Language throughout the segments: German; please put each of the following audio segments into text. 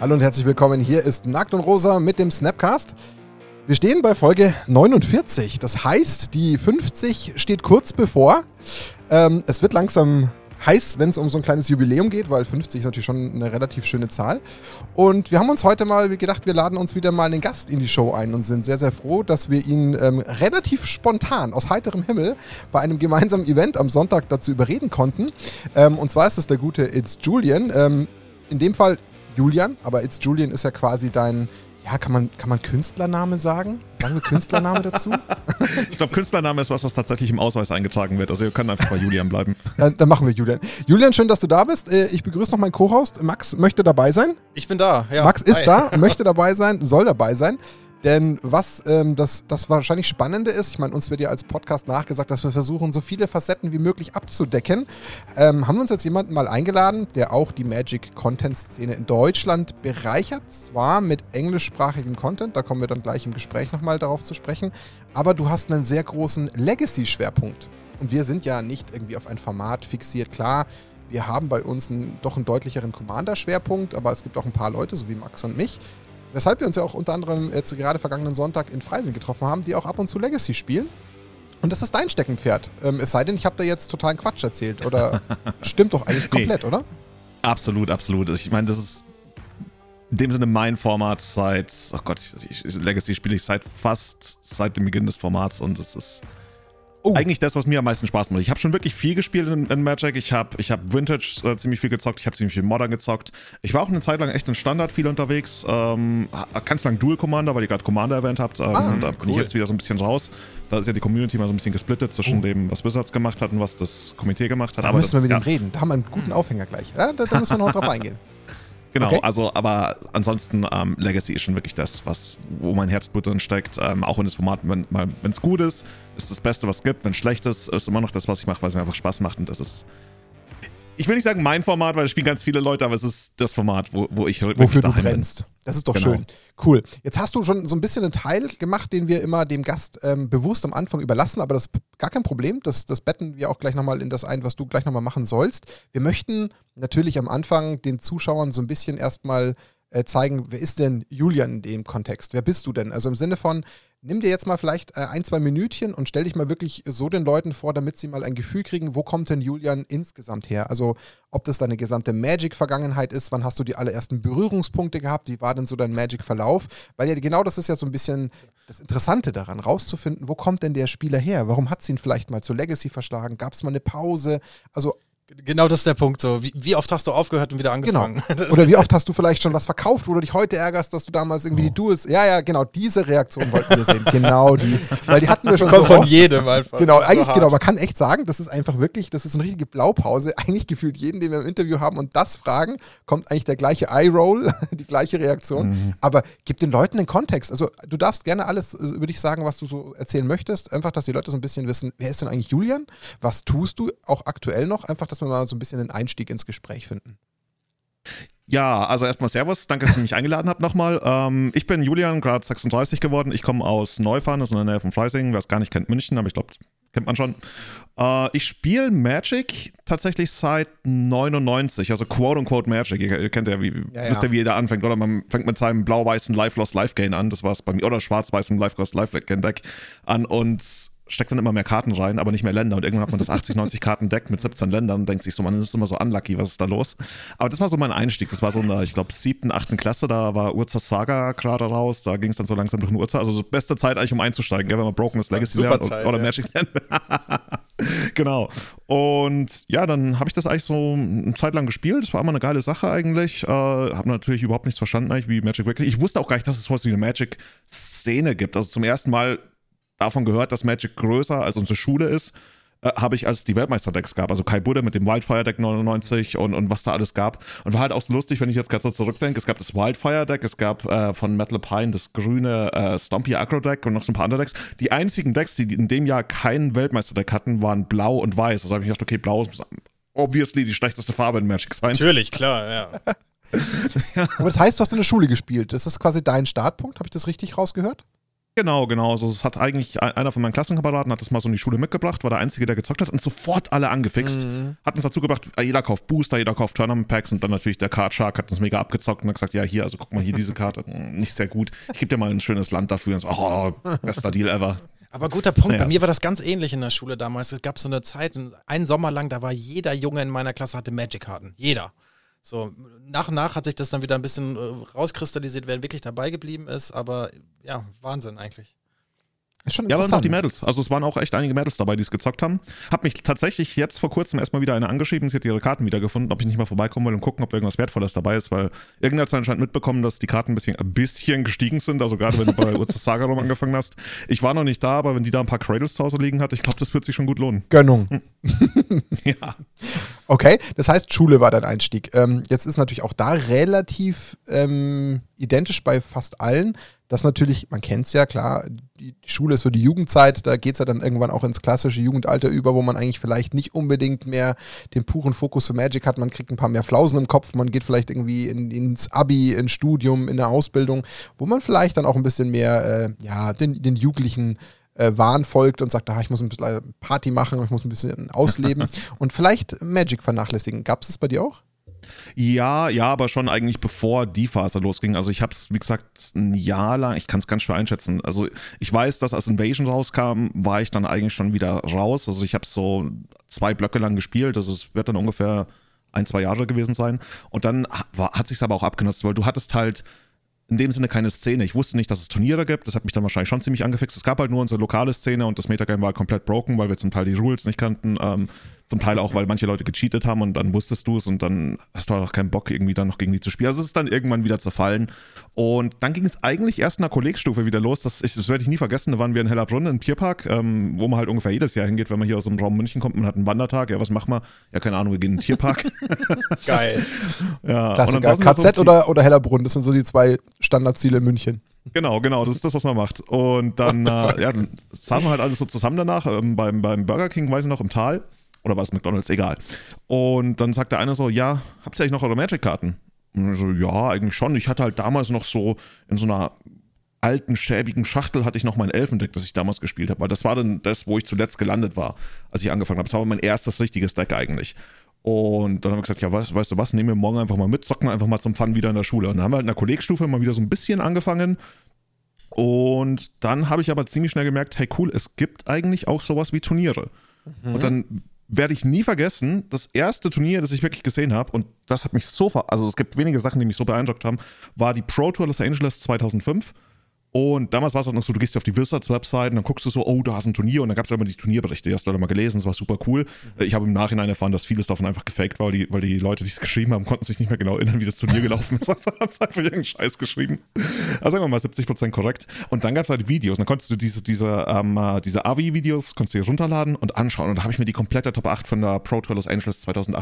Hallo und herzlich willkommen. Hier ist Nackt und Rosa mit dem Snapcast. Wir stehen bei Folge 49. Das heißt, die 50 steht kurz bevor. Es wird langsam heiß, wenn es um so ein kleines Jubiläum geht, weil 50 ist natürlich schon eine relativ schöne Zahl. Und wir haben uns heute mal gedacht, wir laden uns wieder mal einen Gast in die Show ein und sind sehr, sehr froh, dass wir ihn relativ spontan aus heiterem Himmel bei einem gemeinsamen Event am Sonntag dazu überreden konnten. Und zwar ist es der gute It's Julian. In dem Fall Julian, aber It's Julian ist ja quasi dein, ja, kann man Künstlername sagen? Sagen wir Künstlername dazu? Ich glaube, Künstlername ist was tatsächlich im Ausweis eingetragen wird. Also ihr könnt einfach bei Julian bleiben. Dann machen wir Julian. Julian, schön, dass du da bist. Ich begrüße noch meinen Co-Host. Max möchte dabei sein. Ich bin da, ja. Max ist da, möchte dabei sein, soll dabei sein. Denn was das wahrscheinlich Spannende ist, ich meine, uns wird ja als Podcast nachgesagt, dass wir versuchen, so viele Facetten wie möglich abzudecken, haben wir uns jetzt jemanden mal eingeladen, der auch die Magic-Content-Szene in Deutschland bereichert, zwar mit englischsprachigem Content, da kommen wir dann gleich im Gespräch nochmal darauf zu sprechen, aber du hast einen sehr großen Legacy-Schwerpunkt. Und wir sind ja nicht irgendwie auf ein Format fixiert, klar. Wir haben bei uns doch einen deutlicheren Commander-Schwerpunkt, aber es gibt auch ein paar Leute, so wie Max und mich, weshalb wir uns ja auch unter anderem jetzt gerade vergangenen Sonntag in Freising getroffen haben, die auch ab und zu Legacy spielen. Und das ist dein Steckenpferd. Es sei denn, ich habe da jetzt totalen Quatsch erzählt. Oder stimmt doch eigentlich komplett, oder? Absolut, absolut. Ich meine, das ist in dem Sinne mein Format seit, oh Gott, Legacy spiele ich seit dem Beginn des Formats und es ist eigentlich das, was mir am meisten Spaß macht. Ich habe schon wirklich viel gespielt in Magic. Ich hab Vintage ziemlich viel gezockt. Ich habe ziemlich viel Modern gezockt. Ich war auch eine Zeit lang echt in Standard viel unterwegs. Ganz lang Dual Commander, weil ihr gerade Commander erwähnt habt. Da bin ich jetzt wieder so ein bisschen raus. Da ist ja die Community mal so ein bisschen gesplittet zwischen dem, was Wizards gemacht hat und was das Komitee gemacht hat. Da müssen wir mit ihm reden. Da haben wir einen guten Aufhänger gleich. Ja, da müssen wir noch drauf eingehen. Genau, okay. Also, aber ansonsten, Legacy ist schon wirklich das, wo mein Herzblut drin steckt. Auch wenn das Format, wenn es gut ist das Beste, was es gibt. Wenn es schlecht ist immer noch das, was ich mache, weil es mir einfach Spaß macht. Und das ist, ich will nicht sagen mein Format, weil es spielen ganz viele Leute, aber es ist das Format, wo ich wirklich wofür daheim du brennst. Bin. Das ist doch genau. Schön. Cool. Jetzt hast du schon so ein bisschen einen Teil gemacht, den wir immer dem Gast bewusst am Anfang überlassen, aber das ist gar kein Problem. Das betten wir auch gleich nochmal in das ein, was du gleich nochmal machen sollst. Wir möchten natürlich am Anfang den Zuschauern so ein bisschen erstmal zeigen, wer ist denn Julian in dem Kontext? Wer bist du denn? Also im Sinne von, nimm dir jetzt mal vielleicht 1-2 Minütchen und stell dich mal wirklich so den Leuten vor, damit sie mal ein Gefühl kriegen, wo kommt denn Julian insgesamt her? Also ob das deine gesamte Magic-Vergangenheit ist, wann hast du die allerersten Berührungspunkte gehabt, wie war denn so dein Magic-Verlauf? Weil ja genau das ist ja so ein bisschen das Interessante daran, rauszufinden, wo kommt denn der Spieler her? Warum hat es ihn vielleicht mal zur Legacy verschlagen? Gab es mal eine Pause? Also genau das ist der Punkt. So. Wie oft hast du aufgehört und wieder angefangen? Genau. Oder wie oft hast du vielleicht schon was verkauft, wo du dich heute ärgerst, dass du damals irgendwie die Duels... Ja, genau, diese Reaktion wollten wir sehen. Genau die. Weil die hatten wir schon kommt so von jedem einfach. Genau, so eigentlich, hart. genau, man kann echt sagen, das ist einfach wirklich, das ist eine richtige Blaupause. Eigentlich gefühlt jeden, den wir im Interview haben und das fragen, kommt eigentlich der gleiche Eye-Roll, die gleiche Reaktion. Mhm. Aber gib den Leuten den Kontext. Also du darfst gerne alles über dich sagen, was du so erzählen möchtest. Einfach, dass die Leute so ein bisschen wissen, wer ist denn eigentlich Julian? Was tust du auch aktuell noch? Einfach, dass wir mal so ein bisschen den Einstieg ins Gespräch finden. Ja, also erstmal Servus, danke, dass ihr mich eingeladen habt nochmal. Ich bin Julian, gerade 36 geworden. Ich komme aus Neufahren, das ist in der Nähe von Freising. Wer es gar nicht kennt, München, aber ich glaube, kennt man schon. Ich spiele Magic tatsächlich seit 99, also quote-unquote Magic. Ihr kennt ja, wisst ihr, wie jeder anfängt, oder? Man fängt mit seinem blau-weißen Life-Lost-Life-Gain an, das war es bei mir, oder schwarz-weißem Life-Lost-Life-Gain-Deck an und steckt dann immer mehr Karten rein, aber nicht mehr Länder. Und irgendwann hat man das 80, 90 Karten-Deck mit 17 Ländern und denkt sich so, man ist immer so unlucky, was ist da los? Aber das war so mein Einstieg. Das war so in der, ich glaube, 7., 8. Klasse, da war Urza Saga gerade raus, da ging es dann so langsam durch den Urza. Also die beste Zeit eigentlich, um einzusteigen, gell, wenn man Broken Legacy lernt oder Magic lernt. Genau. Und ja, dann habe ich das eigentlich so eine Zeit lang gespielt. Das war immer eine geile Sache eigentlich. Habe natürlich überhaupt nichts verstanden, eigentlich, wie Magic wirklich. Ich wusste auch gar nicht, dass es sowas wie eine Magic-Szene gibt. Also zum ersten Mal davon gehört, dass Magic größer als unsere Schule ist, habe ich, als es die Weltmeister-Decks gab, also Kai Budde mit dem Wildfire-Deck 99 und was da alles gab. Und war halt auch so lustig, wenn ich jetzt gerade so zurückdenke, es gab das Wildfire-Deck, es gab von Metal Pine das grüne Stompy Aggro-Deck und noch so ein paar andere Decks. Die einzigen Decks, die in dem Jahr kein Weltmeister-Deck hatten, waren blau und weiß. Also habe ich gedacht, okay, blau ist obviously die schlechteste Farbe in Magic sein. Natürlich, klar, ja. Aber das heißt, du hast in der Schule gespielt. Das ist quasi dein Startpunkt, habe ich das richtig rausgehört? Genau. Also es hat eigentlich einer von meinen Klassenkameraden hat das mal so in die Schule mitgebracht, war der Einzige, der gezockt hat und sofort alle angefixt. Hat uns dazu gebracht, jeder kauft Booster, jeder kauft Tournament Packs und dann natürlich der Card Shark hat uns mega abgezockt und hat gesagt, ja hier, also guck mal hier diese Karte, nicht sehr gut. Ich gebe dir mal ein schönes Land dafür. Und so, oh, bester Deal ever. Aber guter Punkt, Naja. bei mir war das ganz ähnlich in der Schule damals. Es gab so eine Zeit, einen Sommer lang, da war jeder Junge in meiner Klasse hatte Magic-Karten. Jeder. So, nach und nach hat sich das dann wieder ein bisschen rauskristallisiert, wer wirklich dabei geblieben ist, aber ja, Wahnsinn eigentlich. Ist schon Ja, waren auch interessant. die Mädels. Also es waren auch echt einige Mädels dabei, die es gezockt haben. Hab mich tatsächlich jetzt vor kurzem erstmal wieder eine angeschrieben, sie hat ihre Karten wiedergefunden, ob ich nicht mal vorbeikommen will und gucken, ob irgendwas Wertvolles dabei ist, weil irgendwer hat anscheinend mitbekommen, dass die Karten ein bisschen gestiegen sind, also gerade wenn du bei Ursus Saga rum angefangen hast. Ich war noch nicht da, aber wenn die da ein paar Cradles zu Hause liegen hat, ich glaube, das wird sich schon gut lohnen. Gönnung. Ja. Okay, das heißt, Schule war dein Einstieg. Jetzt ist natürlich auch da relativ identisch bei fast allen, dass natürlich, man kennt es ja, klar, die Schule ist so die Jugendzeit, da geht es ja dann irgendwann auch ins klassische Jugendalter über, wo man eigentlich vielleicht nicht unbedingt mehr den puren Fokus für Magic hat, man kriegt ein paar mehr Flausen im Kopf, man geht vielleicht irgendwie ins Abi, ins Studium, in der Ausbildung, wo man vielleicht dann auch ein bisschen mehr den Jugendlichen Wahn folgt und sagt, ich muss ein bisschen Party machen, ich muss ein bisschen ausleben und vielleicht Magic vernachlässigen. Gab es das bei dir auch? Ja, aber schon eigentlich bevor die Phase losging. Also ich habe es, wie gesagt, ein Jahr lang, ich kann es ganz schwer einschätzen. Also ich weiß, dass als Invasion rauskam, war ich dann eigentlich schon wieder raus. Also ich habe es so 2 Blöcke lang gespielt. Also es wird dann ungefähr 1-2 Jahre gewesen sein. Und dann hat sich aber auch abgenutzt, weil du hattest halt in dem Sinne keine Szene. Ich wusste nicht, dass es Turniere gibt. Das hat mich dann wahrscheinlich schon ziemlich angefixt. Es gab halt nur unsere lokale Szene und das Metagame war komplett broken, weil wir zum Teil die Rules nicht kannten. Zum Teil auch, weil manche Leute gecheatet haben und dann wusstest du es und dann hast du halt auch keinen Bock, irgendwie dann noch gegen die zu spielen. Also es ist dann irgendwann wieder zerfallen. Und dann ging es eigentlich erst in der Kollegstufe wieder los. Das werde ich nie vergessen. Da waren wir in Hellerbrunn im Tierpark, wo man halt ungefähr jedes Jahr hingeht, wenn man hier aus dem Raum München kommt. Man hat einen Wandertag. Ja, was machen wir? Ja, keine Ahnung, wir gehen in den Tierpark. Geil. Ja, Klassiker, KZ oder Hellerbrunn, das sind so die 2 Standardziele in München. Genau, das ist das, was man macht. Und dann, dann saßen wir halt alles so zusammen danach, beim Burger King, weiß ich noch, im Tal. Oder war es McDonald's? Egal. Und dann sagt der eine so, ja, habt ihr eigentlich noch eure Magic-Karten? Und ich so, ja, eigentlich schon. Ich hatte halt damals noch so in so einer alten, schäbigen Schachtel hatte ich noch mein Elfendeck, das ich damals gespielt habe, weil das war dann das, wo ich zuletzt gelandet war, als ich angefangen habe. Das war mein erstes richtiges Deck eigentlich. Und dann haben wir gesagt, ja, weißt du was, nehmen wir morgen einfach mal mit, zocken wir einfach mal zum Fun wieder in der Schule. Und dann haben wir halt in der Kollegstufe mal wieder so ein bisschen angefangen. Und dann habe ich aber ziemlich schnell gemerkt, hey cool, es gibt eigentlich auch sowas wie Turniere. Und dann werde ich nie vergessen, das erste Turnier, das ich wirklich gesehen habe, und das hat mich also es gibt wenige Sachen, die mich so beeindruckt haben, war die Pro Tour Los Angeles 2005. Und damals war es auch noch so, du gehst auf die Wizards-Website und dann guckst du so, oh, da hast du ein Turnier und dann gab es ja immer die Turnierberichte, die hast du da mal gelesen, das war super cool. Ich habe im Nachhinein erfahren, dass vieles davon einfach gefaked war, weil die Leute, die es geschrieben haben, konnten sich nicht mehr genau erinnern, wie das Turnier gelaufen ist. Also haben sie einfach irgendeinen Scheiß geschrieben. Also sagen wir mal 70% korrekt. Und dann gab es halt Videos und dann konntest du diese AVI-Videos konntest du dir runterladen und anschauen. Und da habe ich mir die komplette Top 8 von der Pro Tour Los Angeles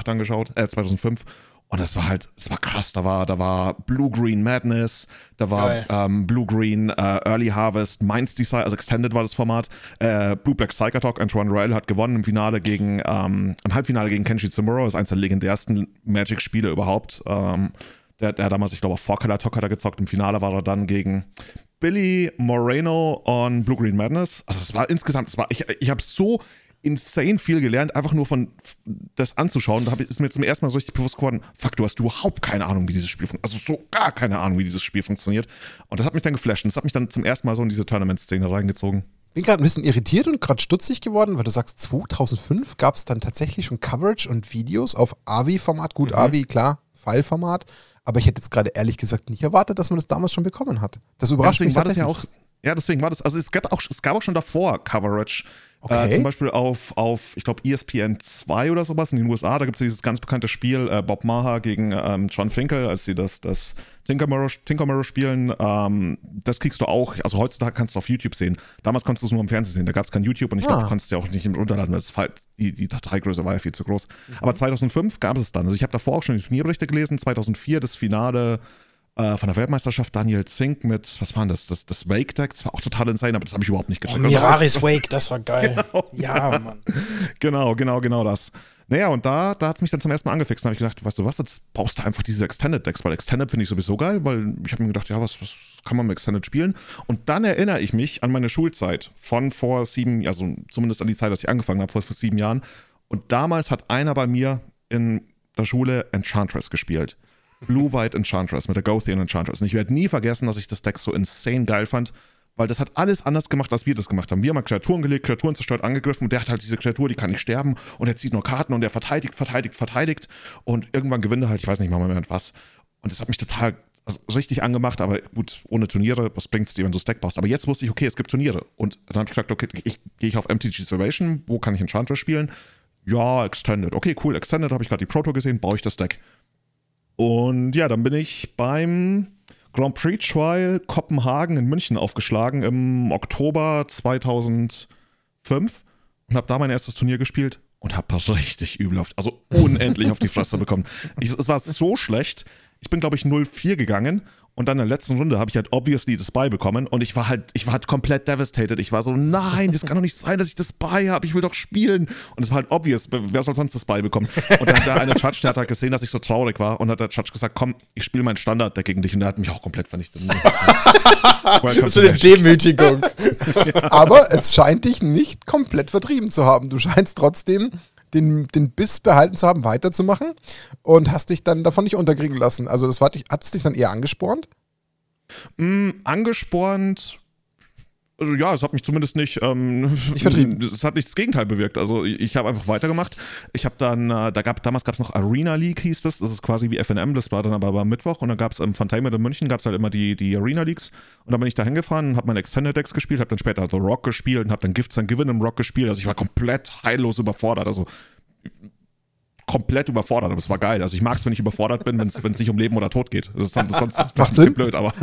2005. Und es war krass, da war Blue-Green Madness, da war Blue-Green Early Harvest, Minds Desire, also Extended war das Format, Blue-Black Psychotalk, Antoine Royal hat gewonnen im Halbfinale gegen Kenshi Tsumura, das ist eines der legendärsten Magic-Spiele überhaupt. Der damals, ich glaube, auf 4-Color Talk hat er gezockt, im Finale war er dann gegen Billy Moreno on Blue-Green Madness. Also es war insgesamt, ich habe so insane viel gelernt, einfach nur von das anzuschauen. Da ist mir zum ersten Mal so richtig bewusst geworden, fuck, du hast überhaupt keine Ahnung, wie dieses Spiel funktioniert. Also so gar keine Ahnung, wie dieses Spiel funktioniert. Und das hat mich dann geflasht. Und das hat mich dann zum ersten Mal so in diese Tournament-Szene reingezogen. Bin gerade ein bisschen irritiert und gerade stutzig geworden, weil du sagst, 2005 gab es dann tatsächlich schon Coverage und Videos auf AVI-Format. Gut, AVI, klar, File-Format. Aber ich hätte jetzt gerade ehrlich gesagt nicht erwartet, dass man das damals schon bekommen hat. Das überrascht mich tatsächlich. Deswegen war das, also es gab auch schon davor Coverage. Okay. Zum Beispiel auf ich glaube, ESPN 2 oder sowas in den USA. Da gibt es dieses ganz bekannte Spiel Bob Maher gegen John Finkel, als sie das Tinker spielen. Das kriegst du auch, also heutzutage kannst du auf YouTube sehen. Damals konntest du es nur im Fernsehen sehen. Da gab es kein YouTube und ich glaube, du konntest es ja auch nicht runterladen, weil die Dateigröße war ja viel zu groß. Aber 2005 gab es dann. Also ich habe davor auch schon die Turnierberichte gelesen. 2004 das Finale von der Weltmeisterschaft, Daniel Zink mit, was war das? Das Wake-Deck, das war auch total insane, aber das habe ich überhaupt nicht gecheckt. Miraris Wake, das war geil. Genau. Ja, Mann. Genau das. Naja, und da hat es mich dann zum ersten Mal angefixt. Da habe ich gedacht, weißt du was, jetzt brauchst du einfach diese Extended-Decks, weil Extended finde ich sowieso geil, weil ich habe mir gedacht, ja, was kann man mit Extended spielen? Und dann erinnere ich mich an meine Schulzeit von vor 7, also zumindest an die Zeit, dass ich angefangen habe, vor 7 Jahren. Und damals hat einer bei mir in der Schule Enchantress gespielt. Blue-White Enchantress mit der Gothian Enchantress. Und ich werde nie vergessen, dass ich das Deck so insane geil fand, weil das hat alles anders gemacht, als wir das gemacht haben. Wir haben mal Kreaturen gelegt, Kreaturen zerstört, angegriffen und der hat halt diese Kreatur, die kann nicht sterben und er zieht nur Karten und er verteidigt und irgendwann gewinnt er halt, ich weiß nicht mal mehr was. Und das hat mich total richtig angemacht, aber gut, ohne Turniere, was bringt's dir, wenn du das Deck baust? Aber jetzt wusste ich, okay, es gibt Turniere. Und dann habe ich gesagt, okay, gehe ich auf MTG Salvation, wo kann ich Enchantress spielen? Ja, Extended. Okay, cool, Extended, habe ich gerade die Proto gesehen, baue ich das Deck. Und ja, dann bin ich beim Grand Prix Trial Kopenhagen in München aufgeschlagen im Oktober 2005 und habe da mein erstes Turnier gespielt und habe richtig übel unendlich auf die Fresse bekommen. Es war so schlecht, ich bin glaube ich 0-4 gegangen und dann in der letzten Runde habe ich halt obviously das Buy bekommen und ich war halt komplett devastated. Ich war so, nein, das kann doch nicht sein, dass ich das Buy habe, ich will doch spielen. Und es war halt obvious, wer soll sonst das Buy bekommen? Und dann hat der eine Judge, der hat halt gesehen, dass ich so traurig war und hat der Judge gesagt, komm, ich spiele mein Standard-Deck gegen dich und der hat mich auch komplett vernichtet. Das ist eine Demütigung. Aber es scheint dich nicht komplett vertrieben zu haben. Du scheinst trotzdem den Biss behalten zu haben, weiterzumachen und hast dich dann davon nicht unterkriegen lassen. Also hat es dich dann eher angespornt? Angespornt, also ja, es hat mich zumindest nicht vertrieben. Es hat nicht das Gegenteil bewirkt. Also ich habe einfach weitergemacht. Ich habe dann, damals gab es noch Arena League, hieß das. Das ist quasi wie FNM, das war dann aber am Mittwoch. Und dann gab es im Fantainment in München, gab es halt immer die Arena Leagues. Und dann bin ich da hingefahren und habe meine Extended Decks gespielt, habe dann später The Rock gespielt und habe dann Gifts and Given im Rock gespielt. Also ich war komplett heillos überfordert. Also komplett überfordert, aber es war geil. Also ich mag es, wenn ich überfordert bin, wenn es nicht um Leben oder Tod geht. Sonst ist es ein bisschen blöd, aber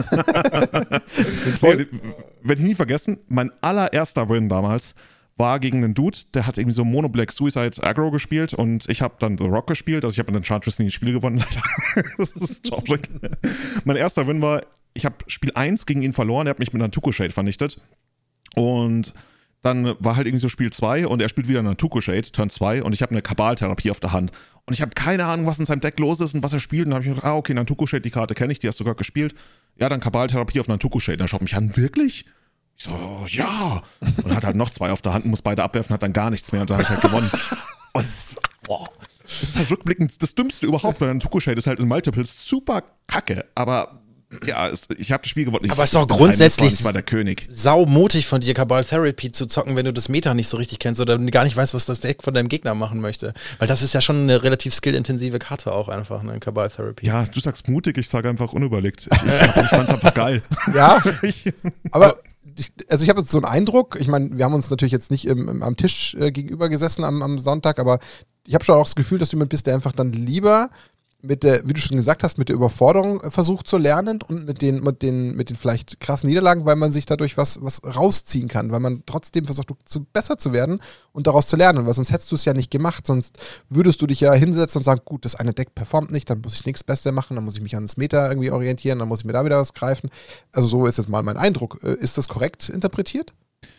werde ich nie vergessen, mein allererster Win damals war gegen einen Dude, der hat irgendwie so Mono Black Suicide Aggro gespielt und ich habe dann The Rock gespielt, also ich habe mit Enchantress nie ein Spiel gewonnen, leider. Das ist traurig. Mein erster Win war, ich habe Spiel 1 gegen ihn verloren, er hat mich mit einer Tuko Shade vernichtet und dann war halt irgendwie so Spiel 2 und er spielt wieder eine Tuko Shade, Turn 2 und ich habe eine Kabal-Therapie auf der Hand. Und ich habe keine Ahnung, was in seinem Deck los ist und was er spielt. Und dann habe ich gedacht, okay, Nantuko Shade, die Karte kenne ich, die hast du gerade gespielt. Ja, dann Kabal-Therapie auf Nantuko Shade. Dann schaut mich an, wirklich? Ich so, ja. Und hat halt noch 2 auf der Hand, muss beide abwerfen, hat dann gar nichts mehr und dann habe ich halt gewonnen. Und das ist halt rückblickend das Dümmste überhaupt, weil Nantuko Shade ist halt in Multiples super kacke, aber ja, ich habe das Spiel gewonnen. Aber es ist doch grundsätzlich ich war der König. Saumutig von dir, Cabal Therapy zu zocken, wenn du das Meta nicht so richtig kennst oder gar nicht weißt, was das Deck von deinem Gegner machen möchte. Weil das ist ja schon eine relativ skillintensive Karte auch einfach, ne, Cabal Therapy. Ja, du sagst mutig, ich sage einfach unüberlegt. Ich fand's einfach geil. Ja, aber ich habe jetzt so einen Eindruck, ich meine, wir haben uns natürlich jetzt nicht am Tisch gegenüber gesessen am Sonntag, aber ich habe schon auch das Gefühl, dass du jemand bist, der einfach dann lieber mit der, wie du schon gesagt hast, mit der Überforderung versucht zu lernen und mit den vielleicht krassen Niederlagen, weil man sich dadurch was rausziehen kann, weil man trotzdem versucht, besser zu werden und daraus zu lernen, weil sonst hättest du es ja nicht gemacht, sonst würdest du dich ja hinsetzen und sagen, gut, das eine Deck performt nicht, dann muss ich nichts Besser machen, dann muss ich mich ans Meta irgendwie orientieren, dann muss ich mir da wieder was greifen. Also so ist jetzt mal mein Eindruck. Ist das korrekt interpretiert?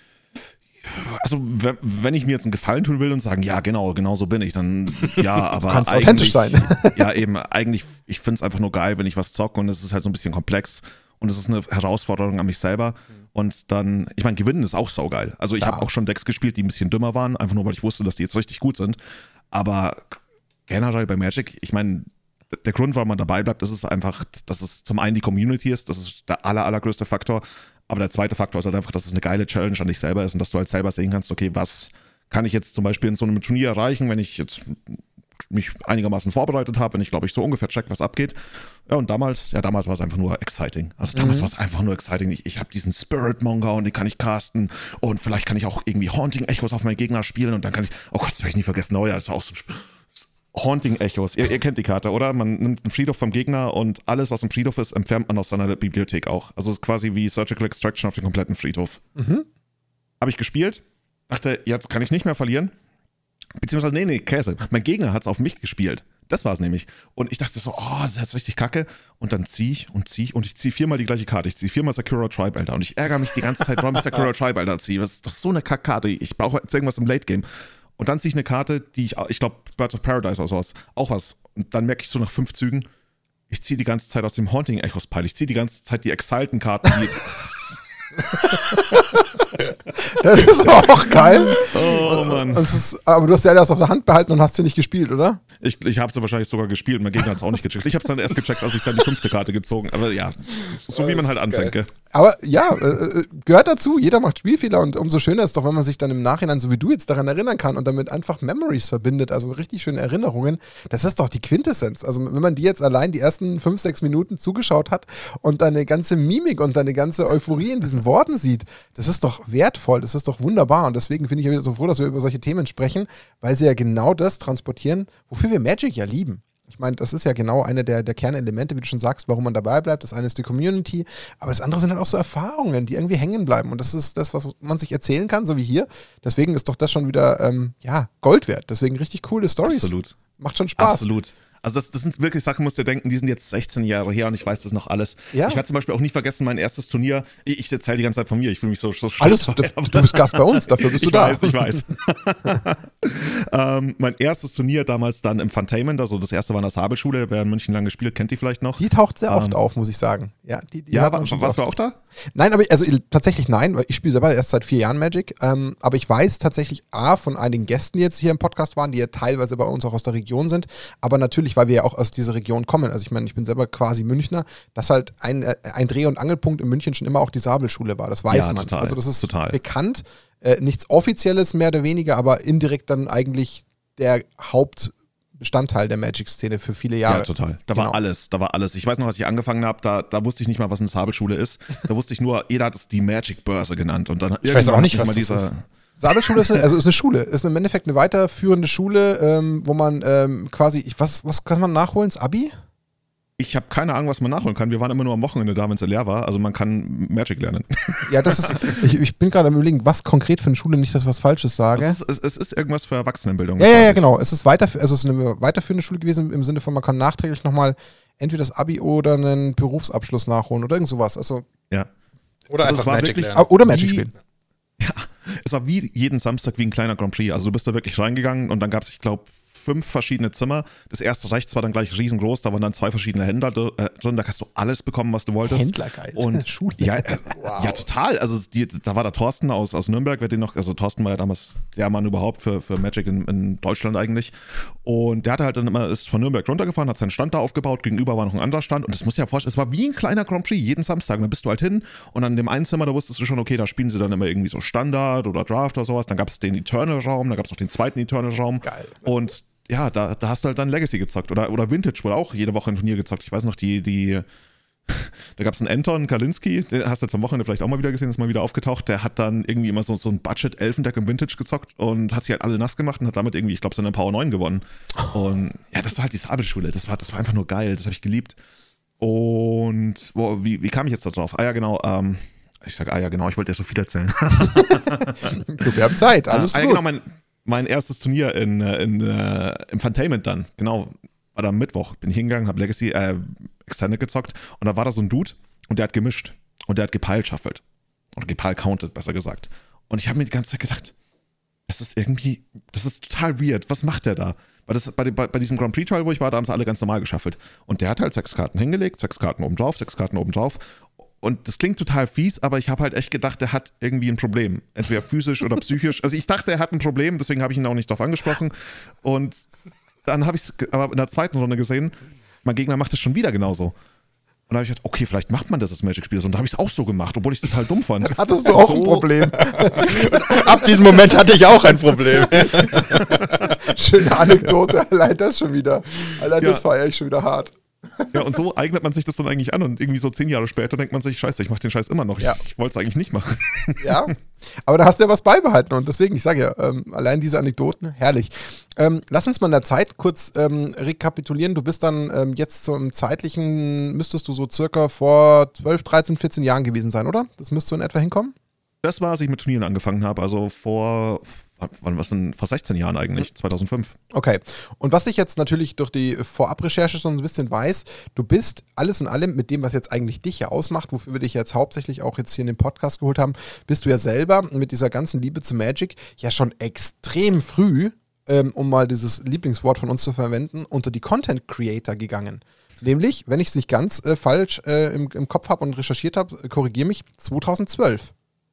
Also, wenn ich mir jetzt einen Gefallen tun will und sagen, ja, genau so bin ich, dann ja, aber du kannst authentisch sein. Ja, eben, eigentlich, ich finde es einfach nur geil, wenn ich was zocke und es ist halt so ein bisschen komplex und es ist eine Herausforderung an mich selber und dann, ich meine, gewinnen ist auch saugeil. Also ich habe auch schon Decks gespielt, die ein bisschen dümmer waren, einfach nur, weil ich wusste, dass die jetzt richtig gut sind, aber generell bei Magic, ich meine, der Grund, warum man dabei bleibt, ist einfach, dass es zum einen die Community ist, das ist der allergrößte Faktor. Aber der zweite Faktor ist halt einfach, dass es eine geile Challenge an dich selber ist und dass du halt selber sehen kannst, okay, was kann ich jetzt zum Beispiel in so einem Turnier erreichen, wenn ich jetzt mich einigermaßen vorbereitet habe, wenn ich, glaube ich, so ungefähr check, was abgeht. Ja, und damals war es einfach nur exciting. Also damals war es einfach nur exciting. Ich habe diesen Spirit-Monger und den kann ich casten und vielleicht kann ich auch irgendwie Haunting Echos auf meinen Gegner spielen und dann kann ich, oh Gott, das werde ich nie vergessen, oh ja, das ist auch so ein Haunting Echos. Ihr kennt die Karte, oder? Man nimmt einen Friedhof vom Gegner und alles, was im Friedhof ist, entfernt man aus seiner Bibliothek auch. Also es ist quasi wie Surgical Extraction auf den kompletten Friedhof. Habe ich gespielt, dachte, jetzt kann ich nicht mehr verlieren. Beziehungsweise, nee, Käse. Mein Gegner hat es auf mich gespielt. Das war es nämlich. Und ich dachte so, oh, das ist jetzt richtig kacke. Und dann ziehe ich und ich ziehe 4-mal die gleiche Karte. Ich ziehe 4-mal Sakura Tribe Elder. Und ich ärgere mich die ganze Zeit, warum ich Sakura Tribe Elder ziehe. Das ist so eine Kackkarte. Ich brauche jetzt irgendwas im Late Game. Und dann ziehe ich eine Karte, die ich glaube, Birds of Paradise oder sowas, auch was. Und dann merke ich so nach 5 Zügen, ich ziehe die ganze Zeit aus dem Haunting Echoes Pile. Ich ziehe die ganze Zeit die Exalten-Karten. Das ist auch geil. Oh Mann. Aber du hast ja erst auf der Hand behalten und hast sie nicht gespielt, oder? Ich habe sie wahrscheinlich sogar gespielt, mein Gegner hat es auch nicht gecheckt. Ich habe es dann erst gecheckt, als ich dann die 5. Karte gezogen. Aber ja, so wie man halt anfängt. Gell? Aber ja, gehört dazu, jeder macht Spielfehler und umso schöner ist doch, wenn man sich dann im Nachhinein, so wie du jetzt, daran erinnern kann und damit einfach Memories verbindet, also richtig schöne Erinnerungen. Das ist doch die Quintessenz. Also wenn man die jetzt allein die ersten 5, 6 Minuten zugeschaut hat und deine ganze Mimik und deine ganze Euphorie in diesen Worten sieht, das ist doch wertvoll, das ist doch wunderbar und deswegen bin ich ja so froh, dass wir über solche Themen sprechen, weil sie ja genau das transportieren, wofür wir Magic ja lieben. Ich meine, das ist ja genau eine der Kernelemente, wie du schon sagst, warum man dabei bleibt. Das eine ist die Community, aber das andere sind halt auch so Erfahrungen, die irgendwie hängen bleiben. Und das ist das, was man sich erzählen kann, so wie hier. Deswegen ist doch das schon wieder Gold wert. Deswegen richtig coole Storys. Absolut. Macht schon Spaß. Absolut. Also das sind wirklich Sachen, musst du denken, die sind jetzt 16 Jahre her und ich weiß das noch alles. Ja. Ich werde zum Beispiel auch nicht vergessen, mein erstes Turnier, ich erzähle die ganze Zeit von mir, ich fühle mich so stolz. Alles, du bist Gast bei uns, dafür bist du da. Ich weiß. Mein erstes Turnier damals dann im Funtainment, also das erste war in der Sabelschule, wer in München lang gespielt, kennt die vielleicht noch. Die taucht sehr oft auf, muss ich sagen. Ja, warst du auch da? Nein, aber tatsächlich nein, weil ich spiele selber erst seit 4 Jahren Magic, aber ich weiß tatsächlich von einigen Gästen, die jetzt hier im Podcast waren, die ja teilweise bei uns auch aus der Region sind, aber natürlich, weil wir ja auch aus dieser Region kommen, also ich meine, ich bin selber quasi Münchner, dass halt ein Dreh- und Angelpunkt in München schon immer auch die Sabelschule war, das weiß man. Total, also das ist total bekannt, nichts Offizielles mehr oder weniger, aber indirekt dann eigentlich der Hauptbestandteil der Magic-Szene für viele Jahre. Ja, total. Da war alles. Ich weiß noch, als ich angefangen habe, da wusste ich nicht mal, was eine Sabelschule ist. Da wusste ich nur, jeder hat es die Magic-Börse genannt. Und dann ich weiß auch nicht, was das ist. Sabelschule ist eine Schule, ist im Endeffekt eine weiterführende Schule, wo man quasi, was kann man nachholen? Das Abi? Ich habe keine Ahnung, was man nachholen kann. Wir waren immer nur am Wochenende da, wenn es leer war. Also man kann Magic lernen. Ja, das ist, ich bin gerade am Überlegen, was konkret für eine Schule, nicht, dass ich was Falsches sage. Es ist irgendwas für Erwachsenenbildung. Ja, genau. Es ist eine weiterführende Schule gewesen, im Sinne von, man kann nachträglich nochmal entweder das Abi oder einen Berufsabschluss nachholen oder irgend sowas. Also, ja. Oder also einfach Magic lernen. Oder Magic spielen. Ja, es war wie jeden Samstag wie ein kleiner Grand Prix. Also du bist da wirklich reingegangen und dann gab es, ich glaube, 5 verschiedene Zimmer. Das erste rechts war dann gleich riesengroß, da waren dann 2 verschiedene Händler drin, da hast du alles bekommen, was du wolltest. Händlergeil. Und Schule. Ja, wow. Ja, total. Also da war der Thorsten aus Nürnberg, also Thorsten war ja damals der Mann überhaupt für Magic in Deutschland eigentlich. Und der hatte halt dann ist von Nürnberg runtergefahren, hat seinen Stand da aufgebaut, gegenüber war noch ein anderer Stand und das musst du dir ja vorstellen, es war wie ein kleiner Grand Prix jeden Samstag. Und dann bist du halt hin und an dem einen Zimmer, da wusstest du schon, okay, da spielen sie dann immer irgendwie so Standard oder Draft oder sowas. Dann gab es den Eternal-Raum, da gab es noch den zweiten Eternal-Raum. Geil. Und ja, da hast du halt dann Legacy gezockt oder Vintage wurde auch jede Woche ein Turnier gezockt. Ich weiß noch, da gab es einen Anton Kalinski, den hast du jetzt am Wochenende vielleicht auch mal wieder gesehen, ist mal wieder aufgetaucht. Der hat dann irgendwie immer so ein Budget-Elfendeck im Vintage gezockt und hat sich halt alle nass gemacht und hat damit irgendwie, ich glaube, seine Power 9 gewonnen. Und ja, das war halt die Sabelschule. Das war einfach nur geil. Das habe ich geliebt. Und wie kam ich jetzt da drauf? Ich wollte ja so viel erzählen. Wir haben Zeit, alles gut. Genau, mein erstes Turnier im Funtainment dann, genau, war da am Mittwoch, bin ich hingegangen, habe Legacy Extended gezockt und da war da so ein Dude und der hat gemischt und der hat gepile-shuffled oder gepile-counted, besser gesagt. Und ich habe mir die ganze Zeit gedacht, das ist total weird, was macht der da? Weil bei diesem Grand Prix Trial, wo ich war, da haben sie alle ganz normal geschaffelt und der hat halt 6 Karten hingelegt, 6 Karten oben drauf, 6 Karten oben drauf. Und das klingt total fies, aber ich habe halt echt gedacht, der hat irgendwie ein Problem. Entweder physisch oder psychisch. Also ich dachte, er hat ein Problem, deswegen habe ich ihn auch nicht drauf angesprochen. Und dann habe ich es aber in der zweiten Runde gesehen, mein Gegner macht es schon wieder genauso. Und da habe ich gedacht, okay, vielleicht macht man das als Magic-Spieler. Und da habe ich es auch so gemacht, obwohl ich es total dumm fand. Dann hattest du auch ein Problem. Ab diesem Moment hatte ich auch ein Problem. Schöne Anekdote, allein das schon wieder. Das feiere ich schon wieder hart. Ja, und so eignet man sich das dann eigentlich an und irgendwie so 10 Jahre später denkt man sich, scheiße, ich mache den Scheiß immer noch. Ja. Ich wollte es eigentlich nicht machen. Ja, aber da hast du ja was beibehalten und deswegen, ich sage ja, allein diese Anekdoten, herrlich. Lass uns mal in der Zeit kurz rekapitulieren. Du bist dann jetzt so im zeitlichen, müsstest du so circa vor 12, 13, 14 Jahren gewesen sein, oder? Das müsste so in etwa hinkommen? Das war, als ich mit Turnieren angefangen habe, also vor 16 Jahren eigentlich, 2005. Okay. Und was ich jetzt natürlich durch die Vorabrecherche so ein bisschen weiß, du bist alles in allem mit dem, was jetzt eigentlich dich ja ausmacht, wofür wir dich jetzt hauptsächlich auch jetzt hier in den Podcast geholt haben, bist du ja selber mit dieser ganzen Liebe zu Magic ja schon extrem früh, um mal dieses Lieblingswort von uns zu verwenden, unter die Content Creator gegangen. Nämlich, wenn ich es nicht ganz falsch im Kopf habe und recherchiert habe, korrigiere mich, 2012.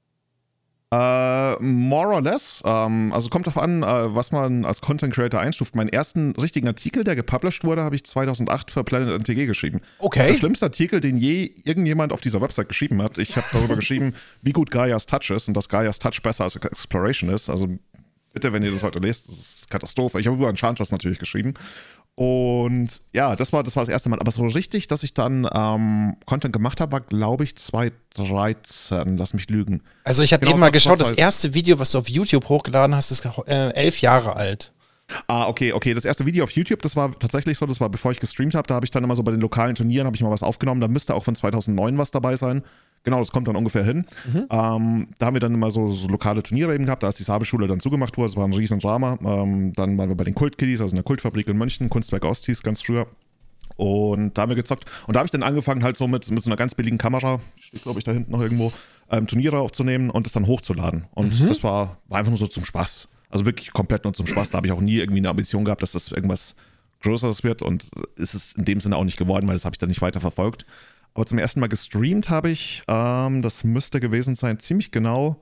More or less. Also kommt darauf an, was man als Content Creator einstuft. Meinen ersten richtigen Artikel, der gepublished wurde, habe ich 2008 für Planet MTG geschrieben. Okay. Der schlimmste Artikel, den je irgendjemand auf dieser Website geschrieben hat. Ich habe darüber geschrieben, wie gut Gaia's Touch ist und dass Gaia's Touch besser als Exploration ist. Also bitte, wenn ihr das heute lest, das ist Katastrophe. Ich habe über Enchantress natürlich geschrieben. Und ja, das war das erste Mal. Aber so richtig, dass ich dann Content gemacht habe, war, glaube ich, 2013. Lass mich lügen. Also ich habe eben mal geschaut, das erste Video, was du auf YouTube hochgeladen hast, ist 11 Jahre alt. Okay. Das erste Video auf YouTube, das war tatsächlich so, das war bevor ich gestreamt habe. Da habe ich dann immer so bei den lokalen Turnieren, habe ich mal was aufgenommen. Da müsste auch von 2009 was dabei sein. Genau, das kommt dann ungefähr hin. Da haben wir dann immer so lokale Turniere eben gehabt, da ist die Sabe-Schule dann zugemacht worden, das war ein riesen Drama. Dann waren wir bei den Kult-Kiddies, also in der Kultfabrik in München, Kunstwerk Ost hieß ganz früher. Und da haben wir gezockt. Und da habe ich dann angefangen halt so mit so einer ganz billigen Kamera, steht glaube ich da hinten noch irgendwo, Turniere aufzunehmen und das dann hochzuladen. Und das war einfach nur so zum Spaß. Also wirklich komplett nur zum Spaß. Da habe ich auch nie irgendwie eine Ambition gehabt, dass das irgendwas Größeres wird und ist es in dem Sinne auch nicht geworden, weil das habe ich dann nicht weiter verfolgt. Aber zum ersten Mal gestreamt habe ich, das müsste gewesen sein, ziemlich genau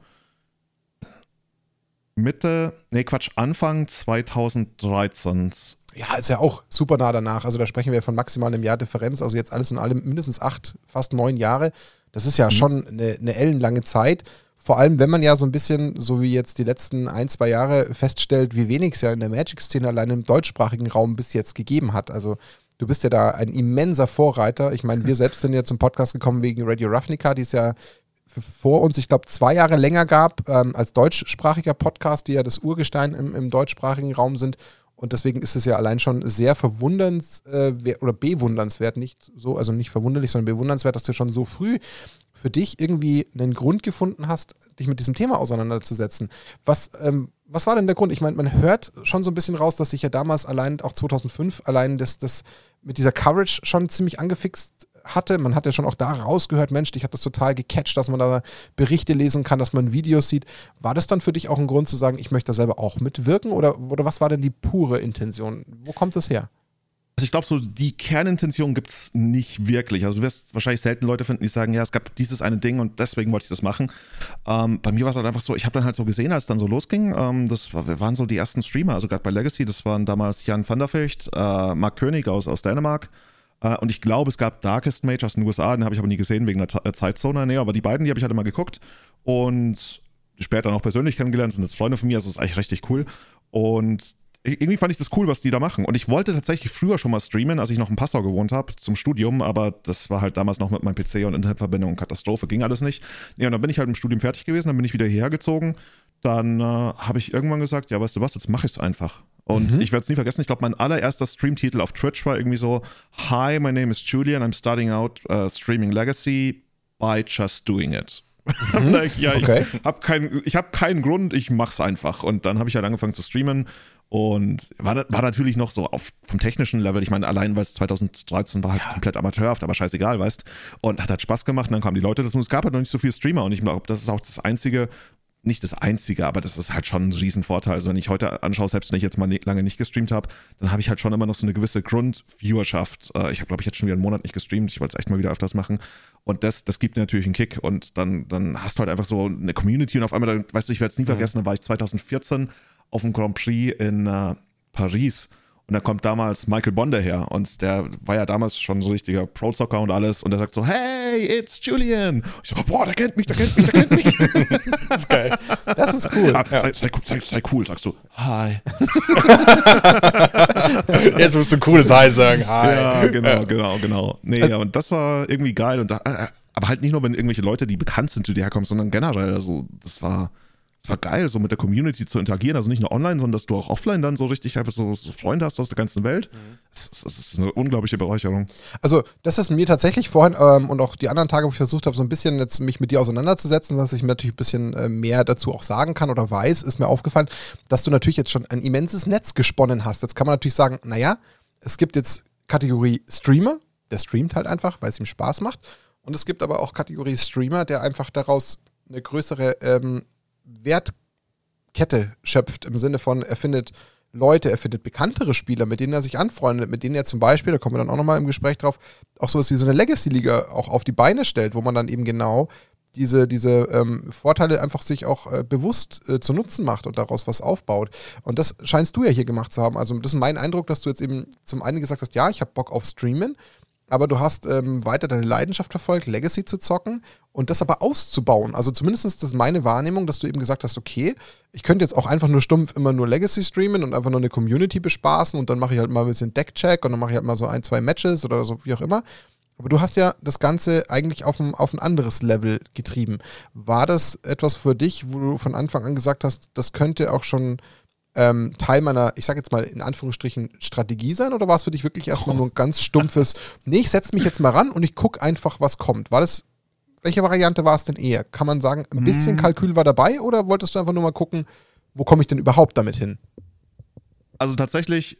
Anfang 2013. Ja, ist ja auch super nah danach. Also da sprechen wir von maximal einem Jahr Differenz. Also jetzt alles in allem mindestens 8, fast 9 Jahre. Das ist ja schon eine ellenlange Zeit. Vor allem, wenn man ja so ein bisschen, so wie jetzt die letzten 1, 2 Jahre feststellt, wie wenig es ja in der Magic-Szene allein im deutschsprachigen Raum bis jetzt gegeben hat. Also du bist ja da ein immenser Vorreiter. Ich meine, wir selbst sind ja zum Podcast gekommen wegen Radio Ravnica, die es ja vor uns, ich glaube, 2 Jahre länger gab als deutschsprachiger Podcast, die ja das Urgestein im deutschsprachigen Raum sind. Und deswegen ist es ja allein schon sehr bewundernswert, nicht so, also nicht verwunderlich, sondern bewundernswert, dass du schon so früh für dich irgendwie einen Grund gefunden hast, dich mit diesem Thema auseinanderzusetzen. Was war denn der Grund? Ich meine, man hört schon so ein bisschen raus, dass sich ja damals allein, auch 2005, allein das mit dieser Coverage schon ziemlich angefixt hatte. Man hat ja schon auch da rausgehört, Mensch, dich hat das total gecatcht, dass man da Berichte lesen kann, dass man Videos sieht. War das dann für dich auch ein Grund zu sagen, ich möchte da selber auch mitwirken? Oder was war denn die pure Intention? Wo kommt das her? Also ich glaube, so die Kernintention gibt es nicht wirklich. Also du wirst wahrscheinlich selten Leute finden, die sagen, ja, es gab dieses eine Ding und deswegen wollte ich das machen. Bei mir war es halt einfach so, ich habe dann halt so gesehen, als es dann so losging, wir waren so die ersten Streamer, also gerade bei Legacy, das waren damals Jan van der Vecht, Mark König aus Dänemark und ich glaube, es gab Darkest Mage aus den USA, den habe ich aber nie gesehen wegen der Zeitzone. Nee, aber die beiden, die habe ich halt immer geguckt und später noch persönlich kennengelernt, sind jetzt Freunde von mir, also das ist eigentlich richtig cool und irgendwie fand ich das cool, was die da machen. Und ich wollte tatsächlich früher schon mal streamen, als ich noch in Passau gewohnt habe, zum Studium, aber das war halt damals noch mit meinem PC und Internetverbindung Katastrophe, ging alles nicht. Ja, und dann bin ich halt im Studium fertig gewesen, dann bin ich wieder hierher gezogen. Dann habe ich irgendwann gesagt, ja, weißt du was, jetzt mache ich es einfach. Und ich werde es nie vergessen, ich glaube, mein allererster Streamtitel auf Twitch war irgendwie so, Hi, my name is Julian, I'm starting out streaming Legacy by just doing it. Ja, okay. Ich hab keinen Grund, ich mach's einfach. Und dann habe ich halt angefangen zu streamen und war natürlich noch so vom technischen Level, ich meine, allein weil es 2013 war, halt komplett amateurhaft, aber scheißegal, weißt, und hat halt Spaß gemacht und dann kamen die Leute dazu. Es gab halt noch nicht so viele Streamer und ich glaube, das ist auch das einzige, nicht das einzige, aber das ist halt schon ein Riesenvorteil. Also wenn ich heute anschaue, selbst wenn ich jetzt mal lange nicht gestreamt habe, dann habe ich halt schon immer noch so eine gewisse Grundviewerschaft. Ich habe, glaube ich, jetzt schon wieder einen Monat nicht gestreamt. Ich wollte es echt mal wieder öfters machen. Und das gibt natürlich einen Kick. Und dann hast du halt einfach so eine Community und auf einmal, weißt du, ich werde es nie vergessen, da war ich 2014 auf dem Grand Prix in Paris. Und da kommt damals Michael Bond her und der war ja damals schon so richtiger Pro-Zocker und alles und der sagt so, hey, it's Julian. Und ich so, boah, der kennt mich. Das ist geil. Das ist cool. Sei cool, sagst du, hi. Jetzt musst du cooles Hi sagen, hi. Ja, genau. Nee, ja, und das war irgendwie geil. Und aber halt nicht nur, wenn irgendwelche Leute, die bekannt sind, zu dir herkommen, sondern generell, also das war es war geil, so mit der Community zu interagieren, also nicht nur online, sondern dass du auch offline dann so richtig einfach so Freunde hast aus der ganzen Welt. Das ist eine unglaubliche Bereicherung. Also das ist mir tatsächlich vorhin und auch die anderen Tage, wo ich versucht habe, so ein bisschen jetzt mich mit dir auseinanderzusetzen, dass ich mir natürlich ein bisschen mehr dazu auch sagen kann oder weiß, ist mir aufgefallen, dass du natürlich jetzt schon ein immenses Netz gesponnen hast. Jetzt kann man natürlich sagen, naja, es gibt jetzt Kategorie Streamer, der streamt halt einfach, weil es ihm Spaß macht. Und es gibt aber auch Kategorie Streamer, der einfach daraus eine größere Wertkette schöpft, im Sinne von, er findet Leute, er findet bekanntere Spieler, mit denen er sich anfreundet, mit denen er zum Beispiel, da kommen wir dann auch nochmal im Gespräch drauf, auch sowas wie so eine Legacy-Liga auch auf die Beine stellt, wo man dann eben genau diese Vorteile einfach sich auch bewusst zu Nutzen macht und daraus was aufbaut. Und das scheinst du ja hier gemacht zu haben. Also das ist mein Eindruck, dass du jetzt eben zum einen gesagt hast, ja, ich habe Bock auf Streamen, aber du hast weiter deine Leidenschaft verfolgt, Legacy zu zocken und das aber auszubauen. Also zumindest ist das meine Wahrnehmung, dass du eben gesagt hast, okay, ich könnte jetzt auch einfach nur stumpf immer nur Legacy streamen und einfach nur eine Community bespaßen und dann mache ich halt mal ein bisschen Deckcheck und dann mache ich halt mal so 1, 2 Matches oder so, wie auch immer. Aber du hast ja das Ganze eigentlich auf ein anderes Level getrieben. War das etwas für dich, wo du von Anfang an gesagt hast, das könnte auch schon Teil meiner, ich sag jetzt mal in Anführungsstrichen, Strategie sein? Oder war es für dich wirklich erstmal nur ein ganz stumpfes, nee, ich setze mich jetzt mal ran und ich gucke einfach, was kommt? War das, welche Variante war es denn eher? Kann man sagen, ein bisschen Kalkül war dabei oder wolltest du einfach nur mal gucken, wo komme ich denn überhaupt damit hin? Also tatsächlich,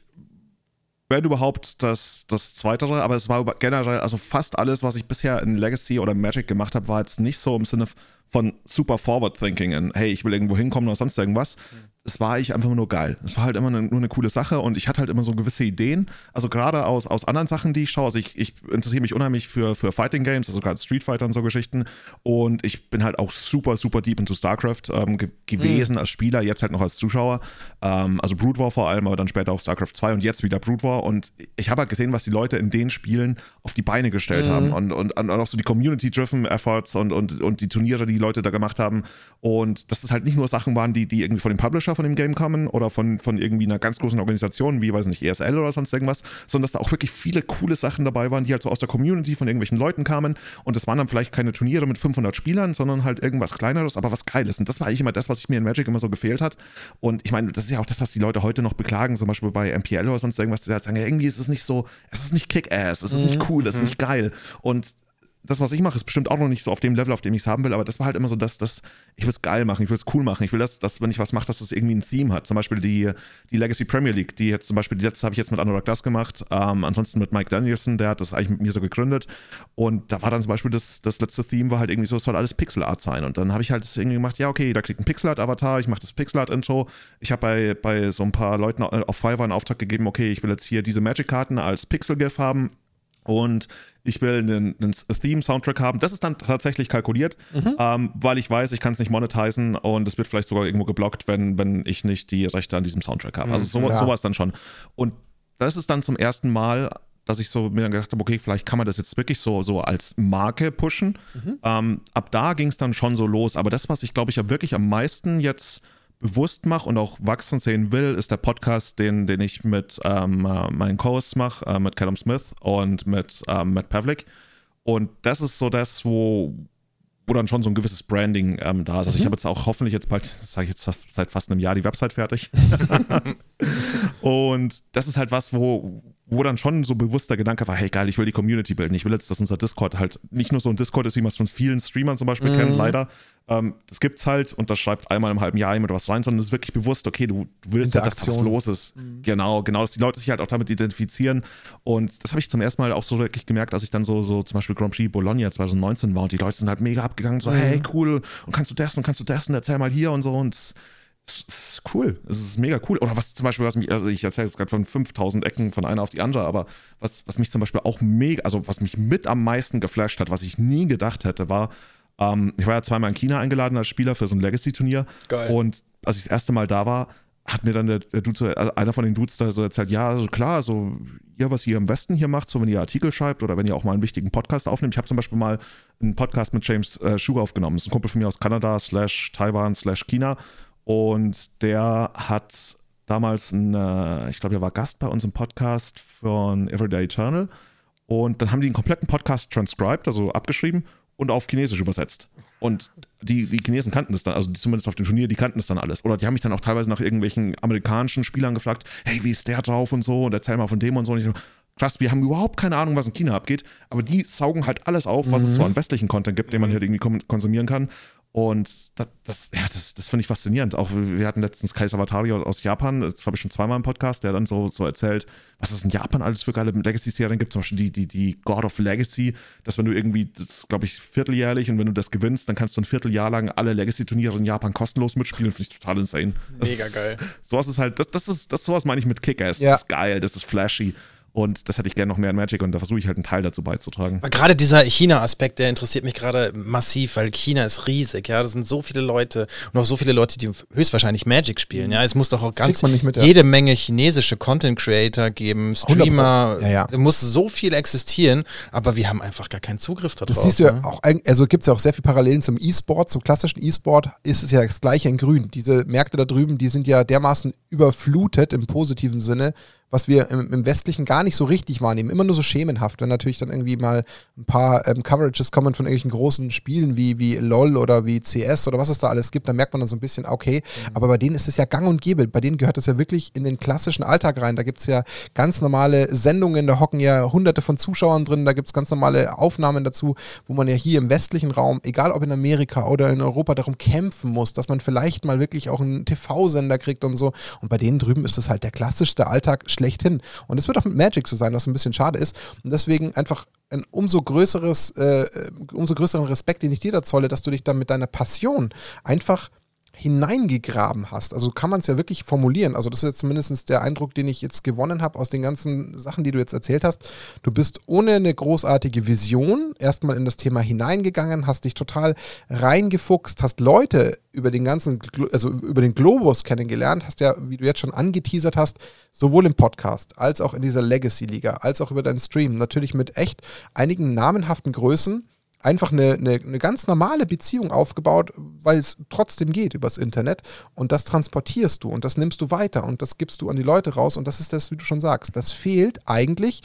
wenn überhaupt das Zweitere, aber es war generell, also fast alles, was ich bisher in Legacy oder Magic gemacht habe, war jetzt nicht so im Sinne von super Forward Thinking in, hey, ich will irgendwo hinkommen oder sonst irgendwas. Es war eigentlich einfach nur geil. Es war halt immer nur eine coole Sache und ich hatte halt immer so gewisse Ideen, also gerade aus anderen Sachen, die ich schaue, also ich interessiere mich unheimlich für Fighting Games, also gerade Street Fighter und so Geschichten und ich bin halt auch super, super deep into StarCraft gewesen als Spieler, jetzt halt noch als Zuschauer, also Brood War vor allem, aber dann später auch StarCraft 2 und jetzt wieder Brood War und ich habe halt gesehen, was die Leute in den Spielen auf die Beine gestellt haben und auch so die Community-driven Efforts und die Turniere, die Leute da gemacht haben und dass das halt nicht nur Sachen waren, die irgendwie von dem Publisher von dem Game kommen oder von irgendwie einer ganz großen Organisation wie, weiß nicht, ESL oder sonst irgendwas, sondern dass da auch wirklich viele coole Sachen dabei waren, die halt so aus der Community von irgendwelchen Leuten kamen und das waren dann vielleicht keine Turniere mit 500 Spielern, sondern halt irgendwas Kleineres, aber was Geiles und das war eigentlich immer das, was ich mir in Magic immer so gefehlt hat und ich meine, das ist ja auch das, was die Leute heute noch beklagen, zum Beispiel bei MPL oder sonst irgendwas, die halt sagen, ja, irgendwie ist es nicht so, es ist nicht Kick-Ass, es ist nicht cool, es ist nicht geil und das, was ich mache, ist bestimmt auch noch nicht so auf dem Level, auf dem ich es haben will, aber das war halt immer so, dass ich will es geil machen, ich will es cool machen, ich will, dass wenn ich was mache, dass das irgendwie ein Theme hat. Zum Beispiel die Legacy Premier League, die jetzt zum Beispiel, die letzte habe ich jetzt mit Anorak Das gemacht, ansonsten mit Mike Danielson, der hat das eigentlich mit mir so gegründet und da war dann zum Beispiel das letzte Theme war halt irgendwie so, es soll alles Pixel Art sein und dann habe ich halt das irgendwie gemacht, ja okay, da kriegt ein Pixel Art Avatar, ich mache das Pixel Art Intro, ich habe bei so ein paar Leuten auf Fiverr einen Auftrag gegeben, okay, ich will jetzt hier diese Magic-Karten als Pixel-GIF haben und ich will einen Theme-Soundtrack haben. Das ist dann tatsächlich kalkuliert, weil ich weiß, ich kann es nicht monetisieren und es wird vielleicht sogar irgendwo geblockt, wenn ich nicht die Rechte an diesem Soundtrack habe. Also sowas dann schon. Und das ist dann zum ersten Mal, dass ich so mir dann gedacht habe, okay, vielleicht kann man das jetzt wirklich so als Marke pushen. Ab da ging es dann schon so los. Aber das, was ich, glaube ich, ja wirklich am meisten jetzt bewusst mache und auch wachsen sehen will, ist der Podcast, den ich mit meinen Co-Hosts mache, mit Callum Smith und mit Matt Pavlik. Und das ist so das, wo dann schon so ein gewisses Branding da ist. Also ich habe jetzt auch hoffentlich jetzt bald, das sage ich jetzt seit fast einem Jahr, die Website fertig. Und das ist halt was, wo dann schon so bewusster Gedanke war, hey geil, ich will die Community bilden. Ich will jetzt, dass unser Discord halt nicht nur so ein Discord ist, wie man es von vielen Streamern zum Beispiel kennt, leider. Das gibt's halt und da schreibt einmal im halben Jahr jemand was rein, sondern es ist wirklich bewusst, okay, du willst ja, dass da was los ist. Genau, dass die Leute sich halt auch damit identifizieren. Und das habe ich zum ersten Mal auch so wirklich gemerkt, als ich dann so zum Beispiel Grand Prix Bologna 2019 war und die Leute sind halt mega abgegangen, so hey, cool, und kannst du das und erzähl mal hier und so und es ist cool, es ist mega cool. Oder was zum Beispiel, also ich erzähle jetzt gerade von 5000 Ecken von einer auf die andere, aber was mich zum Beispiel auch also was mich mit am meisten geflasht hat, was ich nie gedacht hätte, war, ich war ja zweimal in China eingeladen als Spieler für so ein Legacy-Turnier. Geil. Und als ich das erste Mal da war, hat mir dann der Dude, einer von den Dudes da so erzählt, ja, also klar, so ihr, was ihr im Westen hier macht, so wenn ihr Artikel schreibt oder wenn ihr auch mal einen wichtigen Podcast aufnehmt. Ich habe zum Beispiel mal einen Podcast mit James Sugar aufgenommen. Das ist ein Kumpel von mir aus Kanada /Taiwan/China. Und der hat damals ich glaube, er war Gast bei uns im Podcast von Everyday Eternal. Und dann haben die einen kompletten Podcast transcribed, also abgeschrieben und auf Chinesisch übersetzt. Und die Chinesen kannten das dann, also zumindest auf dem Turnier, die kannten das dann alles. Oder die haben mich dann auch teilweise nach irgendwelchen amerikanischen Spielern gefragt, hey, wie ist der drauf und so, und erzähl mal von dem und so. Und ich so, krass, wir haben überhaupt keine Ahnung, was in China abgeht, aber die saugen halt alles auf, was es so an westlichen Content gibt, den man halt irgendwie konsumieren kann. Und das finde ich faszinierend. Auch wir hatten letztens Kaiser Watari aus Japan, das habe ich schon zweimal im Podcast, der dann so erzählt, was es in Japan alles für geile Legacy-Serien gibt. Zum Beispiel die God of Legacy, dass wenn du irgendwie, das glaube ich, vierteljährlich, und wenn du das gewinnst, dann kannst du ein Vierteljahr lang alle Legacy-Turniere in Japan kostenlos mitspielen. Finde ich total insane. Mega geil. Sowas ist halt, sowas meine ich mit Kick-Ass. Ja. Das ist geil, das ist flashy. Und das hätte ich gerne noch mehr in Magic, und da versuche ich halt einen Teil dazu beizutragen. Aber gerade dieser China-Aspekt, der interessiert mich gerade massiv, weil China ist riesig, ja. Das sind so viele Leute und auch so viele Leute, die höchstwahrscheinlich Magic spielen, ja. Es muss doch auch ganz jede Menge chinesische Content-Creator geben, Streamer, muss so viel existieren, aber wir haben einfach gar keinen Zugriff darauf. Das siehst du ja auch, also gibt es ja auch sehr viele Parallelen zum E-Sport, zum klassischen E-Sport ist es ja das gleiche in grün. Diese Märkte da drüben, die sind ja dermaßen überflutet im positiven Sinne, was wir im Westlichen gar nicht so richtig wahrnehmen, immer nur so schemenhaft, wenn natürlich dann irgendwie mal ein paar Coverages kommen von irgendwelchen großen Spielen wie LOL oder wie CS oder was es da alles gibt, dann merkt man dann so ein bisschen, okay, aber bei denen ist es ja gang und gäbe, bei denen gehört das ja wirklich in den klassischen Alltag rein, da gibt es ja ganz normale Sendungen, da hocken ja hunderte von Zuschauern drin, da gibt es ganz normale Aufnahmen dazu, wo man ja hier im westlichen Raum, egal ob in Amerika oder in Europa, darum kämpfen muss, dass man vielleicht mal wirklich auch einen TV-Sender kriegt und so, und bei denen drüben ist das halt der klassischste Alltag schlechthin. Und es wird auch mit Magic so sein, was ein bisschen schade ist. Und deswegen einfach ein umso größeren Respekt, den ich dir da zolle, dass du dich da mit deiner Passion einfach hineingegraben hast. Also kann man es ja wirklich formulieren. Also das ist jetzt zumindest der Eindruck, den ich jetzt gewonnen habe aus den ganzen Sachen, die du jetzt erzählt hast. Du bist ohne eine großartige Vision erstmal in das Thema hineingegangen, hast dich total reingefuchst, hast Leute über den Globus kennengelernt, hast ja, wie du jetzt schon angeteasert hast, sowohl im Podcast als auch in dieser Legacy-Liga, als auch über deinen Stream, natürlich mit echt einigen namenhaften Größen, einfach eine ganz normale Beziehung aufgebaut, weil es trotzdem geht übers Internet, und das transportierst du und das nimmst du weiter und das gibst du an die Leute raus, und das ist das, wie du schon sagst, das fehlt eigentlich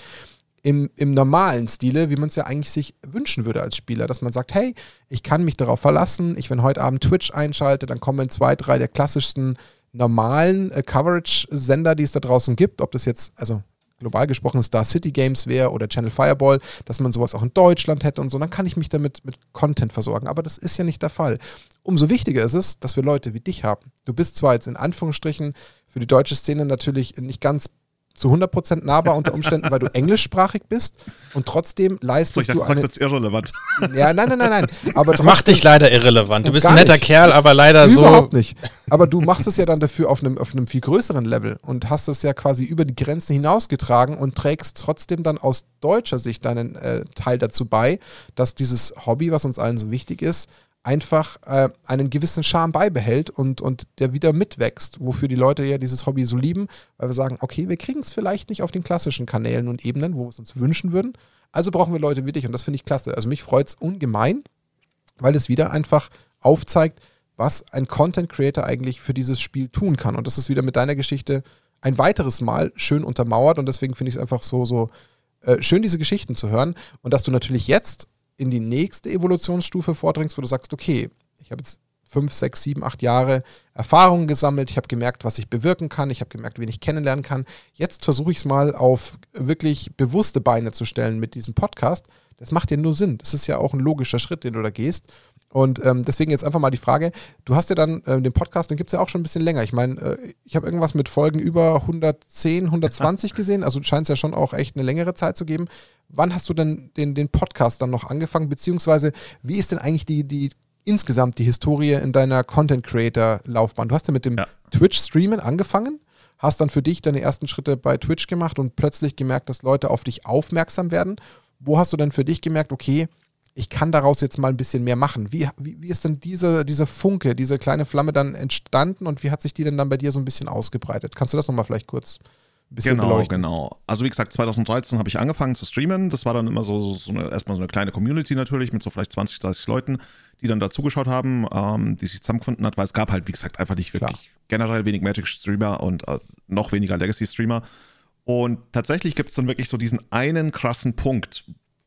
im normalen Stile, wie man es ja eigentlich sich wünschen würde als Spieler, dass man sagt, hey, ich kann mich darauf verlassen, wenn heute Abend Twitch einschalte, dann kommen 2, 3 der klassischsten normalen Coverage-Sender, die es da draußen gibt, ob das jetzt, also global gesprochen Star City Games wäre oder Channel Fireball, dass man sowas auch in Deutschland hätte und so, dann kann ich mich damit mit Content versorgen. Aber das ist ja nicht der Fall. Umso wichtiger ist es, dass wir Leute wie dich haben. Du bist zwar jetzt in Anführungsstrichen für die deutsche Szene natürlich nicht ganz zu 100% nahbar unter Umständen, weil du englischsprachig bist, und trotzdem leistest du eine... Das ist jetzt irrelevant. Ja, nein. Aber das macht dich leider irrelevant. Du bist ein netter Kerl, aber leider so... Überhaupt nicht. Aber du machst es ja dann dafür auf einem viel größeren Level und hast es ja quasi über die Grenzen hinausgetragen und trägst trotzdem dann aus deutscher Sicht deinen Teil dazu bei, dass dieses Hobby, was uns allen so wichtig ist, einfach einen gewissen Charme beibehält und der wieder mitwächst, wofür die Leute ja dieses Hobby so lieben, weil wir sagen, okay, wir kriegen es vielleicht nicht auf den klassischen Kanälen und Ebenen, wo wir es uns wünschen würden, also brauchen wir Leute wie dich, und das finde ich klasse. Also mich freut es ungemein, weil es wieder einfach aufzeigt, was ein Content Creator eigentlich für dieses Spiel tun kann, und das ist wieder mit deiner Geschichte ein weiteres Mal schön untermauert, und deswegen finde ich es einfach so schön, diese Geschichten zu hören, und dass du natürlich jetzt in die nächste Evolutionsstufe vordringst, wo du sagst, okay, ich habe jetzt 5, 6, 7, 8 Jahre Erfahrungen gesammelt, ich habe gemerkt, was ich bewirken kann, ich habe gemerkt, wen ich kennenlernen kann. Jetzt versuche ich es mal auf wirklich bewusste Beine zu stellen mit diesem Podcast. Das macht ja nur Sinn. Das ist ja auch ein logischer Schritt, den du da gehst. Und deswegen jetzt einfach mal die Frage, du hast ja dann den Podcast, den gibt es ja auch schon ein bisschen länger. Ich meine, ich habe irgendwas mit Folgen über 110, 120 gesehen, also scheint es ja schon auch echt eine längere Zeit zu geben. Wann hast du denn den Podcast dann noch angefangen, beziehungsweise wie ist denn eigentlich insgesamt die Historie in deiner Content-Creator-Laufbahn? Du hast ja mit dem Twitch-Streamen angefangen, hast dann für dich deine ersten Schritte bei Twitch gemacht und plötzlich gemerkt, dass Leute auf dich aufmerksam werden. Wo hast du denn für dich gemerkt, okay, ich kann daraus jetzt mal ein bisschen mehr machen? Wie ist denn dieser Funke, diese kleine Flamme dann entstanden, und wie hat sich die denn dann bei dir so ein bisschen ausgebreitet? Kannst du das nochmal vielleicht kurz ein bisschen beleuchten? Genau. Also wie gesagt, 2013 habe ich angefangen zu streamen. Das war dann immer erstmal so eine kleine Community natürlich mit so vielleicht 20, 30 Leuten, die dann da zugeschaut haben, die sich zusammengefunden hat, weil es gab halt, wie gesagt, einfach nicht wirklich generell wenig Magic-Streamer und noch weniger Legacy-Streamer. Und tatsächlich gibt es dann wirklich so diesen einen krassen Punkt,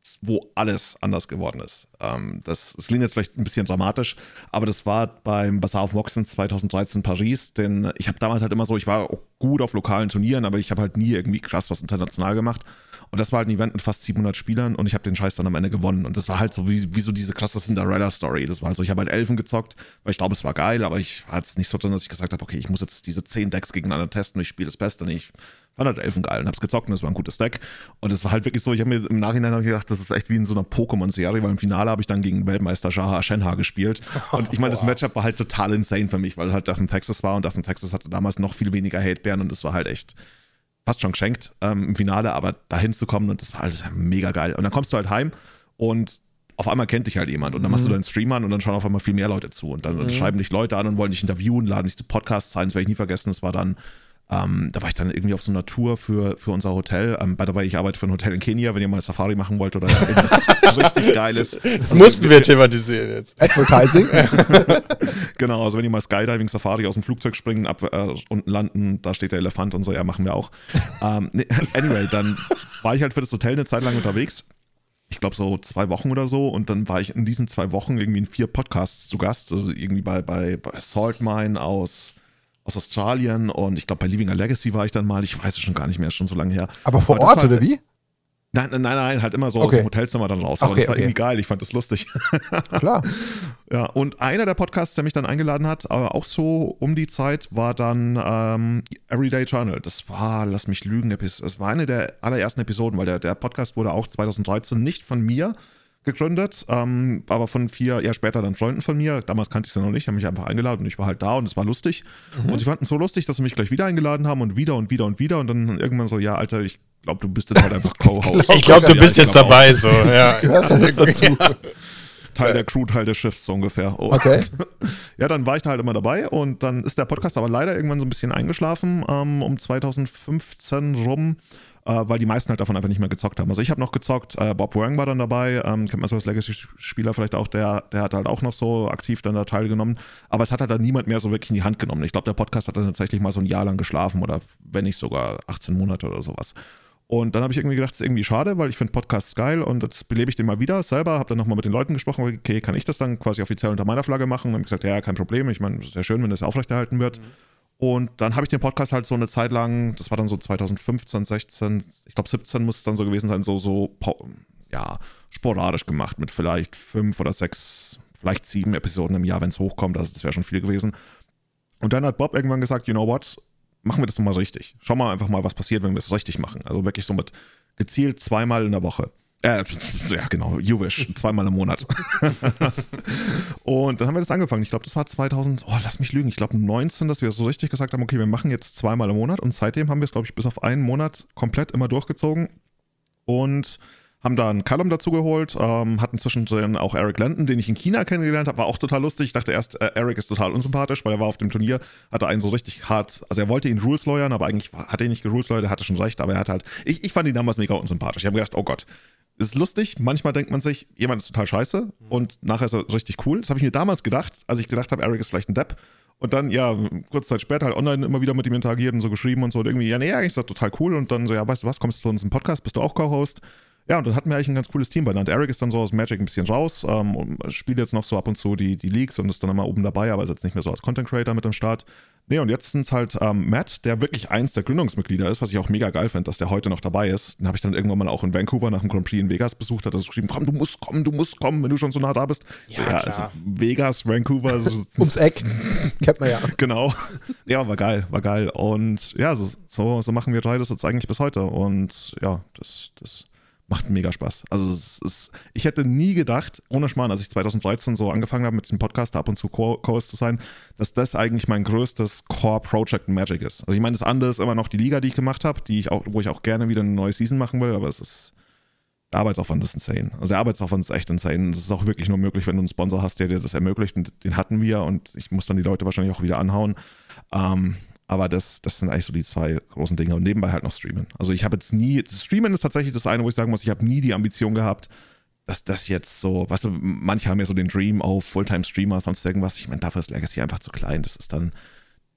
wo alles anders geworden ist. Das klingt jetzt vielleicht ein bisschen dramatisch, aber das war beim Bazaar of Moxons 2013 in Paris, denn ich habe damals halt immer so, ich war auch gut auf lokalen Turnieren, aber ich habe halt nie irgendwie krass was international gemacht. Und das war halt ein Event mit fast 700 Spielern und ich habe den Scheiß dann am Ende gewonnen. Und das war halt so wie so diese krasse Cinderella-Story. Das war halt so, ich habe halt Elfen gezockt, weil ich glaube, es war geil, aber ich war jetzt nicht so drin, dass ich gesagt habe, okay, ich muss jetzt diese 10 Decks gegeneinander testen und ich spiele das Beste. Und ich fand halt Elfen geil und hab's gezockt und es war ein gutes Deck. Und es war halt wirklich so, ich habe mir im Nachhinein gedacht, das ist echt wie in so einer Pokémon-Serie, weil im Finale habe ich dann gegen Weltmeister Jaha Shenha gespielt. Und ich meine, das Matchup war halt total insane für mich, weil es halt Death in Texas war und Death in Texas hatte damals noch viel weniger Hate-Bären und das war halt echt fast schon geschenkt im Finale, aber dahin zu kommen und das war alles mega geil. Und dann kommst du halt heim und auf einmal kennt dich halt jemand und dann machst du deinen Stream an und dann schauen auf einmal viel mehr Leute zu und dann schreiben dich Leute an und wollen dich interviewen, laden dich zu Podcasts ein, das werde ich nie vergessen, das war dann da war ich dann irgendwie auf so einer Tour für unser Hotel. By the way, ich arbeite für ein Hotel in Kenia, wenn ihr mal Safari machen wollt oder irgendwas richtig Geiles. Das mussten wir thematisieren jetzt. Advertising. Genau, also wenn ihr mal Skydiving, Safari aus dem Flugzeug springen, unten landen, da steht der Elefant und so, ja, machen wir auch. Anyway, dann war ich halt für das Hotel eine Zeit lang unterwegs. Ich glaube so 2 Wochen oder so und dann war ich in diesen 2 Wochen irgendwie in 4 Podcasts zu Gast, also irgendwie bei Salt Mine aus Australien und ich glaube bei Living a Legacy war ich dann mal, ich weiß es schon gar nicht mehr, ist schon so lange her. Aber vor Ort halt, oder wie? Nein, halt immer so aus dem Hotelzimmer dann raus. Aber das war irgendwie geil, ich fand das lustig. Klar. Ja, und einer der Podcasts, der mich dann eingeladen hat, aber auch so um die Zeit, war dann Everyday Journal. Das war, lass mich lügen, das war eine der allerersten Episoden, weil der Podcast wurde auch 2013 nicht von mir gegründet, aber von 4 Jahre später dann Freunden von mir. Damals kannte ich sie noch nicht, haben mich einfach eingeladen und ich war halt da und es war lustig. Und sie fanden es so lustig, dass sie mich gleich wieder eingeladen haben und wieder und wieder und wieder und dann irgendwann so, ja, Alter, ich glaube, du bist jetzt halt einfach Co-Host. Ich glaube, du bist jetzt dabei, so. Ja. Gehörst ja jetzt dazu. Teil der Crew, Teil des Schiffs so ungefähr. Und okay. Ja, dann war ich da halt immer dabei und dann ist der Podcast aber leider irgendwann so ein bisschen eingeschlafen, um 2015 rum, weil die meisten halt davon einfach nicht mehr gezockt haben. Also ich habe noch gezockt, Bob Wang war dann dabei, kennt man so als Legacy-Spieler vielleicht auch, der hat halt auch noch so aktiv dann da teilgenommen, aber es hat halt dann niemand mehr so wirklich in die Hand genommen. Ich glaube, der Podcast hat dann tatsächlich mal so ein Jahr lang geschlafen oder wenn nicht sogar 18 Monate oder sowas. Und dann habe ich irgendwie gedacht, das ist irgendwie schade, weil ich finde Podcasts geil und jetzt belebe ich den mal wieder selber, habe dann nochmal mit den Leuten gesprochen, okay, kann ich das dann quasi offiziell unter meiner Flagge machen? Und habe gesagt, ja, kein Problem, ich meine, es ist ja schön, wenn das aufrechterhalten wird. Und dann habe ich den Podcast halt so eine Zeit lang, das war dann so 2015, 16, ich glaube 17 muss es dann so gewesen sein, so sporadisch gemacht mit vielleicht 5 oder 6, vielleicht 7 Episoden im Jahr, wenn es hochkommt, also das wäre schon viel gewesen. Und dann hat Bob irgendwann gesagt, you know what, machen wir das doch mal so richtig. Schau mal einfach mal, was passiert, wenn wir es richtig machen. Also wirklich so mit gezielt 2-mal in der Woche. Ja, genau, you wish, 2-mal im Monat. Und dann haben wir das angefangen. Ich glaube, das war 2000, lass mich lügen, ich glaube 19, dass wir so richtig gesagt haben, okay, wir machen jetzt 2-mal im Monat. Und seitdem haben wir es, glaube ich, bis auf einen Monat komplett immer durchgezogen. Und haben da einen Callum dazu geholt, hatten zwischendrin auch Eric Landon, den ich in China kennengelernt habe, war auch total lustig. Ich dachte erst, Eric ist total unsympathisch, weil er war auf dem Turnier, hatte einen so richtig hart, also er wollte ihn Rules lawyern, aber eigentlich hat er ihn nicht gerules lawyert, er hatte schon recht, aber er hat halt, ich fand ihn damals mega unsympathisch. Ich habe gedacht, oh Gott, das ist lustig, manchmal denkt man sich, jemand ist total scheiße und nachher ist er richtig cool. Das habe ich mir damals gedacht, als ich gedacht habe, Eric ist vielleicht ein Depp. Und dann, ja, kurze Zeit später halt online immer wieder mit ihm interagiert und so geschrieben und so und irgendwie, ja, nee, eigentlich ist das total cool und dann so, ja, weißt du was, kommst du zu uns im Podcast, bist du auch Co-Host? Ja, und dann hatten wir eigentlich ein ganz cooles Team benannt. Eric ist dann so aus Magic ein bisschen raus, spielt jetzt noch so ab und zu die Leagues und ist dann immer oben dabei, aber ist jetzt nicht mehr so als Content Creator mit am Start. Nee, und jetzt sind es halt Matt, der wirklich eins der Gründungsmitglieder ist, was ich auch mega geil finde, dass der heute noch dabei ist. Den habe ich dann irgendwann mal auch in Vancouver nach dem Grand Prix in Vegas besucht, hat er so geschrieben, komm, du musst kommen, wenn du schon so nah da bist. Ja, so, ja, also Vegas, Vancouver. Ums Eck, kennt man ja. Genau. Ja, war geil. Und ja, so machen wir 3 das jetzt eigentlich bis heute. Und ja, das macht mega Spaß. Also ich hätte nie gedacht, ohne Schmarrn, als ich 2013 so angefangen habe mit dem Podcast ab und zu Co-Host zu sein, dass das eigentlich mein größtes Core-Project in Magic ist. Also ich meine, das andere ist immer noch die Liga, die ich gemacht habe, wo ich auch gerne wieder eine neue Season machen will, aber der Arbeitsaufwand ist insane. Also der Arbeitsaufwand ist echt insane. Das ist auch wirklich nur möglich, wenn du einen Sponsor hast, der dir das ermöglicht und den hatten wir und ich muss dann die Leute wahrscheinlich auch wieder anhauen. Aber das sind eigentlich so die 2 großen Dinge und nebenbei halt noch streamen. Also ich habe jetzt nie, Streamen ist tatsächlich das eine, wo ich sagen muss, ich habe nie die Ambition gehabt, dass das jetzt so, weißt du, manche haben ja so den Dream, Fulltime-Streamer, sonst irgendwas. Ich meine, dafür ist Legacy einfach zu klein. Das ist dann,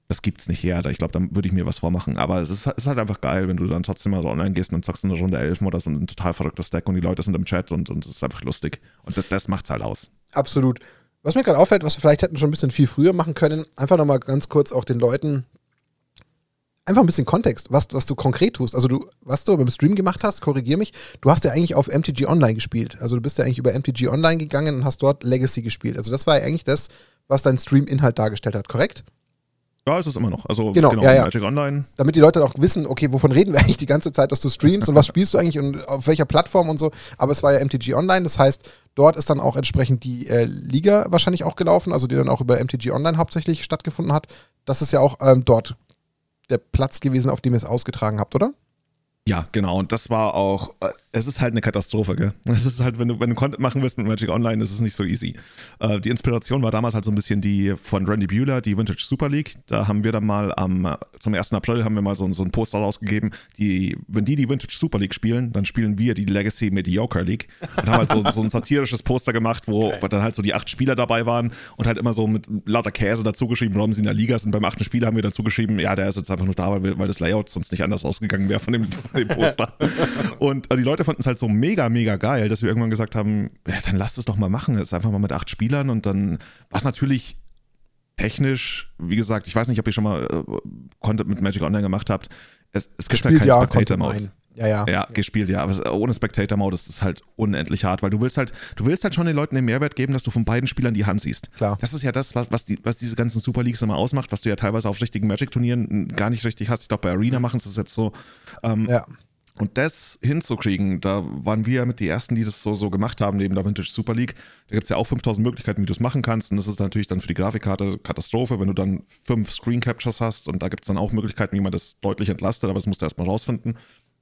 das gibt's nicht her. Ich glaube, da würde ich mir was vormachen. Aber es ist halt einfach geil, wenn du dann trotzdem mal so online gehst und dann zockst du eine Runde 11 oder so ein total verrücktes Deck und die Leute sind im Chat und es ist einfach lustig. Und das macht's halt aus. Absolut. Was mir gerade auffällt, was wir vielleicht hätten schon ein bisschen viel früher machen können, einfach nochmal ganz kurz auch den Leuten einfach ein bisschen Kontext, was du konkret tust. Also was du beim Stream gemacht hast, korrigier mich, du hast ja eigentlich auf MTG Online gespielt. Also du bist ja eigentlich über MTG Online gegangen und hast dort Legacy gespielt. Also das war ja eigentlich das, was dein Stream-Inhalt dargestellt hat, korrekt? Ja, ist es immer noch. Also genau ja. Magic Online. Damit die Leute dann auch wissen, okay, wovon reden wir eigentlich die ganze Zeit, dass du streamst und was spielst du eigentlich und auf welcher Plattform und so. Aber es war ja MTG Online, das heißt, dort ist dann auch entsprechend die Liga wahrscheinlich auch gelaufen, also die dann auch über MTG Online hauptsächlich stattgefunden hat. Das ist ja auch dort der Platz gewesen, auf dem ihr es ausgetragen habt, oder? Ja, genau. Und das war auch, es ist halt eine Katastrophe, gell? Es ist halt, wenn du Content machen willst mit Magic Online, ist es nicht so easy. Die Inspiration war damals halt so ein bisschen die von Randy Buehler, die Vintage Super League. Da haben wir dann mal zum 1. April haben wir mal so ein Poster rausgegeben, wenn die Vintage Super League spielen, dann spielen wir die Legacy Mediocre League. Und haben halt so ein satirisches Poster gemacht, wo dann halt so die 8 Spieler dabei waren und halt immer so mit lauter Käse dazu geschrieben, warum sie in der Liga sind. Beim 8. Spieler haben wir dazu geschrieben, ja, der ist jetzt einfach nur da, weil das Layout sonst nicht anders ausgegangen wäre von dem Poster. Und die Leute fanden es halt so mega, mega geil, dass wir irgendwann gesagt haben, ja, dann lasst es doch mal machen. Das ist einfach mal mit 8 Spielern und dann, was natürlich technisch, wie gesagt, ich weiß nicht, ob ihr schon mal Content mit Magic Online gemacht habt. Es gibt halt keinen Spectator-Mode. Ja, gespielt, ja. Aber ohne Spectator-Mode ist es halt unendlich hart, weil du willst halt schon den Leuten den Mehrwert geben, dass du von beiden Spielern die Hand siehst. Klar. Das ist ja das, was diese ganzen Super Leagues immer ausmacht, was du ja teilweise auf richtigen Magic-Turnieren gar nicht richtig hast. Ich glaube, bei Arena machen sie es jetzt so. Ja. Und das hinzukriegen, da waren wir ja mit die Ersten, die das so gemacht haben, neben der Vintage Super League. Da gibt es ja auch 5000 Möglichkeiten, wie du es machen kannst. Und das ist natürlich dann für die Grafikkarte Katastrophe, wenn du dann 5 Screen Captures hast. Und da gibt es dann auch Möglichkeiten, wie man das deutlich entlastet, aber das musst du erstmal rausfinden.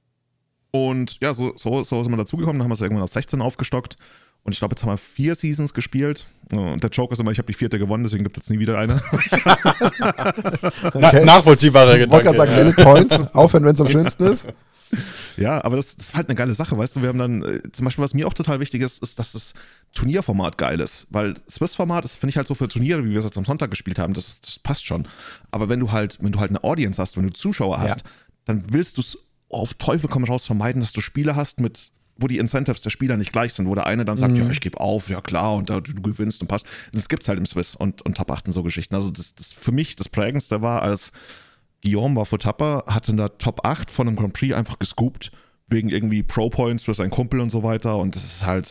Und ja, so ist man dazugekommen. Dann haben wir es irgendwann auf 16 aufgestockt. Und ich glaube, jetzt haben wir 4 Seasons gespielt. Und der Joke ist immer, ich habe die 4. gewonnen, deswegen gibt es jetzt nie wieder eine. Okay. Nachvollziehbarer Gedanke. Ich wollte gerade sagen, Valid Points, aufhören, wenn es am schönsten ist. Ja, aber das ist halt eine geile Sache, weißt du, wir haben dann, zum Beispiel, was mir auch total wichtig ist, dass das Turnierformat geil ist, weil Swiss-Format ist, finde ich halt so für Turniere, wie wir es jetzt am Sonntag gespielt haben, das passt schon. Aber wenn du halt eine Audience hast, wenn du Zuschauer hast, dann willst du es auf Teufel komm raus vermeiden, dass du Spiele hast wo die Incentives der Spieler nicht gleich sind, wo der eine dann sagt, ja, ich gebe auf, ja klar, und du gewinnst und passt. Und das gibt's halt im Swiss und Top 8 und so Geschichten. Also das für mich das Prägendste war, als Guillaume war vor Tapper, hat in der Top 8 von einem Grand Prix einfach gescoopt, wegen irgendwie Pro-Points für seinen Kumpel und so weiter. Und das ist halt,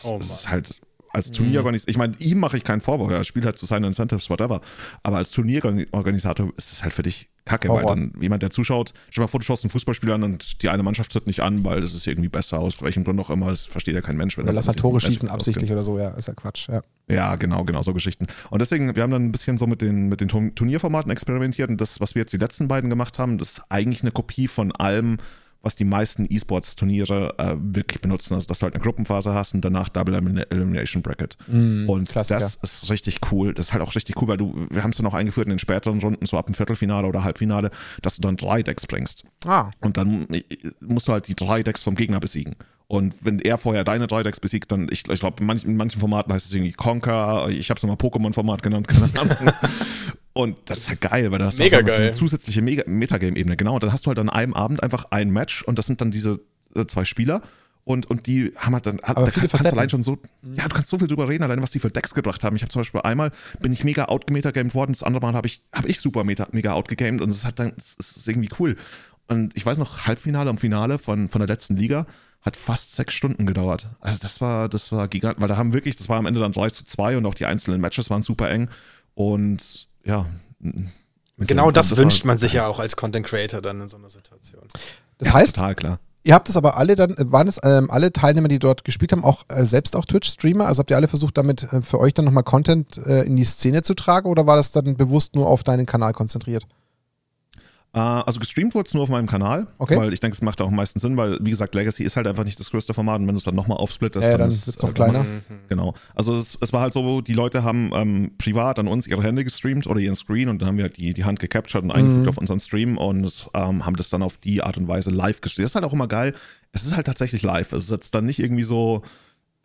als Turnierorganisator, ich meine, ihm mache ich keinen Vorwurf, er spielt halt zu seinen Incentives, whatever. Aber als Turnierorganisator ist es halt für dich Kacke, weil dann jemand, der zuschaut, stell dir mal vor, du schaust einen Fußballspieler an und die eine Mannschaft tritt nicht an, weil das ist irgendwie besser, aus welchem Grund auch immer, das versteht ja kein Mensch. Oder lass halt Tore schießen absichtlich oder so, ja, ist ja Quatsch, ja. Ja, genau, so Geschichten. Und deswegen, wir haben dann ein bisschen so mit den Turnierformaten experimentiert und das, was wir jetzt die letzten beiden gemacht haben, das ist eigentlich eine Kopie von allem, was die meisten E-Sports-Turniere wirklich benutzen. Also, dass du halt eine Gruppenphase hast und danach Double Elimination Bracket. Und Klassiker. Das ist richtig cool. Das ist halt auch richtig cool, weil wir haben es dann auch eingeführt in den späteren Runden, so ab dem Viertelfinale oder Halbfinale, dass du dann 3 Decks bringst. Und dann musst du halt die 3 Decks vom Gegner besiegen. Und wenn er vorher deine 3 Decks besiegt, dann, ich glaube, in manchen Formaten heißt es irgendwie Conquer, ich habe es nochmal Pokémon-Format genannt, keine Ahnung. Und das ist halt geil, weil da hast du so eine zusätzliche Metagame-Ebene, genau. Und dann hast du halt an einem Abend einfach ein Match und das sind dann diese 2 Spieler und die haben halt dann, aber viele kannst allein schon so, ja, du kannst so viel drüber reden, allein was die für Decks gebracht haben. Ich habe zum Beispiel einmal, bin ich mega outgemetagamed worden, das andere Mal habe ich super mega outgegamed und es ist irgendwie cool. Und ich weiß noch, Halbfinale und Finale von der letzten Liga hat fast 6 Stunden gedauert. Also das war gigantisch, weil das war am Ende dann 3:2 und auch die einzelnen Matches waren super eng und ja. Genau das wünscht man sich ja auch als Content Creator dann in so einer Situation. Das heißt, total klar. Ihr habt es aber alle dann, waren es alle Teilnehmer, die dort gespielt haben, auch selbst auch Twitch-Streamer? Also habt ihr alle versucht, damit für euch dann nochmal Content in die Szene zu tragen oder war das dann bewusst nur auf deinen Kanal konzentriert? Also gestreamt wurde es nur auf meinem Kanal, weil ich denke, es macht auch am meisten Sinn, weil, wie gesagt, Legacy ist halt einfach nicht das größte Format und wenn du es dann nochmal aufsplittest, dann ist es auch kleiner. Genau. Also es war halt so, die Leute haben privat an uns ihre Hände gestreamt oder ihren Screen und dann haben wir halt die Hand gecaptured und eingefügt auf unseren Stream und haben das dann auf die Art und Weise live gestreamt. Das ist halt auch immer geil. Es ist halt tatsächlich live. Es ist jetzt dann nicht irgendwie so,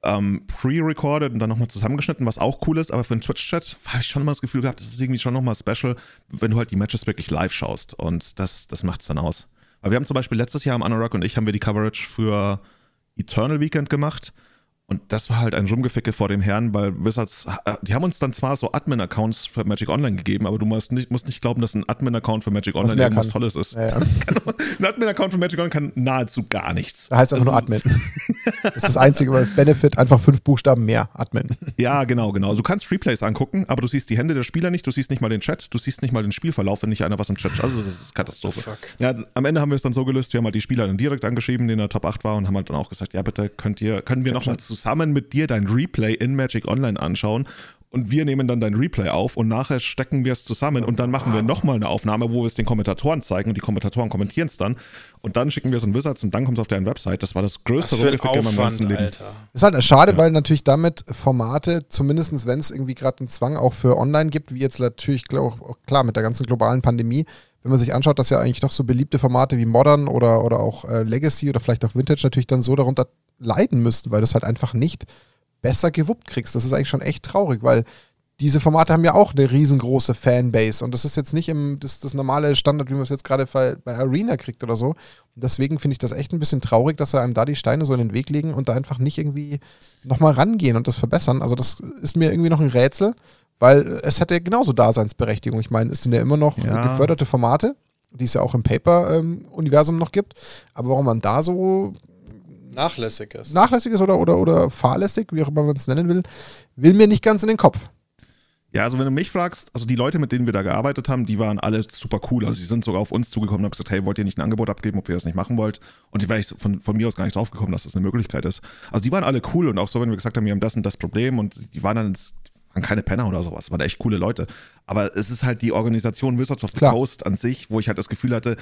pre-recorded und dann nochmal zusammengeschnitten, was auch cool ist, aber für den Twitch-Chat habe ich schon immer das Gefühl gehabt, das ist irgendwie schon nochmal special, wenn du halt die Matches wirklich live schaust und das macht es dann aus. Weil wir haben zum Beispiel letztes Jahr am Anorak und ich haben wir die Coverage für Eternal Weekend gemacht. Und das war halt ein Rumgeficke vor dem Herrn, weil Wizards, die haben uns dann zwar so Admin-Accounts für Magic Online gegeben, aber du musst nicht glauben, dass ein Admin-Account für Magic Online irgendwas Tolles ist. Ja, ja. Ein Admin-Account für Magic Online kann nahezu gar nichts. Da heißt einfach nur Admin. Das ist das Einzige, was Benefit, einfach 5 Buchstaben mehr, Admin. Ja, genau. Also du kannst Replays angucken, aber du siehst die Hände der Spieler nicht, du siehst nicht mal den Chat, du siehst nicht mal den Spielverlauf, wenn nicht einer was im Chat. Also das ist Katastrophe. Ja, am Ende haben wir es dann so gelöst, wir haben halt die Spieler dann direkt angeschrieben, denen der Top 8 war und haben halt dann auch gesagt, ja bitte können wir nochmal zusammen mit dir dein Replay in Magic Online anschauen und wir nehmen dann dein Replay auf und nachher stecken wir es zusammen und dann machen wir nochmal eine Aufnahme, wo wir es den Kommentatoren zeigen und die Kommentatoren kommentieren es dann und dann schicken wir es an Wizards und dann kommt es auf deren Website. Das war das größte Rumgeficke in meinem ganzen Leben. Alter. Ist halt schade, weil natürlich damit Formate, zumindest wenn es irgendwie gerade einen Zwang auch für Online gibt, wie jetzt natürlich auch klar mit der ganzen globalen Pandemie, wenn man sich anschaut, dass ja eigentlich doch so beliebte Formate wie Modern oder auch Legacy oder vielleicht auch Vintage natürlich dann so darunter leiden müssten, weil das halt einfach nicht besser gewuppt kriegst. Das ist eigentlich schon echt traurig, weil diese Formate haben ja auch eine riesengroße Fanbase und das ist jetzt nicht das normale Standard, wie man es jetzt gerade bei Arena kriegt oder so. Und deswegen finde ich das echt ein bisschen traurig, dass sie einem da die Steine so in den Weg legen und da einfach nicht irgendwie nochmal rangehen und das verbessern. Also das ist mir irgendwie noch ein Rätsel, weil es hätte ja genauso Daseinsberechtigung. Ich meine, es sind ja immer noch geförderte Formate, die es ja auch im Paper-Universum noch gibt, aber warum man da so nachlässig ist oder fahrlässig, wie auch immer man es nennen will mir nicht ganz in den Kopf. Ja, also wenn du mich fragst, also die Leute, mit denen wir da gearbeitet haben, die waren alle super cool. Also sie sind sogar auf uns zugekommen und haben gesagt, hey, wollt ihr nicht ein Angebot abgeben, ob ihr das nicht machen wollt? Und die wäre ich von mir aus gar nicht drauf gekommen, dass das eine Möglichkeit ist. Also die waren alle cool und auch so, wenn wir gesagt haben, wir haben das und das Problem und die waren dann keine Penner oder sowas, waren echt coole Leute. Aber es ist halt die Organisation Wizards of the Coast an sich, wo ich halt das Gefühl hatte,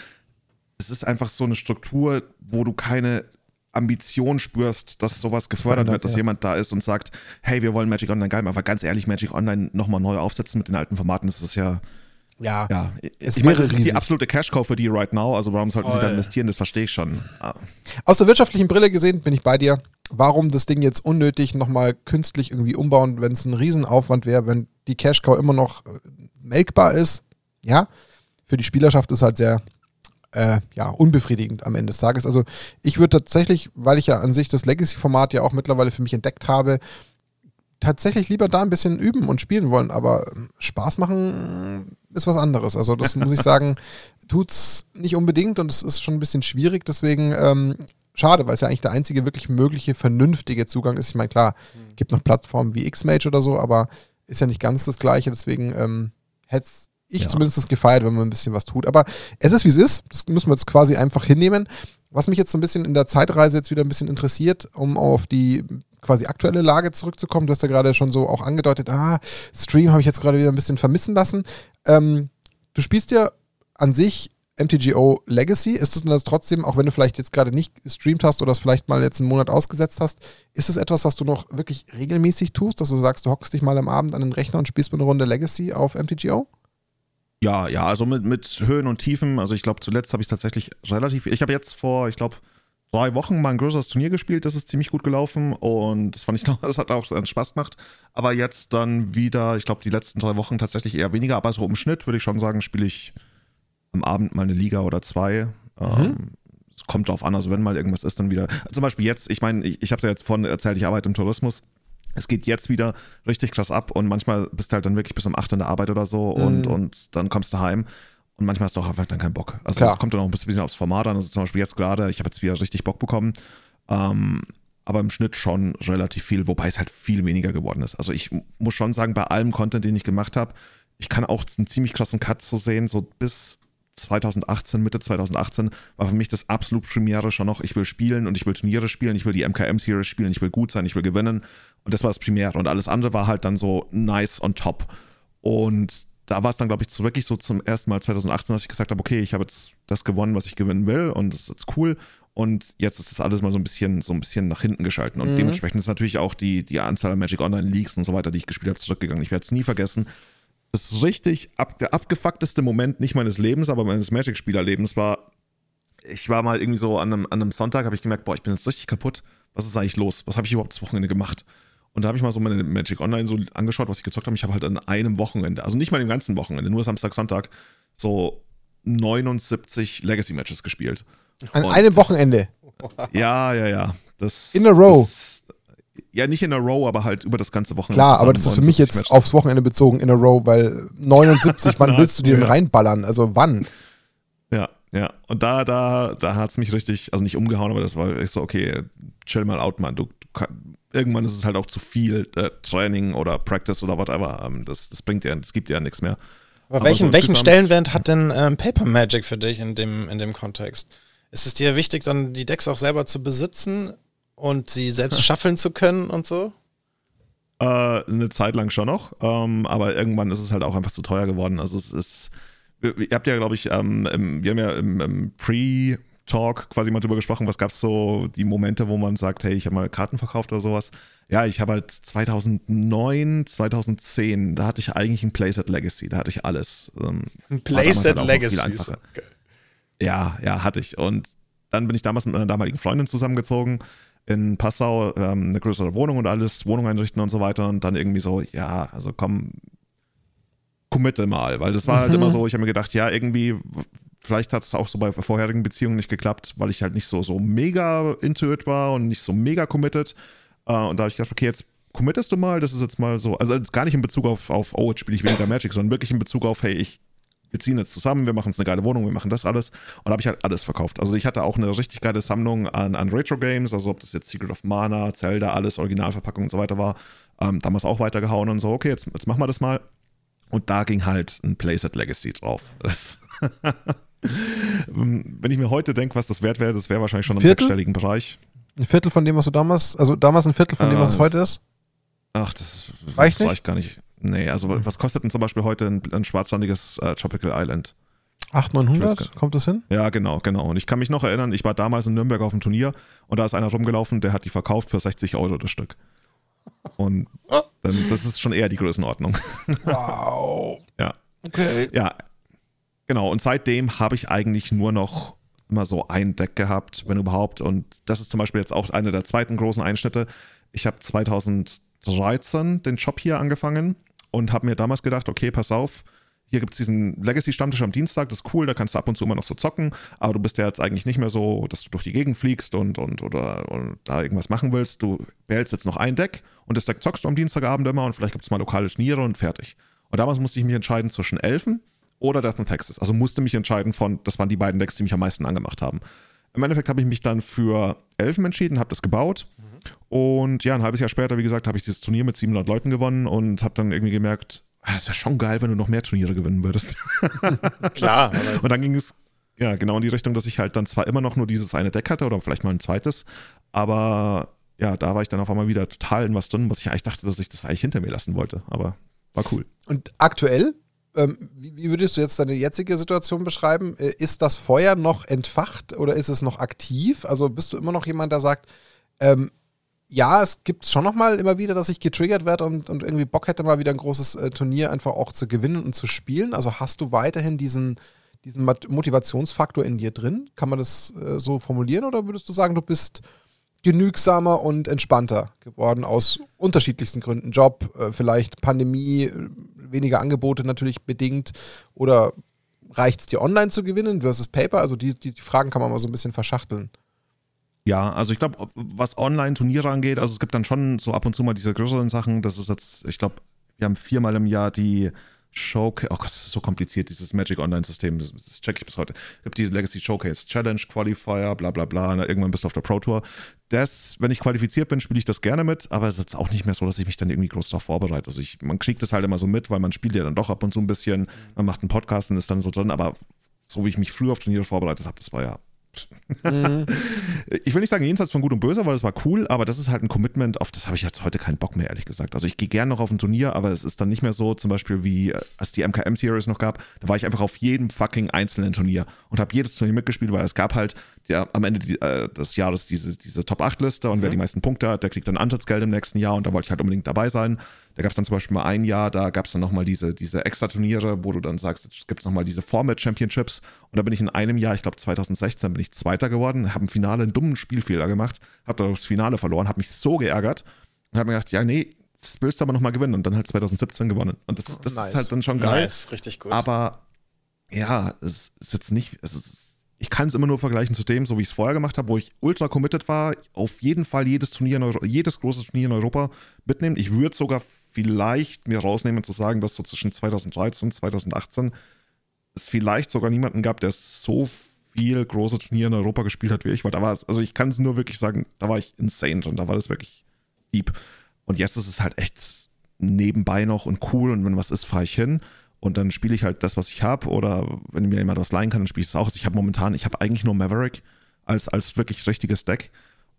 es ist einfach so eine Struktur, wo du keine Ambition spürst, dass sowas gefördert wird, dass jemand da ist und sagt, hey, wir wollen Magic Online geil, aber ganz ehrlich, Magic Online nochmal neu aufsetzen mit den alten Formaten, das ist ja ich meine, das ist die absolute Cash-Cow für die right now, also warum sollten sie da investieren, das verstehe ich schon. Aus der wirtschaftlichen Brille gesehen bin ich bei dir. Warum das Ding jetzt unnötig nochmal künstlich irgendwie umbauen, wenn es ein Riesenaufwand wäre, wenn die Cash-Cow immer noch melkbar ist, ja, für die Spielerschaft ist halt sehr unbefriedigend am Ende des Tages. Also ich würde tatsächlich, weil ich ja an sich das Legacy-Format ja auch mittlerweile für mich entdeckt habe, tatsächlich lieber da ein bisschen üben und spielen wollen, aber Spaß machen ist was anderes. Also das muss ich sagen, tut's nicht unbedingt und es ist schon ein bisschen schwierig, deswegen schade, weil es ja eigentlich der einzige wirklich mögliche, vernünftige Zugang ist. Ich meine, klar, gibt noch Plattformen wie X-Mage oder so, aber ist ja nicht ganz das Gleiche, deswegen hätte ich zumindest gefeiert, wenn man ein bisschen was tut. Aber es ist, wie es ist. Das müssen wir jetzt quasi einfach hinnehmen. Was mich jetzt so ein bisschen in der Zeitreise jetzt wieder ein bisschen interessiert, um auf die quasi aktuelle Lage zurückzukommen. Du hast ja gerade schon so auch angedeutet, Stream habe ich jetzt gerade wieder ein bisschen vermissen lassen. Du spielst ja an sich MTGO Legacy. Ist es das trotzdem, auch wenn du vielleicht jetzt gerade nicht gestreamt hast oder es vielleicht mal jetzt einen Monat ausgesetzt hast, ist es etwas, was du noch wirklich regelmäßig tust, dass du sagst, du hockst dich mal am Abend an den Rechner und spielst eine Runde Legacy auf MTGO? Ja, also mit Höhen und Tiefen, also ich glaube zuletzt habe ich tatsächlich ich habe jetzt vor, ich glaube 3 Wochen mal ein größeres Turnier gespielt, das ist ziemlich gut gelaufen und das hat auch Spaß gemacht, aber jetzt dann wieder, ich glaube die letzten 3 Wochen tatsächlich eher weniger, aber so im Schnitt würde ich schon sagen, spiele ich am Abend mal eine Liga oder 2, es kommt drauf an, also wenn mal irgendwas ist, dann wieder, zum Beispiel jetzt, ich meine, ich habe es ja jetzt vorhin erzählt, ich arbeite im Tourismus. Es geht jetzt wieder richtig krass ab und manchmal bist du halt dann wirklich bis um 8 in der Arbeit oder so und dann kommst du heim und manchmal hast du auch einfach dann keinen Bock. Also es kommt dann auch ein bisschen aufs Format an. Also zum Beispiel jetzt gerade, ich habe jetzt wieder richtig Bock bekommen, aber im Schnitt schon relativ viel, wobei es halt viel weniger geworden ist. Also ich muss schon sagen, bei allem Content, den ich gemacht habe, ich kann auch einen ziemlich krassen Cut so sehen, so bis 2018, Mitte 2018 war für mich das absolut Primäre schon noch, ich will spielen und ich will Turniere spielen, ich will die MKM-Series spielen, ich will gut sein, ich will gewinnen und das war das Primäre und alles andere war halt dann so nice on top und da war es dann, glaube ich, wirklich so zum ersten Mal 2018, dass ich gesagt habe, okay, ich habe jetzt das gewonnen, was ich gewinnen will und das ist jetzt cool und jetzt ist das alles mal so ein bisschen nach hinten geschalten und dementsprechend ist natürlich auch die Anzahl an Magic Online Leagues und so weiter, die ich gespielt habe, zurückgegangen. Ich werde es nie vergessen. Das ist richtig der abgefuckteste Moment, nicht meines Lebens, aber meines Magic-Spielerlebens war, ich war mal irgendwie so an einem Sonntag, habe ich gemerkt, boah, ich bin jetzt richtig kaputt, was ist eigentlich los? Was habe ich überhaupt das Wochenende gemacht? Und da habe ich mal so meine Magic Online so angeschaut, was ich gezockt habe. Ich habe halt an einem Wochenende, also nicht mal dem ganzen Wochenende, nur Samstag, Sonntag, so 79 Legacy-Matches gespielt. An einem Wochenende? Ja. In a row? Ja, nicht in a row, aber halt über das ganze Wochenende. Klar, aber das ist für mich jetzt Matches. aufs Wochenende bezogen in a row, weil 79, wann willst du die denn reinballern? Also wann? Ja. Und da hat es mich richtig, also nicht umgehauen, aber das war echt so, okay, chill mal out, Mann. Irgendwann ist es halt auch zu viel Training oder Practice oder whatever. Das bringt dir, das gibt dir ja nichts mehr. Aber welchen Stellenwert hat denn Paper Magic für dich in dem Kontext? Ist es dir wichtig, dann die Decks auch selber zu besitzen und sie selbst shuffeln zu können und so? Eine Zeit lang schon noch, aber irgendwann ist es halt auch einfach zu teuer geworden. Also es ist, ihr habt ja, glaube ich, wir haben ja im Pre-Talk quasi mal drüber gesprochen, was gab es so die Momente, wo man sagt, hey, ich habe mal Karten verkauft oder sowas. Ja, ich habe halt 2009, 2010, da hatte ich eigentlich ein Playset Legacy, da hatte ich alles. Ein Playset halt Legacy. Viel einfacher. Okay. Ja, hatte ich. Und dann bin ich damals mit meiner damaligen Freundin zusammengezogen in Passau, eine größere Wohnung und alles, Wohnung einrichten und so weiter. Und dann irgendwie so, ja, also komm, committe mal. Weil das war halt immer so, ich habe mir gedacht, ja, irgendwie, vielleicht hat es auch so bei vorherigen Beziehungen nicht geklappt, weil ich halt nicht so mega into it war und nicht so mega committed. Und da habe ich gedacht, okay, jetzt committest du mal, das ist jetzt mal so, also gar nicht in Bezug auf oh, jetzt spiele ich weniger Magic, sondern wirklich in Bezug auf, hey, wir ziehen jetzt zusammen, wir machen uns eine geile Wohnung, wir machen das alles. Und da habe ich halt alles verkauft. Also ich hatte auch eine richtig geile Sammlung an Retro-Games, also ob das jetzt Secret of Mana, Zelda, alles, Originalverpackung und so weiter war. Damals auch weitergehauen und so, okay, jetzt machen wir das mal. Und da ging halt ein Playset Legacy drauf. Wenn ich mir heute denke, was das wert wäre, das wäre wahrscheinlich schon im sechsstelligen Bereich. Ein Viertel von dem, was du damals, also damals ein Viertel von dem, was es heute ist? Ach, das reicht gar nicht. Nee, also was kostet denn zum Beispiel heute ein schwarzrandiges Tropical Island? 800-900? Kommt das hin? Ja, genau. Und ich kann mich noch erinnern, ich war damals in Nürnberg auf dem Turnier und da ist einer rumgelaufen, der hat die verkauft für 60 € das Stück. Und dann, das ist schon eher die Größenordnung. Wow. Ja. Okay. Ja, genau. Und seitdem habe ich eigentlich nur noch immer so ein Deck gehabt, wenn überhaupt. Und das ist zum Beispiel jetzt auch einer der zweiten großen Einschnitte. Ich habe 2013 den Job hier angefangen und habe mir damals gedacht, okay, pass auf, hier gibt es diesen Legacy-Stammtisch am Dienstag, das ist cool, da kannst du ab und zu immer noch so zocken, aber du bist ja jetzt eigentlich nicht mehr so, dass du durch die Gegend fliegst und da irgendwas machen willst. Du behältst jetzt noch ein Deck und das Deck zockst du am Dienstagabend immer und vielleicht gibt es mal lokale Turniere und fertig. Und damals musste ich mich entscheiden zwischen Elfen oder Death and Taxes. Also musste mich entscheiden das waren die beiden Decks, die mich am meisten angemacht haben. Im Endeffekt habe ich mich dann für Elfen entschieden, habe das gebaut. Und ja, ein halbes Jahr später, wie gesagt, habe ich dieses Turnier mit 700 Leuten gewonnen und habe dann irgendwie gemerkt, es wäre schon geil, wenn du noch mehr Turniere gewinnen würdest. Klar. Und dann ging es ja genau in die Richtung, dass ich halt dann zwar immer noch nur dieses eine Deck hatte oder vielleicht mal ein zweites, aber ja, da war ich dann auf einmal wieder total in was drin, was ich eigentlich dachte, dass ich das eigentlich hinter mir lassen wollte, aber war cool. Und aktuell, wie würdest du jetzt deine jetzige Situation beschreiben? Ist das Feuer noch entfacht oder ist es noch aktiv? Also bist du immer noch jemand, der sagt, ja, es gibt schon noch mal immer wieder, dass ich getriggert werde und irgendwie Bock hätte, mal wieder ein großes Turnier einfach auch zu gewinnen und zu spielen. Also hast du weiterhin diesen Motivationsfaktor in dir drin? Kann man das so formulieren oder würdest du sagen, du bist genügsamer und entspannter geworden aus unterschiedlichsten Gründen? Job, vielleicht Pandemie, weniger Angebote natürlich bedingt oder reicht es dir online zu gewinnen versus Paper? Also die Fragen kann man mal so ein bisschen verschachteln. Ja, also ich glaube, was Online-Turniere angeht, also es gibt dann schon so ab und zu mal diese größeren Sachen, das ist jetzt, ich glaube, wir haben 4-mal im Jahr die Showcase, oh Gott, das ist so kompliziert, dieses Magic Online-System, das checke ich bis heute. Es gibt die Legacy Showcase Challenge, Qualifier, bla bla bla, irgendwann bist du auf der Pro Tour. Wenn ich qualifiziert bin, spiele ich das gerne mit, aber es ist jetzt auch nicht mehr so, dass ich mich dann irgendwie groß darauf vorbereite. Also man kriegt das halt immer so mit, weil man spielt ja dann doch ab und zu ein bisschen, man macht einen Podcast und ist dann so drin, aber so wie ich mich früher auf Turniere vorbereitet habe, das war ja Ich will nicht sagen jenseits von Gut und Böse, weil das war cool, aber das ist halt ein Commitment, auf das habe ich jetzt heute keinen Bock mehr, ehrlich gesagt. Also ich gehe gerne noch auf ein Turnier, aber es ist dann nicht mehr so, zum Beispiel wie als die MKM-Series noch gab, da war ich einfach auf jedem fucking einzelnen Turnier und habe jedes Turnier mitgespielt, weil es gab halt am Ende des Jahres diese Top-8-Liste und wer die meisten Punkte hat, der kriegt dann Antrittsgeld im nächsten Jahr und da wollte ich halt unbedingt dabei sein. Da gab es dann zum Beispiel mal ein Jahr, da gab es dann nochmal diese Extra-Turniere, wo du dann sagst, es gibt nochmal diese Format-Championships und da bin ich in einem Jahr, ich glaube 2016, bin ich ich Zweiter geworden, habe im Finale einen dummen Spielfehler gemacht, habe dann das Finale verloren, habe mich so geärgert und habe mir gedacht, ja, nee, das willst du aber nochmal gewinnen und dann halt 2017 gewonnen. Und das ist halt dann schon geil. Nice, richtig gut. Aber ja, es ist jetzt nicht, ich kann es immer nur vergleichen zu dem, so wie ich es vorher gemacht habe, wo ich ultra committed war, auf jeden Fall jedes große Turnier in Europa mitnehmen. Ich würde sogar vielleicht mir rausnehmen zu sagen, dass so zwischen 2013 und 2018 es vielleicht sogar niemanden gab, der so viel große Turniere in Europa gespielt hat wie ich, weil da war es, also ich kann es nur wirklich sagen, da war ich insane drin, da war das wirklich deep. Und jetzt ist es halt echt nebenbei noch und cool und wenn was ist, fahre ich hin. Und dann spiele ich halt das, was ich habe. Oder wenn mir jemand was leihen kann, dann spiele ich es auch. Also ich habe eigentlich nur Maverick als wirklich richtiges Deck.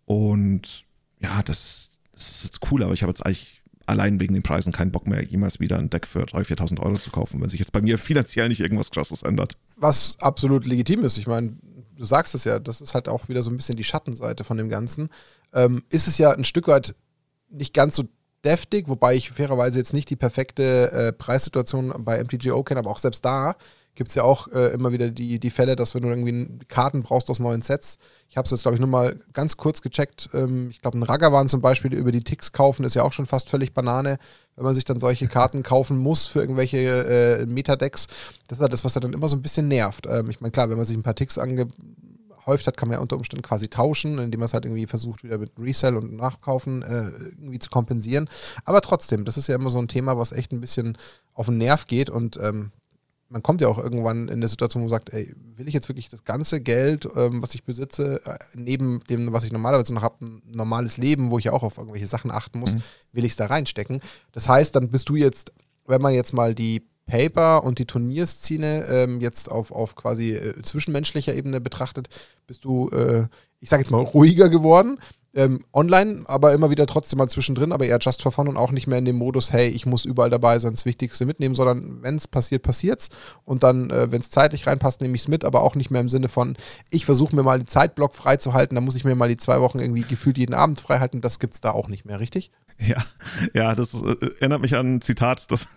Und ja, das ist jetzt cool, aber ich habe jetzt eigentlich allein wegen den Preisen keinen Bock mehr, jemals wieder ein Deck für 3.000, 4.000 Euro zu kaufen, wenn sich jetzt bei mir finanziell nicht irgendwas Krasses ändert. Was absolut legitim ist. Ich meine, du sagst es ja, das ist halt auch wieder so ein bisschen die Schattenseite von dem Ganzen. Ist es ja ein Stück weit nicht ganz so deftig, wobei ich fairerweise jetzt nicht die perfekte Preissituation bei MTGO kenne, aber auch selbst da gibt es ja auch immer wieder die Fälle, dass wenn du irgendwie Karten brauchst aus neuen Sets, ich habe es jetzt glaube ich nur mal ganz kurz gecheckt, ich glaube ein Ragavan zum Beispiel über die Ticks kaufen, ist ja auch schon fast völlig Banane, wenn man sich dann solche Karten kaufen muss für irgendwelche Metadecks, das ist halt das, was ja dann immer so ein bisschen nervt. Ich meine klar, wenn man sich ein paar Ticks häuft hat, kann man ja unter Umständen quasi tauschen, indem man es halt irgendwie versucht, wieder mit Resell und Nachkaufen irgendwie zu kompensieren. Aber trotzdem, das ist ja immer so ein Thema, was echt ein bisschen auf den Nerv geht und man kommt ja auch irgendwann in eine Situation, wo man sagt, ey, will ich jetzt wirklich das ganze Geld, was ich besitze, neben dem, was ich normalerweise noch habe, ein normales Leben, wo ich auch auf irgendwelche Sachen achten muss, will ich es da reinstecken. Das heißt, dann bist du jetzt, wenn man jetzt mal die Paper und die Turnierszene jetzt auf quasi zwischenmenschlicher Ebene betrachtet, bist du, ich sag jetzt mal, ruhiger geworden. Online, aber immer wieder trotzdem mal zwischendrin, aber eher just for fun und auch nicht mehr in dem Modus, hey, ich muss überall dabei sein, das Wichtigste mitnehmen, sondern wenn es passiert, passiert's. Und dann, wenn es zeitlich reinpasst, nehme ich es mit, aber auch nicht mehr im Sinne von, ich versuche mir mal den Zeitblock freizuhalten, dann muss ich mir mal die 2 Wochen irgendwie gefühlt jeden Abend frei halten, das gibt's da auch nicht mehr, richtig? Ja, das erinnert mich an ein Zitat, das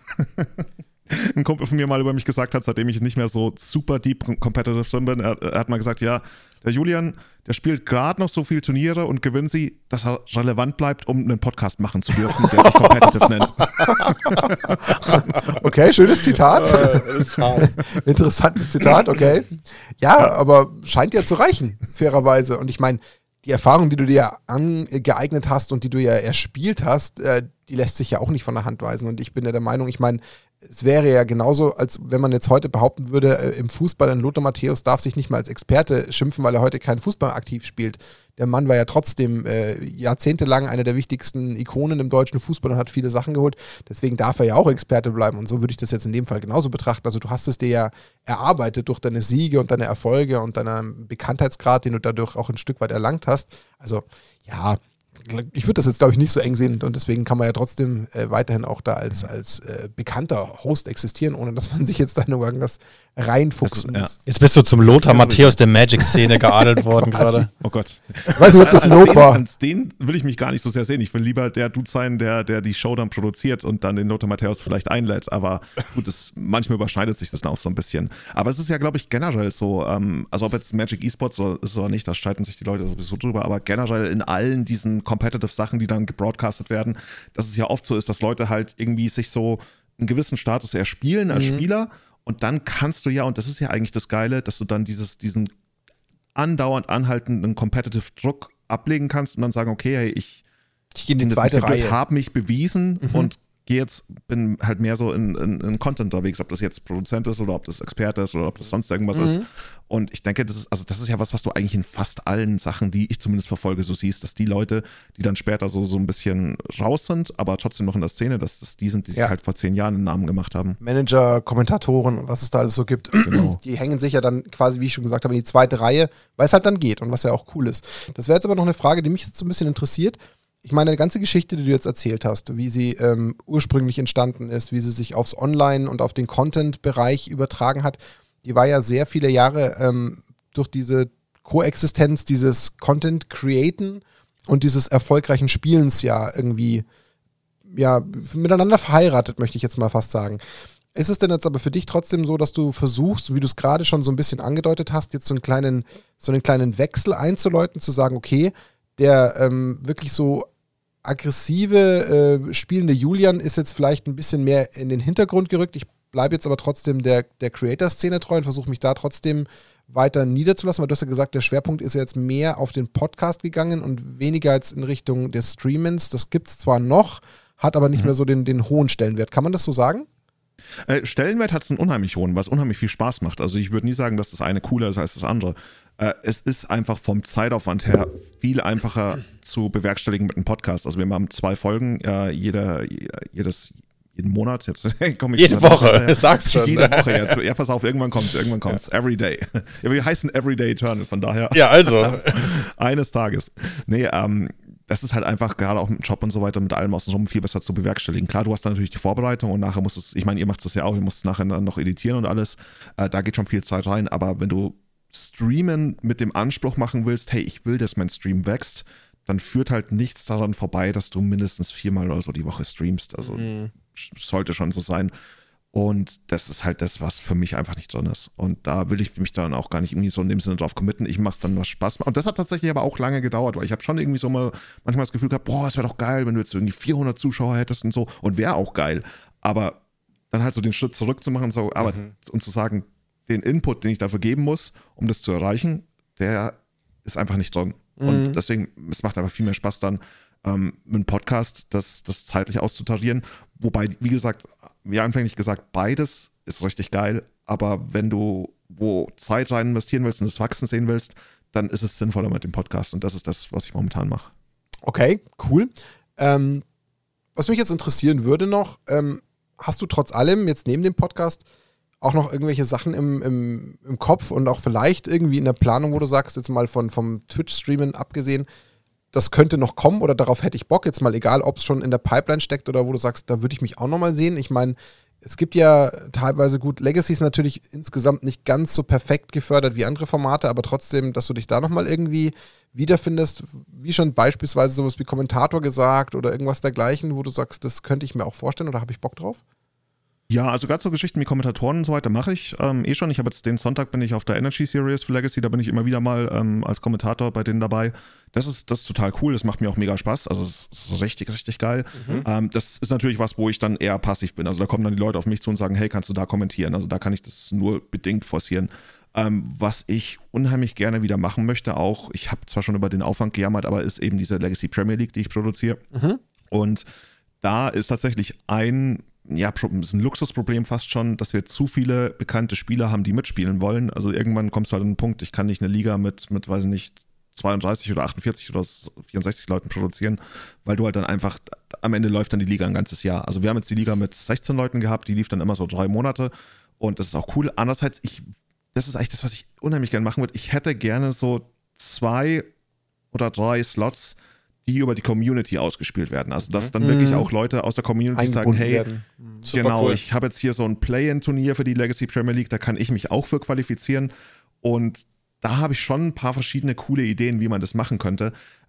ein Kumpel von mir mal über mich gesagt hat, seitdem ich nicht mehr so super deep competitive drin bin. Er hat mal gesagt, ja, der Julian, der spielt gerade noch so viele Turniere und gewinnt sie, dass er relevant bleibt, um einen Podcast machen zu dürfen, der sich competitive nennt. Okay, schönes Zitat. Interessantes Zitat, okay. Ja, aber scheint ja zu reichen, fairerweise. Und ich meine, die Erfahrung, die du dir angeeignet hast und die du ja erspielt hast, die lässt sich ja auch nicht von der Hand weisen. Und ich bin ja der Meinung, ich meine, es wäre ja genauso, als wenn man jetzt heute behaupten würde, im Fußball, ein Lothar Matthäus darf sich nicht mal als Experte schimpfen, weil er heute keinen Fußball aktiv spielt. Der Mann war ja trotzdem jahrzehntelang eine der wichtigsten Ikonen im deutschen Fußball und hat viele Sachen geholt. Deswegen darf er ja auch Experte bleiben. Und so würde ich das jetzt in dem Fall genauso betrachten. Also du hast es dir ja erarbeitet durch deine Siege und deine Erfolge und deinen Bekanntheitsgrad, den du dadurch auch ein Stück weit erlangt hast. Also ja, ich würde das jetzt, glaube ich, nicht so eng sehen und deswegen kann man ja trotzdem weiterhin auch da als bekannter Host existieren, ohne dass man sich jetzt da nur irgendwas reinfuchsen muss. Jetzt bist du zum Lothar Matthäus der Magic-Szene geadelt worden gerade. Oh Gott. Ich weiß nicht, ob das ein Lob war. Als den will ich mich gar nicht so sehr sehen. Ich will lieber der Dude sein, der die Show dann produziert und dann den Lothar Matthäus vielleicht einlädt. Aber gut, manchmal überschneidet sich das dann auch so ein bisschen. Aber es ist ja, glaube ich, generell so, also ob jetzt Magic Esports ist oder nicht, da streiten sich die Leute sowieso drüber, aber generell in allen diesen competitive Sachen, die dann gebroadcastet werden, dass es ja oft so ist, dass Leute halt irgendwie sich so einen gewissen Status erspielen als Spieler und dann kannst du ja, und das ist ja eigentlich das Geile, dass du dann diesen andauernd anhaltenden competitive Druck ablegen kannst und dann sagen, okay, hey, ich gehe in die zweite Reihe, habe mich bewiesen und bin halt mehr so in Content unterwegs, ob das jetzt Produzent ist oder ob das Experte ist oder ob das sonst irgendwas ist. Und ich denke, das ist ja was du eigentlich in fast allen Sachen, die ich zumindest verfolge, so siehst, dass die Leute, die dann später so ein bisschen raus sind, aber trotzdem noch in der Szene, dass das die sind, die sich halt vor 10 Jahren einen Namen gemacht haben. Manager, Kommentatoren, was es da alles so gibt, genau. Die hängen sich ja dann quasi, wie ich schon gesagt habe, in die zweite Reihe, weil es halt dann geht und was ja auch cool ist. Das wäre jetzt aber noch eine Frage, die mich jetzt so ein bisschen interessiert. Ich meine, die ganze Geschichte, die du jetzt erzählt hast, wie sie ursprünglich entstanden ist, wie sie sich aufs Online- und auf den Content-Bereich übertragen hat, die war ja sehr viele Jahre durch diese Koexistenz, dieses Content-Createn und dieses erfolgreichen Spielens ja irgendwie miteinander verheiratet, möchte ich jetzt mal fast sagen. Ist es denn jetzt aber für dich trotzdem so, dass du versuchst, wie du es gerade schon so ein bisschen angedeutet hast, jetzt so einen kleinen Wechsel einzuläuten, zu sagen, okay, der wirklich so aggressive, spielende Julian ist jetzt vielleicht ein bisschen mehr in den Hintergrund gerückt. Ich bleibe jetzt aber trotzdem der Creator-Szene treu und versuche mich da trotzdem weiter niederzulassen, weil du hast ja gesagt, der Schwerpunkt ist ja jetzt mehr auf den Podcast gegangen und weniger jetzt in Richtung des Streamens. Das gibt es zwar noch, hat aber nicht mehr so den hohen Stellenwert. Kann man das so sagen? Stellenwert hat es einen unheimlich hohen, was unheimlich viel Spaß macht. Also ich würde nie sagen, dass das eine cooler ist als das andere. Es ist einfach vom Zeitaufwand her viel einfacher zu bewerkstelligen mit einem Podcast. Also wir haben 2 Folgen, jeden Monat. Jetzt komme ich jede Woche, sag's schon. Jede Woche jetzt. Ja, pass auf, irgendwann kommt's. Ja. Every day. Ja, wir heißen Everyday Eternal, von daher. Ja, also. Eines Tages. Nee, das ist halt einfach gerade auch mit dem Job und so weiter, mit allem außenrum viel besser zu bewerkstelligen. Klar, du hast dann natürlich die Vorbereitung und nachher musst du es, ich meine, ihr macht das ja auch, ihr musst es nachher dann noch editieren und alles. Da geht schon viel Zeit rein, aber wenn du Streamen mit dem Anspruch machen willst, hey, ich will, dass mein Stream wächst, dann führt halt nichts daran vorbei, dass du mindestens 4-mal oder so die Woche streamst. Also sollte schon so sein. Und das ist halt das, was für mich einfach nicht drin ist. Und da will ich mich dann auch gar nicht irgendwie so in dem Sinne drauf committen. Ich mache es dann, was Spaß macht. Und das hat tatsächlich aber auch lange gedauert, weil ich habe schon irgendwie so mal manchmal das Gefühl gehabt, boah, es wäre doch geil, wenn du jetzt irgendwie 400 Zuschauer hättest und so. Und wäre auch geil. Aber dann halt so den Schritt zurück zu machen und zu sagen, den Input, den ich dafür geben muss, um das zu erreichen, der ist einfach nicht drin. Und deswegen, es macht einfach viel mehr Spaß dann, mit einem Podcast das zeitlich auszutarieren. Wobei, wie gesagt, wie anfänglich gesagt, beides ist richtig geil. Aber wenn du wo Zeit rein investieren willst und das Wachsen sehen willst, dann ist es sinnvoller mit dem Podcast. Und das ist das, was ich momentan mache. Okay, cool. Was mich jetzt interessieren würde noch, hast du trotz allem jetzt neben dem Podcast auch noch irgendwelche Sachen im Kopf und auch vielleicht irgendwie in der Planung, wo du sagst, jetzt mal vom Twitch-Streamen abgesehen, das könnte noch kommen oder darauf hätte ich Bock, jetzt mal egal, ob es schon in der Pipeline steckt oder wo du sagst, da würde ich mich auch nochmal sehen. Ich meine, es gibt ja teilweise gut, Legacy ist natürlich insgesamt nicht ganz so perfekt gefördert wie andere Formate, aber trotzdem, dass du dich da nochmal irgendwie wiederfindest, wie schon beispielsweise sowas wie Kommentator gesagt oder irgendwas dergleichen, wo du sagst, das könnte ich mir auch vorstellen oder habe ich Bock drauf? Ja, also gerade so Geschichten wie Kommentatoren und so weiter mache ich schon. Ich habe jetzt den Sonntag bin ich auf der Energy Series für Legacy, da bin ich immer wieder mal als Kommentator bei denen dabei. Das ist total cool, das macht mir auch mega Spaß, also es ist richtig, richtig geil. Das ist natürlich was, wo ich dann eher passiv bin, also da kommen dann die Leute auf mich zu und sagen, hey, kannst du da kommentieren? Also da kann ich das nur bedingt forcieren. Was ich unheimlich gerne wieder machen möchte auch, ich habe zwar schon über den Aufwand gejammert, aber ist eben diese Legacy Premier League, die ich produziere. Und da ist tatsächlich ist ein Luxusproblem fast schon, dass wir zu viele bekannte Spieler haben, die mitspielen wollen. Also irgendwann kommst du halt an den Punkt, ich kann nicht eine Liga mit weiß ich nicht, 32 oder 48 oder 64 Leuten produzieren, weil du halt dann einfach, am Ende läuft dann die Liga ein ganzes Jahr. Also wir haben jetzt die Liga mit 16 Leuten gehabt, die lief dann immer so 3 Monate und das ist auch cool. Andererseits, das ist eigentlich das, was ich unheimlich gerne machen würde. Ich hätte gerne so 2 oder 3 Slots, die über die Community ausgespielt werden. Also dass dann wirklich auch Leute aus der Community sagen, hey, genau, cool. Ich habe jetzt hier so ein Play-in-Turnier für die Legacy Premier League, da kann ich mich auch für qualifizieren und da habe ich schon ein paar verschiedene coole Ideen, wie man das machen könnte.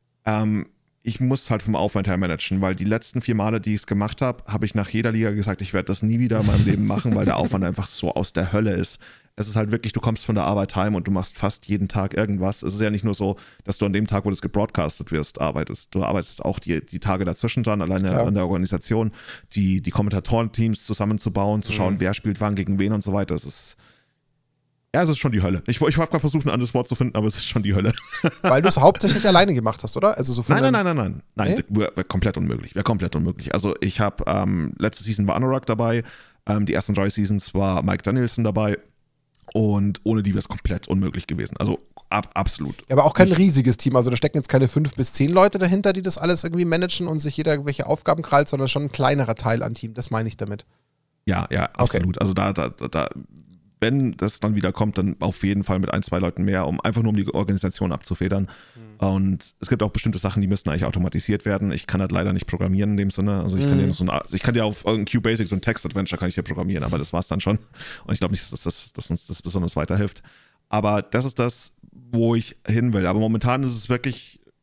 Ich muss halt vom Aufwand her managen, weil die letzten 4 Male, die ich es gemacht habe, habe ich nach jeder Liga gesagt, ich werde das nie wieder in meinem Leben machen, weil der Aufwand einfach so aus der Hölle ist. Es ist halt wirklich, du kommst von der Arbeit heim und du machst fast jeden Tag irgendwas. Es ist ja nicht nur so, dass du an dem Tag, wo das gebroadcastet wirst, arbeitest. Du arbeitest auch die Tage dazwischen dran, alleine an der Organisation, die Kommentatorenteams zusammenzubauen, zu schauen, wer spielt wann gegen wen und so weiter. Es ist schon die Hölle. Ich habe gerade versucht, ein anderes Wort zu finden, aber es ist schon die Hölle. Weil du es hauptsächlich alleine gemacht hast, oder? Also so Nein. Wäre komplett unmöglich. Also ich habe, letzte Season war Anorak dabei, die ersten 3 Seasons war Mike Danielson dabei. Und ohne die wäre es komplett unmöglich gewesen. Also absolut. Ja, aber auch kein riesiges Team. Also da stecken jetzt keine 5 bis 10 Leute dahinter, die das alles irgendwie managen und sich jeder irgendwelche Aufgaben krallt, sondern schon ein kleinerer Teil an Team. Das meine ich damit. Ja, absolut. Okay. Also wenn das dann wieder kommt, dann auf jeden Fall mit 1, 2 Leuten mehr, einfach nur um die Organisation abzufedern. Und es gibt auch bestimmte Sachen, die müssen eigentlich automatisiert werden. Ich kann halt leider nicht programmieren in dem Sinne. Also ich kann ja auf QBasic so ein Text-Adventure kann ich ja programmieren, aber das war's dann schon. Und ich glaube nicht, dass uns das besonders weiterhilft. Aber das ist das, wo ich hin will. Aber momentan ist es wirklich,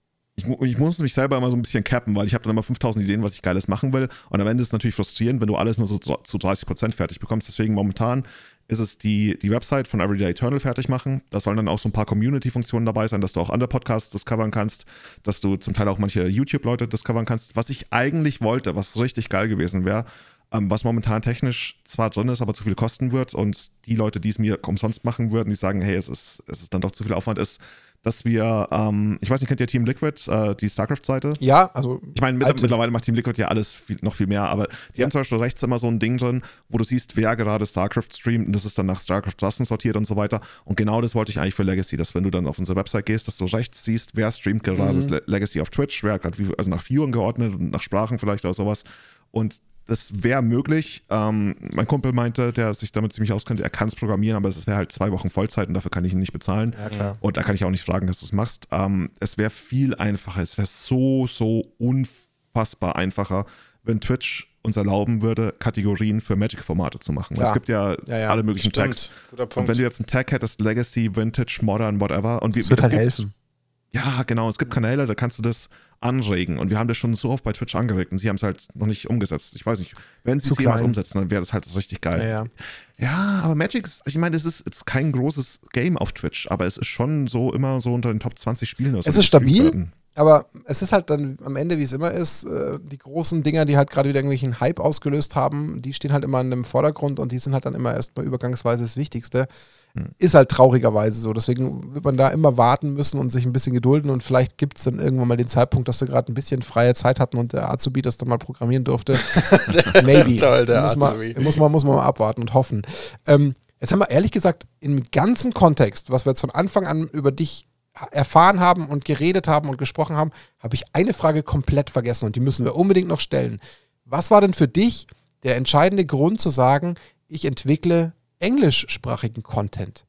ich muss mich selber immer so ein bisschen cappen, weil ich habe dann immer 5000 Ideen, was ich Geiles machen will. Und am Ende ist es natürlich frustrierend, wenn du alles nur so zu 30% fertig bekommst. Deswegen momentan ist es die Website von Everyday Eternal fertig machen. Da sollen dann auch so ein paar Community-Funktionen dabei sein, dass du auch andere Podcasts discovern kannst, dass du zum Teil auch manche YouTube-Leute discovern kannst. Was ich eigentlich wollte, was richtig geil gewesen wäre, was momentan technisch zwar drin ist, aber zu viel kosten wird und die Leute, die es mir umsonst machen würden, die sagen, hey, es ist dann doch zu viel Aufwand, ist, dass wir, ich weiß nicht, kennt ihr Team Liquid, die StarCraft-Seite? Ja, also. Ich meine, mittlerweile macht Team Liquid ja alles noch viel mehr, aber die haben zum Beispiel rechts immer so ein Ding drin, wo du siehst, wer gerade StarCraft streamt und das ist dann nach StarCraft-Klassen sortiert und so weiter. Und genau das wollte ich eigentlich für Legacy, dass wenn du dann auf unsere Website gehst, dass du rechts siehst, wer streamt gerade Legacy auf Twitch, wer gerade, also nach Viewern geordnet und nach Sprachen vielleicht oder sowas. Und das wäre möglich. Mein Kumpel meinte, der sich damit ziemlich auskennt, er kann es programmieren, aber es wäre halt 2 Wochen Vollzeit und dafür kann ich ihn nicht bezahlen. Ja, klar. Und da kann ich auch nicht fragen, dass du es machst. Es wäre viel einfacher, es wäre so unfassbar einfacher, wenn Twitch uns erlauben würde, Kategorien für Magic-Formate zu machen. Klar. Es gibt ja alle möglichen Tags. Guter Punkt. Und wenn du jetzt einen Tag hättest, Legacy, Vintage, Modern, whatever. Und Das wird halt helfen. Ja, genau. Es gibt Kanäle, da kannst du das anregen. Und wir haben das schon so oft bei Twitch angeregt und sie haben es halt noch nicht umgesetzt. Ich weiß nicht, wenn sie es jemals umsetzen, dann wäre das halt richtig geil. Ja, aber Magic, ich meine, es ist kein großes Game auf Twitch, aber es ist schon so immer so unter den Top 20 Spielen. Es ist stabil, aber es ist halt dann am Ende, wie es immer ist, die großen Dinger, die halt gerade wieder irgendwelchen Hype ausgelöst haben, die stehen halt immer in dem Vordergrund und die sind halt dann immer erstmal übergangsweise das Wichtigste. Ist halt traurigerweise so. Deswegen wird man da immer warten müssen und sich ein bisschen gedulden und vielleicht gibt es dann irgendwann mal den Zeitpunkt, dass wir gerade ein bisschen freie Zeit hatten und der Azubi das dann mal programmieren durfte. Maybe. Toll, der muss man mal abwarten und hoffen. Jetzt haben wir ehrlich gesagt im ganzen Kontext, was wir jetzt von Anfang an über dich erfahren haben und geredet haben und gesprochen haben, habe ich eine Frage komplett vergessen und die müssen wir unbedingt noch stellen. Was war denn für dich der entscheidende Grund zu sagen, ich entwickle englischsprachigen Content?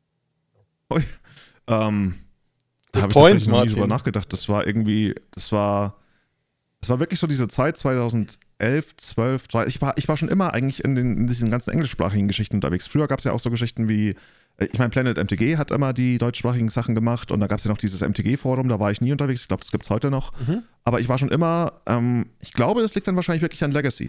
Da habe ich tatsächlich noch nie drüber nachgedacht. Das war wirklich so diese Zeit 2011, 12, 13. Ich war schon immer eigentlich in diesen ganzen englischsprachigen Geschichten unterwegs. Früher gab es ja auch so Geschichten wie, ich meine, Planet MTG hat immer die deutschsprachigen Sachen gemacht und da gab es ja noch dieses MTG-Forum, da war ich nie unterwegs. Ich glaube, das gibt es heute noch. Aber ich war schon immer, ich glaube, das liegt dann wahrscheinlich wirklich an Legacy.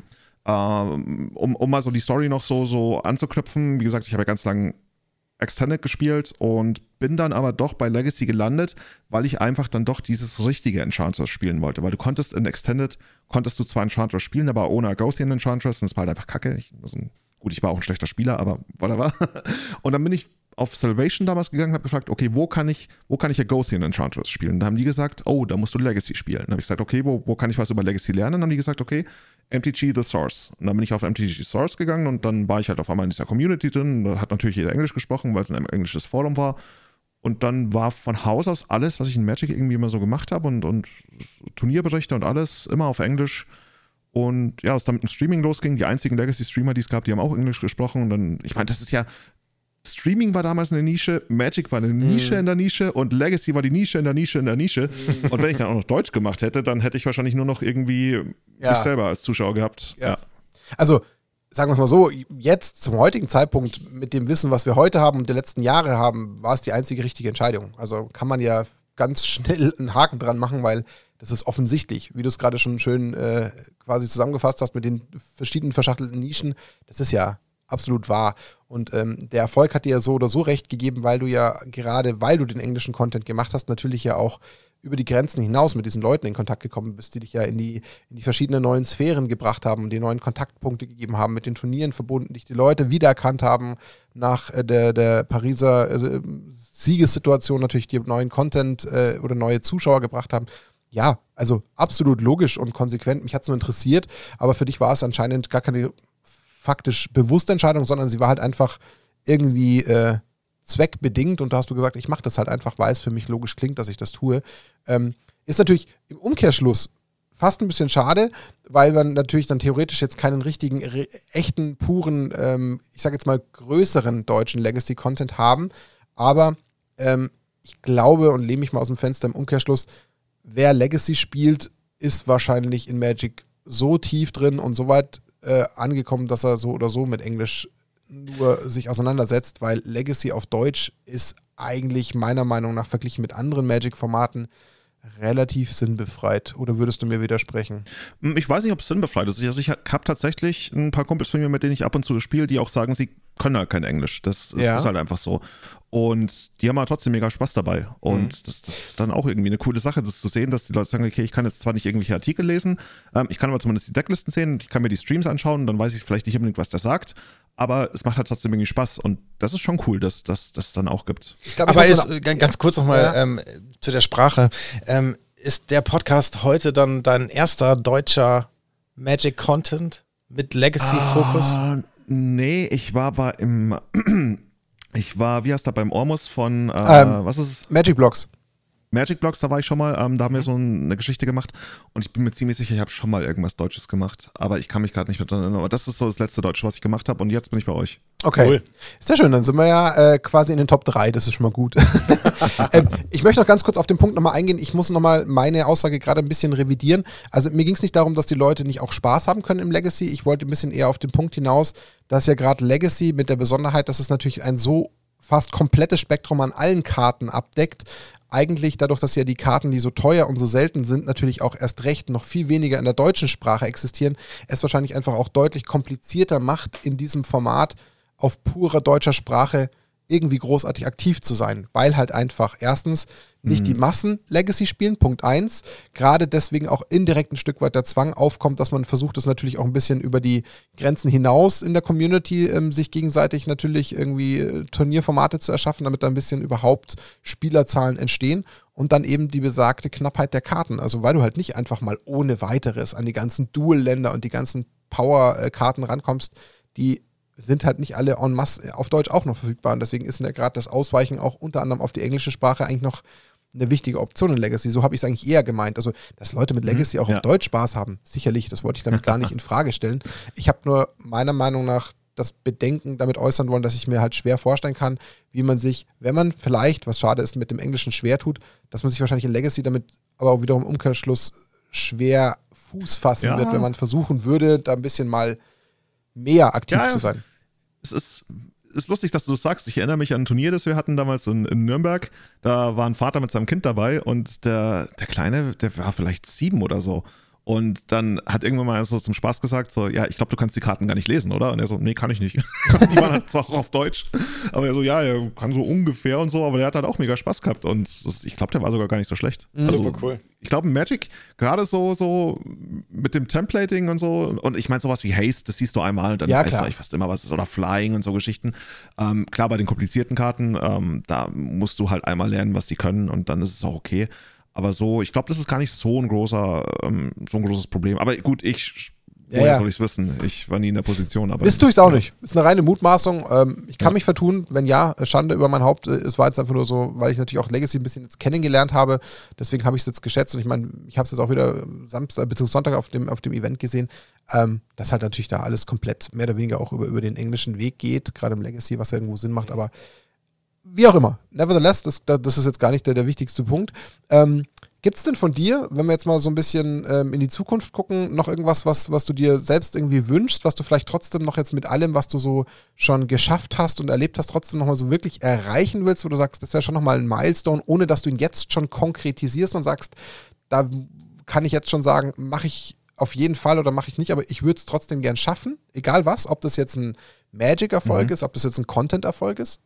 Um mal so die Story noch so anzuknüpfen, wie gesagt, ich habe ja ganz lang Extended gespielt und bin dann aber doch bei Legacy gelandet, weil ich einfach dann doch dieses richtige Enchantress spielen wollte, weil du konntest in Extended, du zwar Enchantress spielen, aber ohne Agothian Enchantress und das war halt einfach kacke. Ich war auch ein schlechter Spieler, aber whatever. Und dann bin ich auf Salvation damals gegangen und habe gefragt, okay, wo kann ich Agothian Enchantress spielen? Da haben die gesagt, oh, da musst du Legacy spielen. Dann habe ich gesagt, okay, wo kann ich was über Legacy lernen? Dann haben die gesagt, okay, MTG The Source. Und dann bin ich auf MTG Source gegangen und dann war ich halt auf einmal in dieser Community drin. Da hat natürlich jeder Englisch gesprochen, weil es ein englisches Forum war. Und dann war von Haus aus alles, was ich in Magic irgendwie immer so gemacht habe und Turnierberichte und alles immer auf Englisch. Und ja, als dann mit dem Streaming losging, die einzigen Legacy-Streamer, die es gab, die haben auch Englisch gesprochen. Und dann, ich meine, das ist ja, Streaming war damals eine Nische, Magic war eine Nische in der Nische und Legacy war die Nische in der Nische in der Nische. Und wenn ich dann auch noch Deutsch gemacht hätte, dann hätte ich wahrscheinlich nur noch irgendwie mich selber als Zuschauer gehabt. Ja. Also, sagen wir es mal so, jetzt zum heutigen Zeitpunkt mit dem Wissen, was wir heute haben und die letzten Jahre haben, war es die einzige richtige Entscheidung. Also kann man ja ganz schnell einen Haken dran machen, weil das ist offensichtlich, wie du es gerade schon schön quasi zusammengefasst hast mit den verschiedenen verschachtelten Nischen. Das ist ja absolut wahr. Und der Erfolg hat dir ja so oder so recht gegeben, weil du ja gerade, weil du den englischen Content gemacht hast, natürlich ja auch über die Grenzen hinaus mit diesen Leuten in Kontakt gekommen bist, die dich ja in die verschiedenen neuen Sphären gebracht haben und die neuen Kontaktpunkte gegeben haben, mit den Turnieren verbunden, dich die Leute wiedererkannt haben nach der Pariser Siegessituation natürlich die neuen Content oder neue Zuschauer gebracht haben. Ja, also absolut logisch und konsequent. Mich hat es nur interessiert, aber für dich war es anscheinend gar keine faktisch bewusste Entscheidung, sondern sie war halt einfach irgendwie zweckbedingt und da hast du gesagt, ich mache das halt einfach, weil es für mich logisch klingt, dass ich das tue. Ist natürlich im Umkehrschluss fast ein bisschen schade, weil wir natürlich dann theoretisch jetzt keinen richtigen, echten, puren, ich sage jetzt mal größeren deutschen Legacy-Content haben, aber ich glaube und lehne mich mal aus dem Fenster im Umkehrschluss, wer Legacy spielt, ist wahrscheinlich in Magic so tief drin und so weit angekommen, dass er so oder so mit Englisch nur sich auseinandersetzt, weil Legacy auf Deutsch ist eigentlich meiner Meinung nach verglichen mit anderen Magic-Formaten relativ sinnbefreit. Oder würdest du mir widersprechen? Ich weiß nicht, ob es sinnbefreit ist. Also ich habe tatsächlich ein paar Kumpels von mir, mit denen ich ab und zu spiele, die auch sagen, sie können halt kein Englisch. Das ist halt einfach so. Und die haben halt trotzdem mega Spaß dabei. Und das ist dann auch irgendwie eine coole Sache, das zu sehen, dass die Leute sagen, okay, ich kann jetzt zwar nicht irgendwelche Artikel lesen, ich kann aber zumindest die Decklisten sehen, ich kann mir die Streams anschauen, dann weiß ich vielleicht nicht unbedingt, was der sagt. Aber es macht halt trotzdem irgendwie Spaß und das ist schon cool, dass das dann auch gibt. Aber ganz kurz nochmal zu der Sprache. Ist der Podcast heute dann dein erster deutscher Magic-Content mit Legacy-Fokus? Nee, ich war wie heißt da, beim Ormus von, was ist es? Magic Blocks. Magic Blocks, da war ich schon mal, da haben wir so eine Geschichte gemacht und ich bin mir ziemlich sicher, ich habe schon mal irgendwas Deutsches gemacht, aber ich kann mich gerade nicht mehr dran erinnern, aber das ist so das letzte Deutsche, was ich gemacht habe und jetzt bin ich bei euch. Okay, cool. Sehr schön, dann sind wir ja quasi in den Top 3, das ist schon mal gut. Ich möchte noch ganz kurz auf den Punkt nochmal eingehen, ich muss nochmal meine Aussage gerade ein bisschen revidieren, also mir ging es nicht darum, dass die Leute nicht auch Spaß haben können im Legacy, ich wollte ein bisschen eher auf den Punkt hinaus, dass ja gerade Legacy mit der Besonderheit, dass es natürlich ein so fast komplettes Spektrum an allen Karten abdeckt, eigentlich dadurch, dass ja die Karten, die so teuer und so selten sind, natürlich auch erst recht noch viel weniger in der deutschen Sprache existieren, es wahrscheinlich einfach auch deutlich komplizierter macht, in diesem Format auf purer deutscher Sprache irgendwie großartig aktiv zu sein, weil halt einfach erstens nicht die Massen Legacy spielen, Punkt 1, gerade deswegen auch indirekt ein Stück weit der Zwang aufkommt, dass man versucht, das natürlich auch ein bisschen über die Grenzen hinaus in der Community sich gegenseitig natürlich irgendwie Turnierformate zu erschaffen, damit da ein bisschen überhaupt Spielerzahlen entstehen und dann eben die besagte Knappheit der Karten, also weil du halt nicht einfach mal ohne weiteres an die ganzen Dual-Länder und die ganzen Power-Karten rankommst, die sind halt nicht alle en masse auf Deutsch auch noch verfügbar und deswegen ist ja gerade das Ausweichen auch unter anderem auf die englische Sprache eigentlich noch eine wichtige Option in Legacy. So habe ich es eigentlich eher gemeint. Also, dass Leute mit Legacy auch auf Deutsch Spaß haben, sicherlich, das wollte ich damit gar nicht in Frage stellen. Ich habe nur meiner Meinung nach das Bedenken damit äußern wollen, dass ich mir halt schwer vorstellen kann, wie man sich, wenn man vielleicht, was schade ist, mit dem Englischen schwer tut, dass man sich wahrscheinlich in Legacy damit aber auch wiederum im Umkehrschluss schwer Fuß fassen wird, wenn man versuchen würde, da ein bisschen mal mehr aktiv zu sein. Es ist lustig, dass du das sagst. Ich erinnere mich an ein Turnier, das wir hatten damals in Nürnberg. Da war ein Vater mit seinem Kind dabei und der Kleine, der war vielleicht 7 oder so. Und dann hat irgendwann mal so zum Spaß gesagt, so, ja, ich glaube, du kannst die Karten gar nicht lesen, oder? Und er so, nee, kann ich nicht. Die waren halt zwar auch auf Deutsch, aber er so, ja, er kann so ungefähr und so, aber der hat halt auch mega Spaß gehabt und ich glaube, der war sogar gar nicht so schlecht. Also, super cool. Ich glaube, Magic, gerade so mit dem Templating und so, und ich meine sowas wie Haste, das siehst du einmal und dann weißt du eigentlich fast immer, was es ist, oder Flying und so Geschichten. Klar, bei den komplizierten Karten, da musst du halt einmal lernen, was die können und dann ist es auch okay. Aber so, ich glaube, das ist gar nicht so ein großes Problem. Aber gut, woher soll ich es wissen? Ich war nie in der Position. Aber das tue ich auch nicht. Ist eine reine Mutmaßung. Ich kann mich vertun, wenn ja, Schande über mein Haupt. Es war jetzt einfach nur so, weil ich natürlich auch Legacy ein bisschen jetzt kennengelernt habe. Deswegen habe ich es jetzt geschätzt. Und ich meine, ich habe es jetzt auch wieder Samstag bzw. Sonntag auf dem Event gesehen, dass halt natürlich da alles komplett mehr oder weniger auch über den englischen Weg geht, gerade im Legacy, was ja irgendwo Sinn macht. Aber wie auch immer. Nevertheless, das ist jetzt gar nicht der wichtigste Punkt. Gibt es denn von dir, wenn wir jetzt mal so ein bisschen in die Zukunft gucken, noch irgendwas, was du dir selbst irgendwie wünschst, was du vielleicht trotzdem noch jetzt mit allem, was du so schon geschafft hast und erlebt hast, trotzdem nochmal so wirklich erreichen willst, wo du sagst, das wäre schon nochmal ein Milestone, ohne dass du ihn jetzt schon konkretisierst und sagst, da kann ich jetzt schon sagen, mache ich auf jeden Fall oder mache ich nicht, aber ich würde es trotzdem gern schaffen, egal was, ob das jetzt ein Magic-Erfolg ist, ob das jetzt ein Content-Erfolg ist?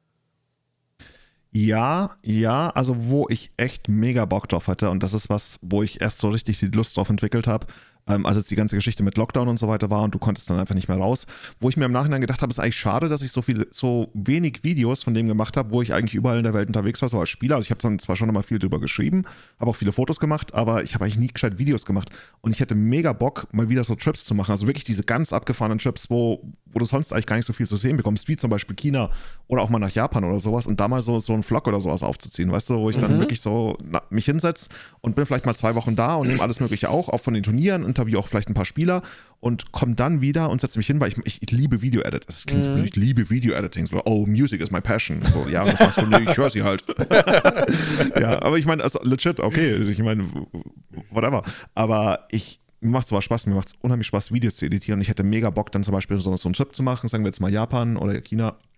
Ja, also wo ich echt mega Bock drauf hatte und das ist was, wo ich erst so richtig die Lust drauf entwickelt habe, als jetzt die ganze Geschichte mit Lockdown und so weiter war und du konntest dann einfach nicht mehr raus, wo ich mir im Nachhinein gedacht habe, es ist eigentlich schade, dass ich so wenig Videos von dem gemacht habe, wo ich eigentlich überall in der Welt unterwegs war, so als Spieler. Also ich habe dann zwar schon immer viel drüber geschrieben, habe auch viele Fotos gemacht, aber ich habe eigentlich nie gescheit Videos gemacht und ich hätte mega Bock, mal wieder so Trips zu machen, also wirklich diese ganz abgefahrenen Trips, wo du sonst eigentlich gar nicht so viel zu sehen bekommst, wie zum Beispiel China oder auch mal nach Japan oder sowas und da mal so einen Vlog oder sowas aufzuziehen, weißt du, wo ich dann wirklich so mich hinsetze und bin vielleicht mal 2 Wochen da und nehme alles Mögliche auch von den Turnieren, interview auch vielleicht ein paar Spieler und komme dann wieder und setze mich hin, weil ich liebe Video-Edit. Das klingt so, ich liebe Video-Editing. So, oh, Music is my passion. So, ja, das machst du nicht, ich höre sie halt. Ja, aber ich meine, also legit, okay, also ich meine, whatever. Aber mir macht es zwar Spaß, mir macht es unheimlich Spaß, Videos zu editieren und ich hätte mega Bock, dann zum Beispiel so einen Trip zu machen, sagen wir jetzt mal Japan oder China,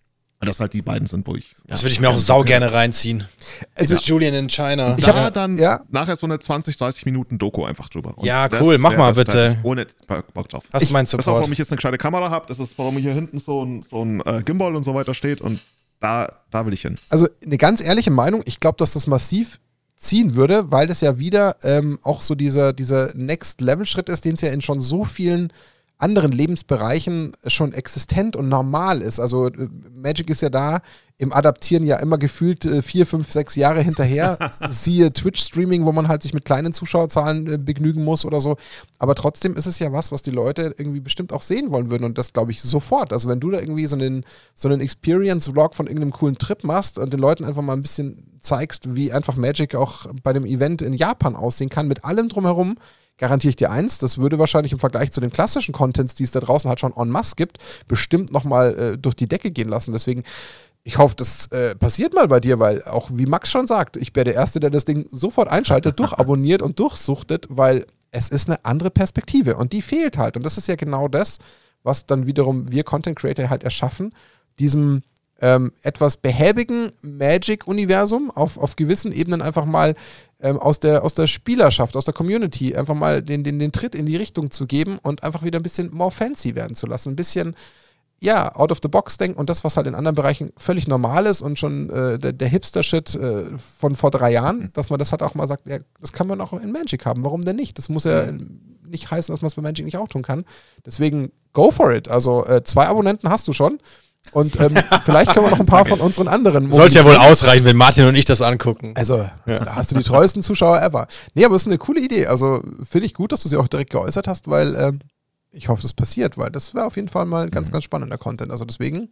Und das halt die beiden sind, wo ich... Das würde ich mir auch sau gerne reinziehen. Also Julian in China. Ich Da hab- dann ja. nachher so eine 20-30 Minuten Doku einfach drüber. Und Ja, das cool, mach wär mal das bitte. Ohne Bock drauf. Hast du meinen Das ist auch, Support? warum ich jetzt eine gescheite Kamera habe. Das ist, warum hier hinten so ein Gimbal und so weiter steht. Und da will ich hin. Also eine ganz ehrliche Meinung, ich glaube, dass das massiv ziehen würde, weil das ja wieder auch so dieser Next-Level-Schritt ist, den es ja in schon so vielen anderen Lebensbereichen schon existent und normal ist. Also Magic ist ja da im Adaptieren ja immer gefühlt 4, 5, 6 Jahre hinterher. Siehe Twitch-Streaming, wo man halt sich mit kleinen Zuschauerzahlen begnügen muss oder so. Aber trotzdem ist es ja was die Leute irgendwie bestimmt auch sehen wollen würden und das glaube ich sofort. Also wenn du da irgendwie so einen Experience-Vlog von irgendeinem coolen Trip machst und den Leuten einfach mal ein bisschen zeigst, wie einfach Magic auch bei dem Event in Japan aussehen kann, mit allem drumherum, garantiere ich dir eins, das würde wahrscheinlich im Vergleich zu den klassischen Contents, die es da draußen halt schon en masse gibt, bestimmt nochmal durch die Decke gehen lassen. Deswegen, ich hoffe, das passiert mal bei dir, weil auch wie Max schon sagt, ich wäre der Erste, der das Ding sofort einschaltet, durchabonniert und durchsuchtet, weil es ist eine andere Perspektive und die fehlt halt. Und das ist ja genau das, was dann wiederum wir Content Creator halt erschaffen, diesem etwas behäbigen Magic-Universum auf gewissen Ebenen einfach mal aus der Spielerschaft, aus der Community einfach mal den Tritt in die Richtung zu geben und einfach wieder ein bisschen more fancy werden zu lassen. Ein bisschen, ja, out of the box denken und das, was halt in anderen Bereichen völlig normal ist und schon der Hipster-Shit von vor 3 Jahren, dass man das halt auch mal sagt, ja, das kann man auch in Magic haben. Warum denn nicht? Das muss ja nicht heißen, dass man es bei Magic nicht auch tun kann. Deswegen, go for it. Also 2 Abonnenten hast du schon. Und vielleicht können wir noch ein paar von unseren anderen... Sollte ja wohl ausreichen, wenn Martin und ich das angucken. Also, da hast du die treuesten Zuschauer ever. Nee, aber es ist eine coole Idee. Also, finde ich gut, dass du sie auch direkt geäußert hast, weil ich hoffe, das passiert, weil das wäre auf jeden Fall mal ganz, ganz spannender Content. Also deswegen,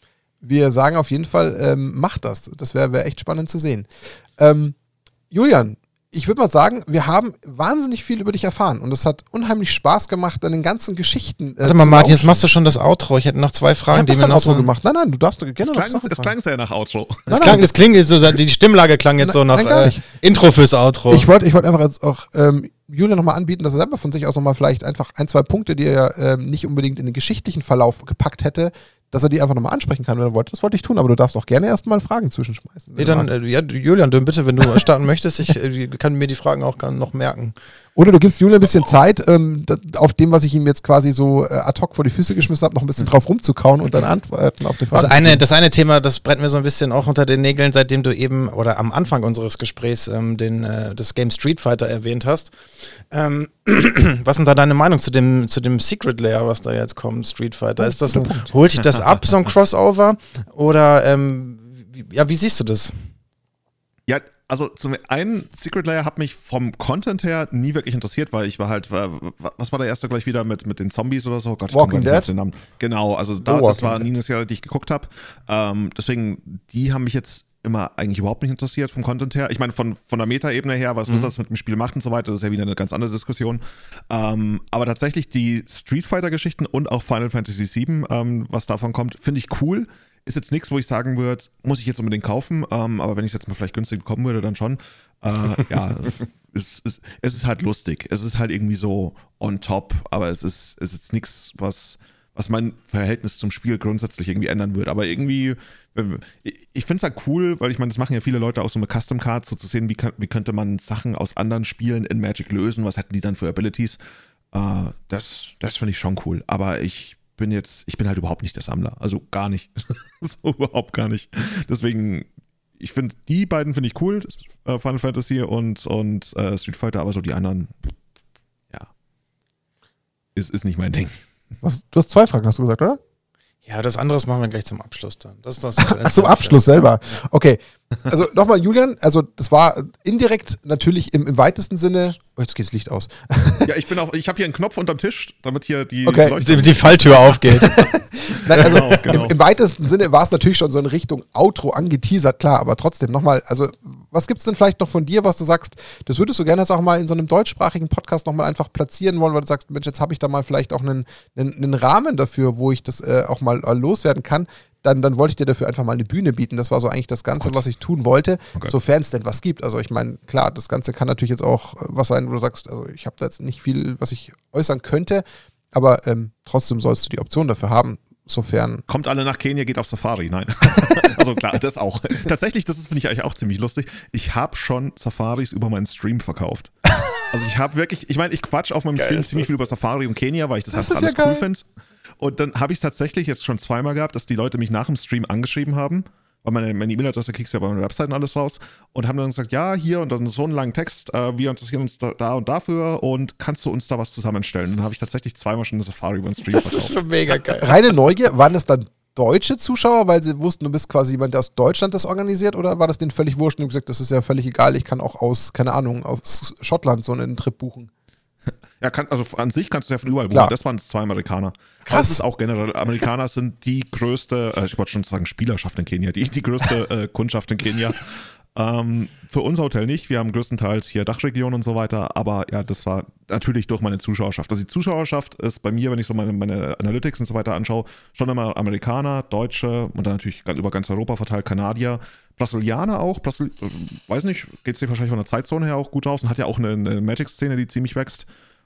wir sagen auf jeden Fall, mach das. Das wäre echt spannend zu sehen. Julian, ich würde mal sagen, wir haben wahnsinnig viel über dich erfahren und es hat unheimlich Spaß gemacht, an den ganzen Geschichten. Warte mal, Martin, jetzt machst du schon das Outro. Ich hätte noch 2 Fragen, die mir noch so gemacht. Nein, du darfst gerne noch Sachen Es klang sehr nach Outro. Es klingt jetzt so, die Stimmlage klang jetzt so nach nein, gar nicht. Intro fürs Outro. Ich wollte einfach jetzt auch Julian nochmal anbieten, dass er selber von sich aus nochmal vielleicht einfach 1, 2 Punkte, die er nicht unbedingt in den geschichtlichen Verlauf gepackt hätte, dass er die einfach nochmal ansprechen kann, wenn er wollte. Das wollte ich tun, aber du darfst auch gerne erstmal Fragen zwischenschmeißen. Nee, dann, Julian, bitte, wenn du starten möchtest, ich kann mir die Fragen auch noch merken. Oder du gibst Julian ein bisschen Zeit, auf dem, was ich ihm jetzt quasi so ad hoc vor die Füße geschmissen habe, noch ein bisschen drauf rumzukauen und dann antworten auf die Fragen. Das eine Thema, das brennt mir so ein bisschen auch unter den Nägeln, seitdem du eben, oder am Anfang unseres Gesprächs, das Game Street Fighter erwähnt hast. Was ist da deine Meinung zu dem Secret Layer, was da jetzt kommt, Street Fighter? Ist das holt dich das ab, so ein Crossover? Oder, wie siehst du das? Ja, also zum einen, Secret Layer hat mich vom Content her nie wirklich interessiert, weil ich war halt, was war der erste gleich wieder mit den Zombies oder so? Gott, ich Walking komme gar nicht auf Dead? den Namen. Genau, also das war nie eine Serie, die ich geguckt habe. Deswegen, die haben mich jetzt immer eigentlich überhaupt nicht interessiert vom Content her. Ich meine, von der Meta-Ebene her, was das mit dem Spiel macht und so weiter, das ist ja wieder eine ganz andere Diskussion. Aber tatsächlich die Street Fighter-Geschichten und auch Final Fantasy VII, was davon kommt, finde ich cool. Ist jetzt nichts, wo ich sagen würde, muss ich jetzt unbedingt kaufen, aber wenn ich es jetzt mal vielleicht günstig bekommen würde, dann schon. Ja, es ist halt lustig. Es ist halt irgendwie so on top, aber es ist jetzt nichts, was mein Verhältnis zum Spiel grundsätzlich irgendwie ändern würde. Aber irgendwie, ich finde es halt cool, weil ich meine, das machen ja viele Leute auch so mit Custom Cards, so zu sehen, wie könnte man Sachen aus anderen Spielen in Magic lösen, was hätten die dann für Abilities. Das finde ich schon cool. Aber ich bin halt überhaupt nicht der Sammler. Also gar nicht. So überhaupt gar nicht. Deswegen, ich finde, die beiden finde ich cool, Final Fantasy und Street Fighter, aber so die anderen, ja, ist nicht mein Ding. Du hast 2 Fragen, hast du gesagt, oder? Ja, das andere machen wir gleich zum Abschluss dann. Ach, zum Abschluss selber. Okay. Also nochmal, Julian, also das war indirekt natürlich im weitesten Sinne. Oh, jetzt geht das Licht aus. Ja, ich habe hier einen Knopf unterm Tisch, damit hier die die Falltür aufgeht. Nein, also genau. Im weitesten Sinne war es natürlich schon so in Richtung Outro angeteasert, klar, aber trotzdem nochmal, also was gibt es denn vielleicht noch von dir, was du sagst, das würdest du gerne jetzt auch mal in so einem deutschsprachigen Podcast nochmal einfach platzieren wollen, weil du sagst, Mensch, jetzt habe ich da mal vielleicht auch einen Rahmen dafür, wo ich das auch mal loswerden kann. Dann wollte ich dir dafür einfach mal eine Bühne bieten. Das war so eigentlich das Ganze, was ich tun wollte, sofern es denn was gibt. Also ich meine, klar, das Ganze kann natürlich jetzt auch was sein, wo du sagst, also ich habe da jetzt nicht viel, was ich äußern könnte, aber trotzdem sollst du die Option dafür haben. insofern. Kommt alle nach Kenia, geht auf Safari. Nein. Also klar, das auch. Tatsächlich, finde ich eigentlich auch ziemlich lustig. Ich habe schon Safaris über meinen Stream verkauft. Also ich habe wirklich, ich meine, ich quatsch auf meinem Stream ziemlich viel über Safari und Kenia, weil ich das einfach alles cool finde. Und dann habe ich es tatsächlich jetzt schon zweimal gehabt, dass die Leute mich nach dem Stream angeschrieben haben, weil meine E-Mail-Adresse kriegst du ja bei meiner Website und alles raus, und haben dann gesagt, ja, hier und dann so einen langen Text, wir interessieren uns da und dafür und kannst du uns da was zusammenstellen? Und dann habe ich tatsächlich zweimal schon eine Safari über den Stream verkauft. Das ist so mega geil. Reine Neugier, waren das dann deutsche Zuschauer, weil sie wussten, du bist quasi jemand, der aus Deutschland das organisiert, oder war das denen völlig wurscht und gesagt, das ist ja völlig egal, ich kann auch aus, keine Ahnung, aus Schottland so einen Trip buchen? Ja, also an sich kannst du ja von überall Klar. buchen. Das waren 2 Amerikaner. Krass. Aber es ist auch generell, Amerikaner sind die größte, ich wollte schon sagen Spielerschaft in Kenia, die größte Kundschaft in Kenia. Für unser Hotel nicht, wir haben größtenteils hier Dachregion und so weiter, aber ja, das war natürlich durch meine Zuschauerschaft. Also die Zuschauerschaft ist bei mir, wenn ich so meine Analytics und so weiter anschaue, schon immer Amerikaner, Deutsche und dann natürlich über ganz Europa verteilt, Kanadier, Brasilianer auch, weiß nicht, geht es dir wahrscheinlich von der Zeitzone her auch gut aus und hat ja auch eine Magic-Szene, die ziemlich wächst.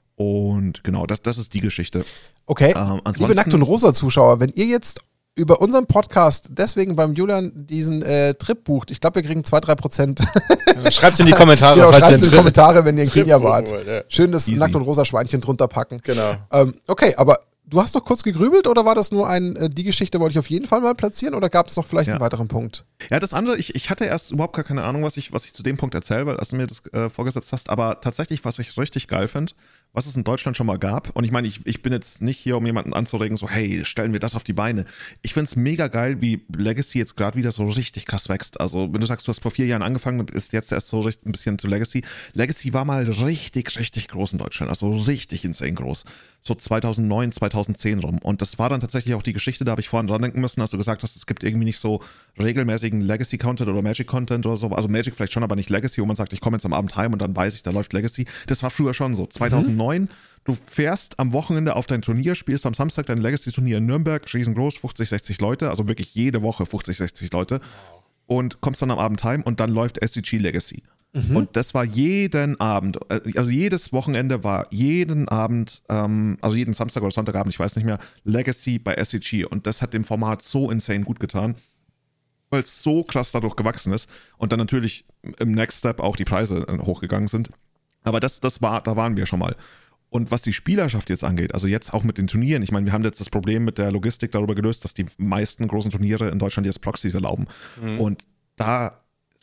Und genau, das ist die Geschichte. Okay, liebe Nackt- und Rosa-Zuschauer, wenn ihr jetzt über unseren Podcast deswegen beim Julian diesen Trip bucht, ich glaube, wir kriegen 2-3%. Schreibt es in die Kommentare, Genau, falls ihr schreibt in die Kommentare, wenn ihr in Kenia wart. Ja. Schön das Easy. Nackt- und Rosa-Schweinchen drunter packen. Genau. Okay, aber du hast doch kurz gegrübelt, oder war das nur die Geschichte wollte ich auf jeden Fall mal platzieren, oder gab es noch vielleicht einen weiteren Punkt? Ja, das andere, ich hatte erst überhaupt gar keine Ahnung, was ich zu dem Punkt erzähle, weil du mir das vorgesetzt hast, aber tatsächlich, was ich richtig geil finde, was es in Deutschland schon mal gab, und ich meine, ich bin jetzt nicht hier, um jemanden anzuregen, so, hey, stellen wir das auf die Beine. Ich finde es mega geil, wie Legacy jetzt gerade wieder so richtig krass wächst. Also, wenn du sagst, du hast vor 4 Jahren angefangen und ist jetzt erst so ein bisschen zu Legacy. Legacy war mal richtig, richtig groß in Deutschland, also richtig insane groß. So 2009, 2010 rum. Und das war dann tatsächlich auch die Geschichte, da habe ich vorhin dran denken müssen, als du gesagt hast, es gibt irgendwie nicht so regelmäßigen Legacy-Content oder Magic-Content oder so. Also Magic vielleicht schon, aber nicht Legacy, wo man sagt, ich komme jetzt am Abend heim und dann weiß ich, da läuft Legacy. Das war früher schon so. 2009, du fährst am Wochenende auf dein Turnier, spielst am Samstag dein Legacy-Turnier in Nürnberg, riesengroß, 50, 60 Leute, also wirklich jede Woche 50, 60 Leute, und kommst dann am Abend heim und dann läuft SCG Legacy. Und das war jeden Abend, also jedes Wochenende war jeden Abend, also jeden Samstag oder Sonntagabend, ich weiß nicht mehr, Legacy bei SCG, und das hat dem Format so insane gut getan, weil es so krass dadurch gewachsen ist und dann natürlich im Next Step auch die Preise hochgegangen sind. Aber da waren wir schon mal. Und was die Spielerschaft jetzt angeht, also jetzt auch mit den Turnieren, ich meine, wir haben jetzt das Problem mit der Logistik darüber gelöst, dass die meisten großen Turniere in Deutschland jetzt Proxys erlauben. Und da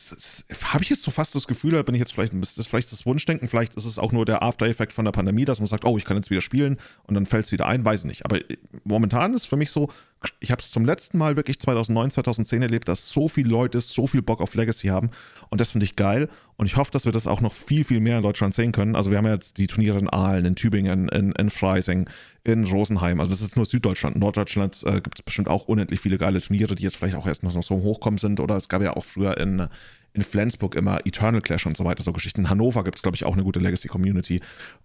habe ich jetzt so fast das Gefühl, da bin ich jetzt vielleicht das Wunschdenken, vielleicht ist es auch nur der After-Effekt von der Pandemie, dass man sagt, oh, ich kann jetzt wieder spielen und dann fällt es wieder ein, weiß ich nicht. Aber momentan ist für mich so, ich habe es zum letzten Mal wirklich 2009, 2010 erlebt, dass so viele Leute so viel Bock auf Legacy haben, und das finde ich geil, und ich hoffe, dass wir das auch noch viel, viel mehr in Deutschland sehen können. Also wir haben ja jetzt die Turniere in Aalen, in Tübingen, in Freising, in Rosenheim, also das ist nur Süddeutschland. In Norddeutschland gibt es bestimmt auch unendlich viele geile Turniere, die jetzt vielleicht auch erst noch so hochkommen sind, oder es gab ja auch früher in Flensburg immer Eternal Clash und so weiter, so Geschichten. In Hannover gibt es, glaube ich, auch eine gute Legacy-Community,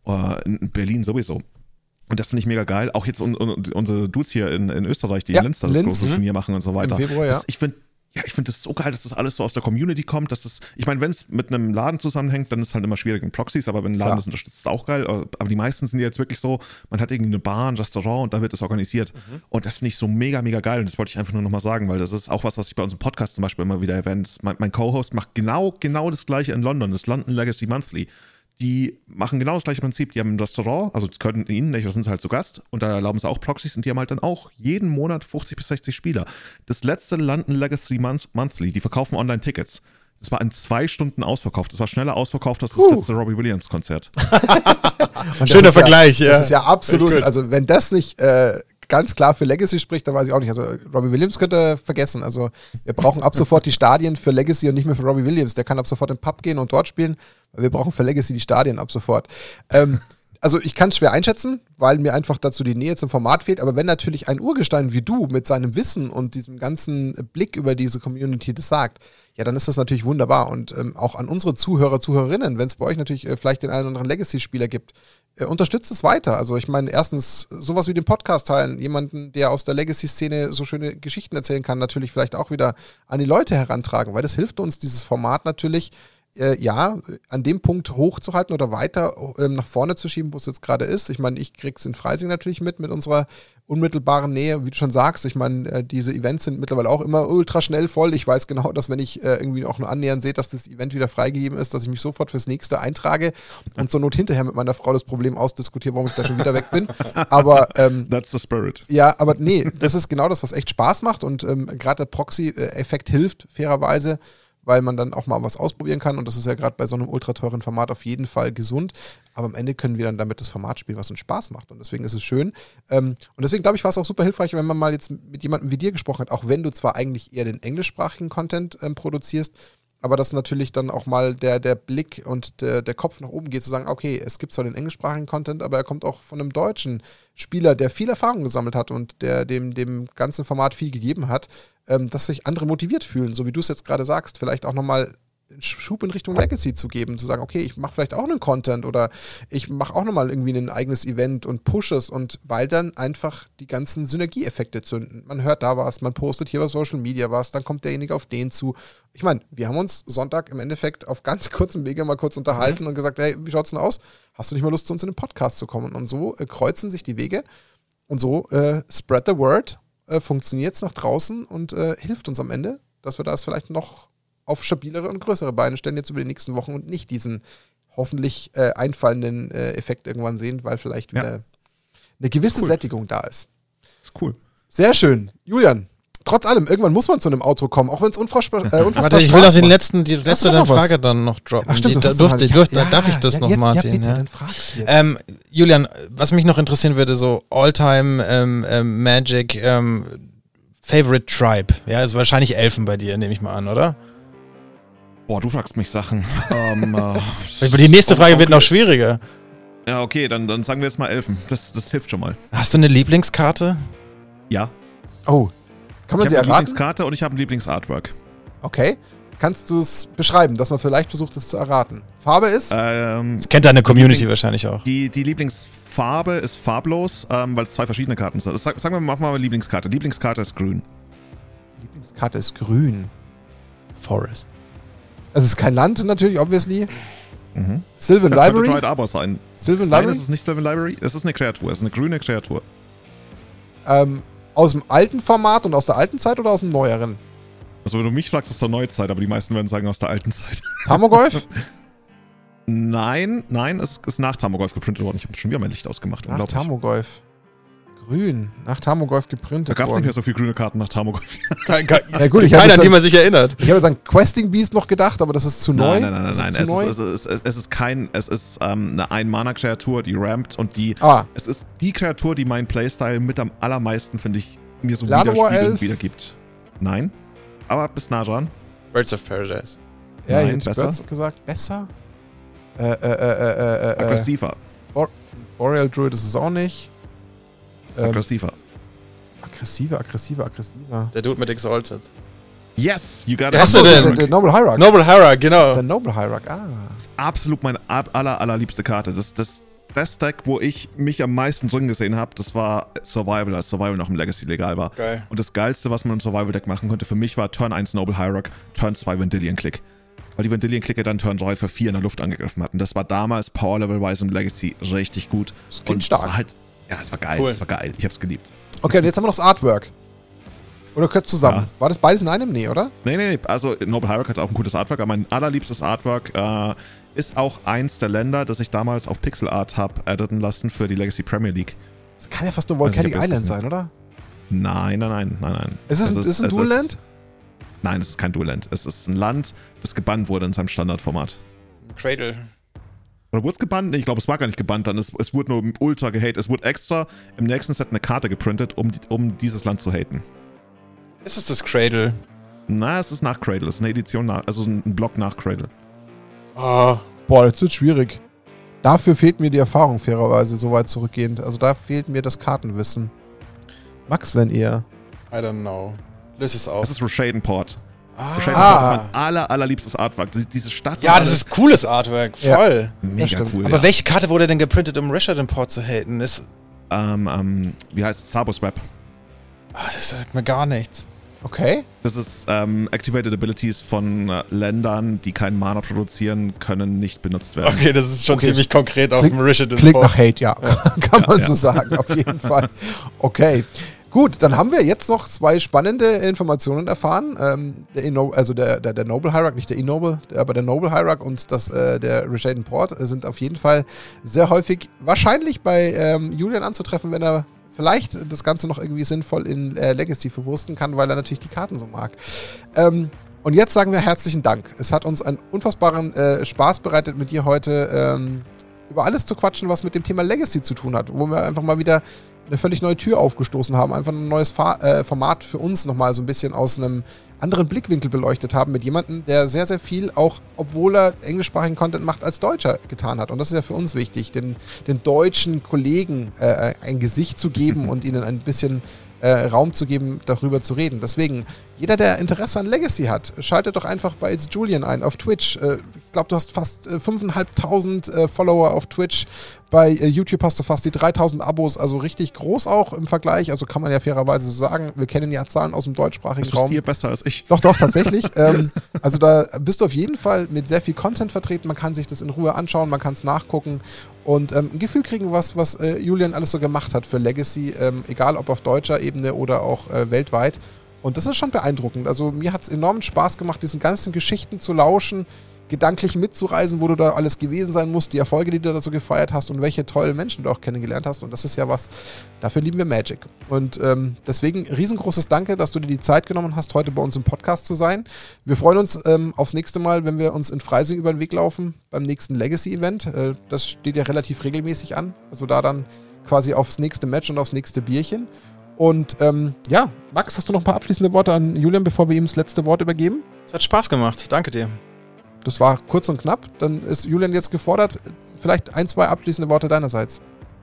in Berlin sowieso. Und das finde ich mega geil. Auch jetzt unsere Dudes hier in Österreich, die in Linz das große Turnier machen und so weiter. Im Februar, ja. Ich finde das so geil, dass das alles so aus der Community kommt. Ich meine, wenn es mit einem Laden zusammenhängt, dann ist es halt immer schwierig mit Proxys, aber wenn ein Laden das unterstützt, ist es auch geil. Aber die meisten sind jetzt wirklich so, man hat irgendwie eine Bar, ein Restaurant und da wird das organisiert. Und das finde ich so mega, mega geil. Und das wollte ich einfach nur nochmal sagen, weil das ist auch was ich bei unserem Podcast zum Beispiel immer wieder erwähne. Mein Co-Host macht genau das Gleiche in London, das London Legacy Monthly. Die machen genau das gleiche Prinzip. Die haben ein Restaurant, also können ihnen, da sind sie halt zu Gast, und da erlauben sie auch Proxys, und die haben halt dann auch jeden Monat 50 bis 60 Spieler. Das letzte London Legacy Monthly, die verkaufen Online-Tickets. Das war in 2 Stunden ausverkauft. Das war schneller ausverkauft als das letzte Robbie Williams-Konzert. Schöner Vergleich, ja. Das ist ja absolut, also wenn das nicht ganz klar für Legacy spricht, dann weiß ich auch nicht. Also Robbie Williams könnte vergessen. Also wir brauchen ab sofort die Stadien für Legacy und nicht mehr für Robbie Williams. Der kann ab sofort in den Pub gehen und dort spielen. Wir brauchen für Legacy die Stadien ab sofort. Also ich kann es schwer einschätzen, weil mir einfach dazu die Nähe zum Format fehlt. Aber wenn natürlich ein Urgestein wie du mit seinem Wissen und diesem ganzen Blick über diese Community das sagt, ja, dann ist das natürlich wunderbar. Und auch an unsere Zuhörer, Zuhörerinnen, wenn es bei euch natürlich vielleicht den einen oder anderen Legacy-Spieler gibt, unterstützt es weiter. Also ich meine, erstens sowas wie den Podcast teilen, jemanden, der aus der Legacy-Szene so schöne Geschichten erzählen kann, natürlich vielleicht auch wieder an die Leute herantragen, weil das hilft uns, dieses Format natürlich an dem Punkt hochzuhalten oder weiter nach vorne zu schieben, wo es jetzt gerade ist. Ich meine, ich krieg's in Freising natürlich mit unserer unmittelbaren Nähe, wie du schon sagst. Ich meine, diese Events sind mittlerweile auch immer ultra schnell voll. Ich weiß genau, dass wenn ich irgendwie auch nur annähernd sehe, dass das Event wieder freigegeben ist, dass ich mich sofort fürs nächste eintrage und zur Not hinterher mit meiner Frau das Problem ausdiskutiere, warum ich da schon wieder weg bin. Aber That's the spirit. ja, aber nee, das ist genau das, was echt Spaß macht und gerade der Proxy-Effekt hilft, fairerweise, weil man dann auch mal was ausprobieren kann und das ist ja gerade bei so einem ultra teuren Format auf jeden Fall gesund, aber am Ende können wir dann damit das Format spielen, was uns Spaß macht und deswegen ist es schön und deswegen glaube ich, war es auch super hilfreich, wenn man mal jetzt mit jemandem wie dir gesprochen hat, auch wenn du zwar eigentlich eher den englischsprachigen Content produzierst, aber dass natürlich dann auch mal der Blick und der Kopf nach oben geht, zu sagen, okay, es gibt zwar den englischsprachigen Content, aber er kommt auch von einem deutschen Spieler, der viel Erfahrung gesammelt hat und der dem ganzen Format viel gegeben hat, dass sich andere motiviert fühlen, so wie du es jetzt gerade sagst, vielleicht auch nochmal einen Schub in Richtung Legacy zu geben, zu sagen, okay, ich mache vielleicht auch einen Content oder ich mache auch nochmal irgendwie ein eigenes Event und push es und weil dann einfach die ganzen Synergieeffekte zünden. Man hört da was, man postet hier bei Social Media was, dann kommt derjenige auf den zu. Ich meine, wir haben uns Sonntag im Endeffekt auf ganz kurzem Wege mal kurz unterhalten und gesagt, hey, wie schaut's denn aus? Hast du nicht mal Lust, zu uns in den Podcast zu kommen? Und so kreuzen sich die Wege und so spread the word, funktioniert es nach draußen und hilft uns am Ende, dass wir das vielleicht noch auf stabilere und größere Beine stellen jetzt über die nächsten Wochen und nicht diesen hoffentlich einfallenden Effekt irgendwann sehen, weil vielleicht wieder eine gewisse Sättigung da ist. Ist cool. Sehr schön. Julian, trotz allem, irgendwann muss man zu einem Outro kommen, auch wenn es unfassbar Warte, ich will noch die letzte Frage dann noch droppen. Ach, stimmt, Darf ich das noch, Martin? Bitte, Ja? dann fragst du jetzt. Julian, was mich noch interessieren würde, so All-Time Magic Favorite Tribe. Ja, ist wahrscheinlich Elfen bei dir, nehme ich mal an, oder? Boah, du fragst mich Sachen. Die nächste Frage wird noch schwieriger. Ja, okay, dann sagen wir jetzt mal Elfen. Das hilft schon mal. Hast du eine Lieblingskarte? Ja. Oh, kann man Ich sie habe eine erraten? Lieblingskarte und ich habe ein Lieblingsartwork. Okay. Kannst du es beschreiben, dass man vielleicht versucht, es zu erraten? Farbe ist? Das kennt deine Community wahrscheinlich auch. Die Lieblingsfarbe ist farblos, weil es zwei verschiedene Karten sind. Sagen wir, machen wir mal Lieblingskarte. Lieblingskarte ist grün. Lieblingskarte ist grün. Forest. Es ist kein Land natürlich, obviously. Sylvan Das könnte Library? Droid Arbor sein. Sylvan Nein, Library? es ist nicht Sylvan Library. Es ist eine Kreatur. Es ist eine grüne Kreatur. Aus dem alten Format und aus der alten Zeit oder aus dem neueren? Also wenn du mich fragst, aus der Neuzeit, aber die meisten werden sagen aus der alten Zeit. Tamogolf? Nein, es ist nach Tamogolf geprintet worden. Ich habe schon wieder mein Licht ausgemacht. Nach Unglaublich. Tamogolf. Grün. Nach Tamogolf geprintet Da gab es nicht worden. mehr so viele grüne Karten nach Tamogolf. Ja gut, ich Keiner, habe an die jetzt, man sich erinnert. an Questing Beast noch gedacht, aber das ist zu neu. Nein. Das ist zu Es neu. ist eine Ein-Mana-Kreatur, die rampt und es ist die Kreatur, die meinen Playstyle mit am allermeisten, finde ich, mir so Llanowar Elf? wiedergibt. Nein, aber bist nah dran. Birds of Paradise. Ja, Nein, ich hätte besser. Birds gesagt. Besser? Aggressiver. Boreal Druid ist es auch nicht. Aggressiver. Aggressiver. Der Dude mit Exalted. Yes, you got it. Ja, hast du denn? Der Noble Hierarch. Noble Hera, genau. Der Noble Hierarch, Das ist absolut meine allerliebste Karte. Das Deck, wo ich mich am meisten drin gesehen habe, das war Survival, als Survival noch im Legacy legal war. Geil. Und das Geilste, was man im Survival-Deck machen konnte, für mich war Turn 1 Noble Hierarch, Turn 2 Vendilion-Click. Weil die Vendilion-Clicker dann Turn 3 für 4 in der Luft angegriffen hatten. Das war damals Power-Level-wise im Legacy richtig gut. Das klingt Und stark. Es war halt, ja, es war geil. Cool. Es war geil. Ich hab's geliebt. Okay, und jetzt haben wir noch das Artwork. Oder gehört zusammen? Ja. War das beides in einem? Nee, oder? Nee. Also Noble Hierarch hat auch ein gutes Artwork, aber mein allerliebstes Artwork ist auch eins der Länder, das ich damals auf Pixel Art habe editen lassen für die Legacy Premier League. Das kann ja fast nur Also ich Volcanic hab das Island gesehen. sein, oder? Nein. Ist es ein Dual-Land? Nein, es ist kein Dual-Land. Es ist ein Land, das gebannt wurde in seinem Standardformat. Cradle. Oder wurde es gebannt? Nee, ich glaube, es war gar nicht gebannt dann. Es wurde nur ultra gehatet. Es wurde extra im nächsten Set eine Karte geprintet, um dieses Land zu haten. Ist es das Cradle? Na, es ist nach Cradle. Es ist eine Edition nach, also ein Block nach Cradle. Oh. Boah, das wird schwierig. Dafür fehlt mir die Erfahrung, fairerweise, so weit zurückgehend. Also da fehlt mir das Kartenwissen. Max, wenn ihr... I don't know. Löse es Das auf. ist Rashaden Port. Ah. Rashaden Port ist mein allerliebstes Artwork. Diese Stadt. Ja, das ist cooles Artwork. Ja. Voll. mega stimmt. cool. Aber welche Karte wurde denn geprintet, um Rashad Port zu haten? Wie heißt es? Sabos Web. Das sagt mir gar nichts. Okay. Das ist Activated Abilities von Ländern, die keinen Mana produzieren, können nicht benutzt werden. Okay, das ist schon Okay, ziemlich konkret auf dem Rishit. Klingt nach Hate, ja. Kann man so sagen, auf jeden Fall. Okay. Gut, dann haben wir jetzt noch 2 spannende Informationen erfahren. Der Noble Hierarch, nicht der E-Noble, aber der Noble Hierarch und der Rishaden Port sind auf jeden Fall sehr häufig wahrscheinlich bei Julian anzutreffen, wenn er vielleicht das Ganze noch irgendwie sinnvoll in Legacy verwursten kann, weil er natürlich die Karten so mag. Und jetzt sagen wir herzlichen Dank. Es hat uns einen unfassbaren Spaß bereitet, mit dir heute über alles zu quatschen, was mit dem Thema Legacy zu tun hat, wo wir einfach mal wieder eine völlig neue Tür aufgestoßen haben, einfach ein neues Format für uns nochmal so ein bisschen aus einem anderen Blickwinkel beleuchtet haben mit jemandem, der sehr, sehr viel, auch obwohl er englischsprachigen Content macht, als Deutscher getan hat. Und das ist ja für uns wichtig, den deutschen Kollegen ein Gesicht zu geben und ihnen ein bisschen Raum zu geben, darüber zu reden. Deswegen, jeder, der Interesse an Legacy hat, schaltet doch einfach bei It's Julian ein auf Twitch. Ich glaube, du hast fast 5.500 Follower auf Twitch. Bei YouTube hast du fast die 3.000 Abos, also richtig groß auch im Vergleich. Also kann man ja fairerweise so sagen. Wir kennen ja Zahlen aus dem deutschsprachigen Raum. Das ist dir besser als ich. Doch, tatsächlich. Also da bist du auf jeden Fall mit sehr viel Content vertreten. Man kann sich das in Ruhe anschauen, man kann es nachgucken und ein Gefühl kriegen, was Julian alles so gemacht hat für Legacy, egal ob auf deutscher Ebene oder auch weltweit. Und das ist schon beeindruckend. Also mir hat es enormen Spaß gemacht, diesen ganzen Geschichten zu lauschen, gedanklich mitzureisen, wo du da alles gewesen sein musst, die Erfolge, die du da so gefeiert hast und welche tollen Menschen du auch kennengelernt hast. Und das ist ja was, dafür lieben wir Magic. Und deswegen riesengroßes Danke, dass du dir die Zeit genommen hast, heute bei uns im Podcast zu sein. Wir freuen uns aufs nächste Mal, wenn wir uns in Freising über den Weg laufen, beim nächsten Legacy-Event. Das steht ja relativ regelmäßig an. Also da dann quasi aufs nächste Match und aufs nächste Bierchen. Und ja, Max, hast du noch ein paar abschließende Worte an Julian, bevor wir ihm das letzte Wort übergeben? Es hat Spaß gemacht. Danke dir. Das war kurz und knapp. Dann ist Julian jetzt gefordert. Vielleicht 1, 2 abschließende Worte deinerseits.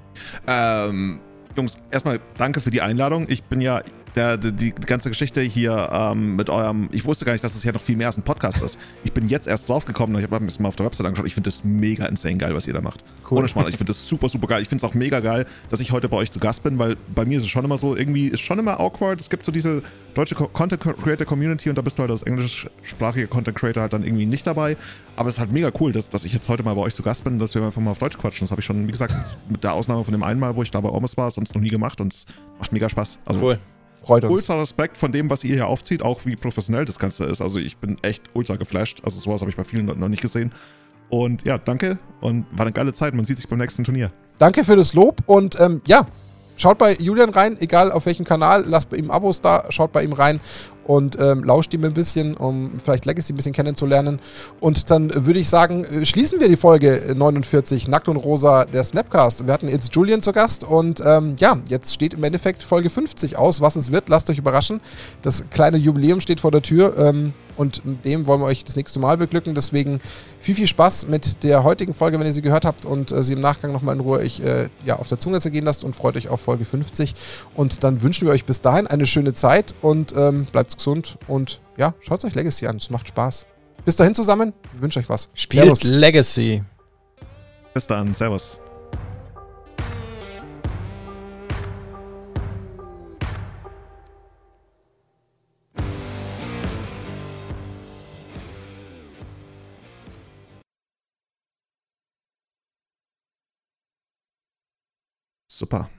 Jungs, erstmal danke für die Einladung. Ich bin ja die ganze Geschichte hier mit eurem, ich wusste gar nicht, dass es ja noch viel mehr als ein Podcast ist. Ich bin jetzt erst drauf gekommen, ich habe ein bisschen mal auf der Website angeschaut. Ich finde das mega insane geil, was ihr da macht. Cool. Ohne Schmarrn, ich finde das super, super geil. Ich finde es auch mega geil, dass ich heute bei euch zu Gast bin, weil bei mir ist es schon immer so, irgendwie ist schon immer awkward. Es gibt so diese deutsche Content Creator Community und da bist du halt als englischsprachige Content Creator halt dann irgendwie nicht dabei. Aber es ist halt mega cool, dass ich jetzt heute mal bei euch zu Gast bin, dass wir einfach mal auf Deutsch quatschen. Das habe ich schon, wie gesagt, mit der Ausnahme von dem einen Mal, wo ich da bei Ormus war, sonst noch nie gemacht und es macht mega Spaß. Also cool. Freut uns. Ultra Respekt von dem, was ihr hier aufzieht, auch wie professionell das Ganze ist. Also ich bin echt ultra geflasht. Also sowas habe ich bei vielen Leuten noch nicht gesehen. Und ja, danke und war eine geile Zeit. Man sieht sich beim nächsten Turnier. Danke für das Lob und ja, schaut bei Julian rein, egal auf welchem Kanal, lasst bei ihm Abos da, schaut bei ihm rein und lauscht ihm ein bisschen, um vielleicht Legacy ein bisschen kennenzulernen. Und dann würde ich sagen, schließen wir die Folge 49, Nackt und Rosa, der Snapcast. Wir hatten It's Julian zu Gast und ja, jetzt steht im Endeffekt Folge 50 aus. Was es wird, lasst euch überraschen. Das kleine Jubiläum steht vor der Tür und mit dem wollen wir euch das nächste Mal beglücken. Deswegen viel Spaß mit der heutigen Folge, wenn ihr sie gehört habt und sie im Nachgang nochmal in Ruhe auf der Zunge zergehen lasst und freut euch auf Folge 50. Und dann wünschen wir euch bis dahin eine schöne Zeit und bleibt gesund und ja, schaut euch Legacy an. Es macht Spaß. Bis dahin zusammen. Ich wünsche euch was. Spielt Servus. Legacy. Bis dann. Servus. Super.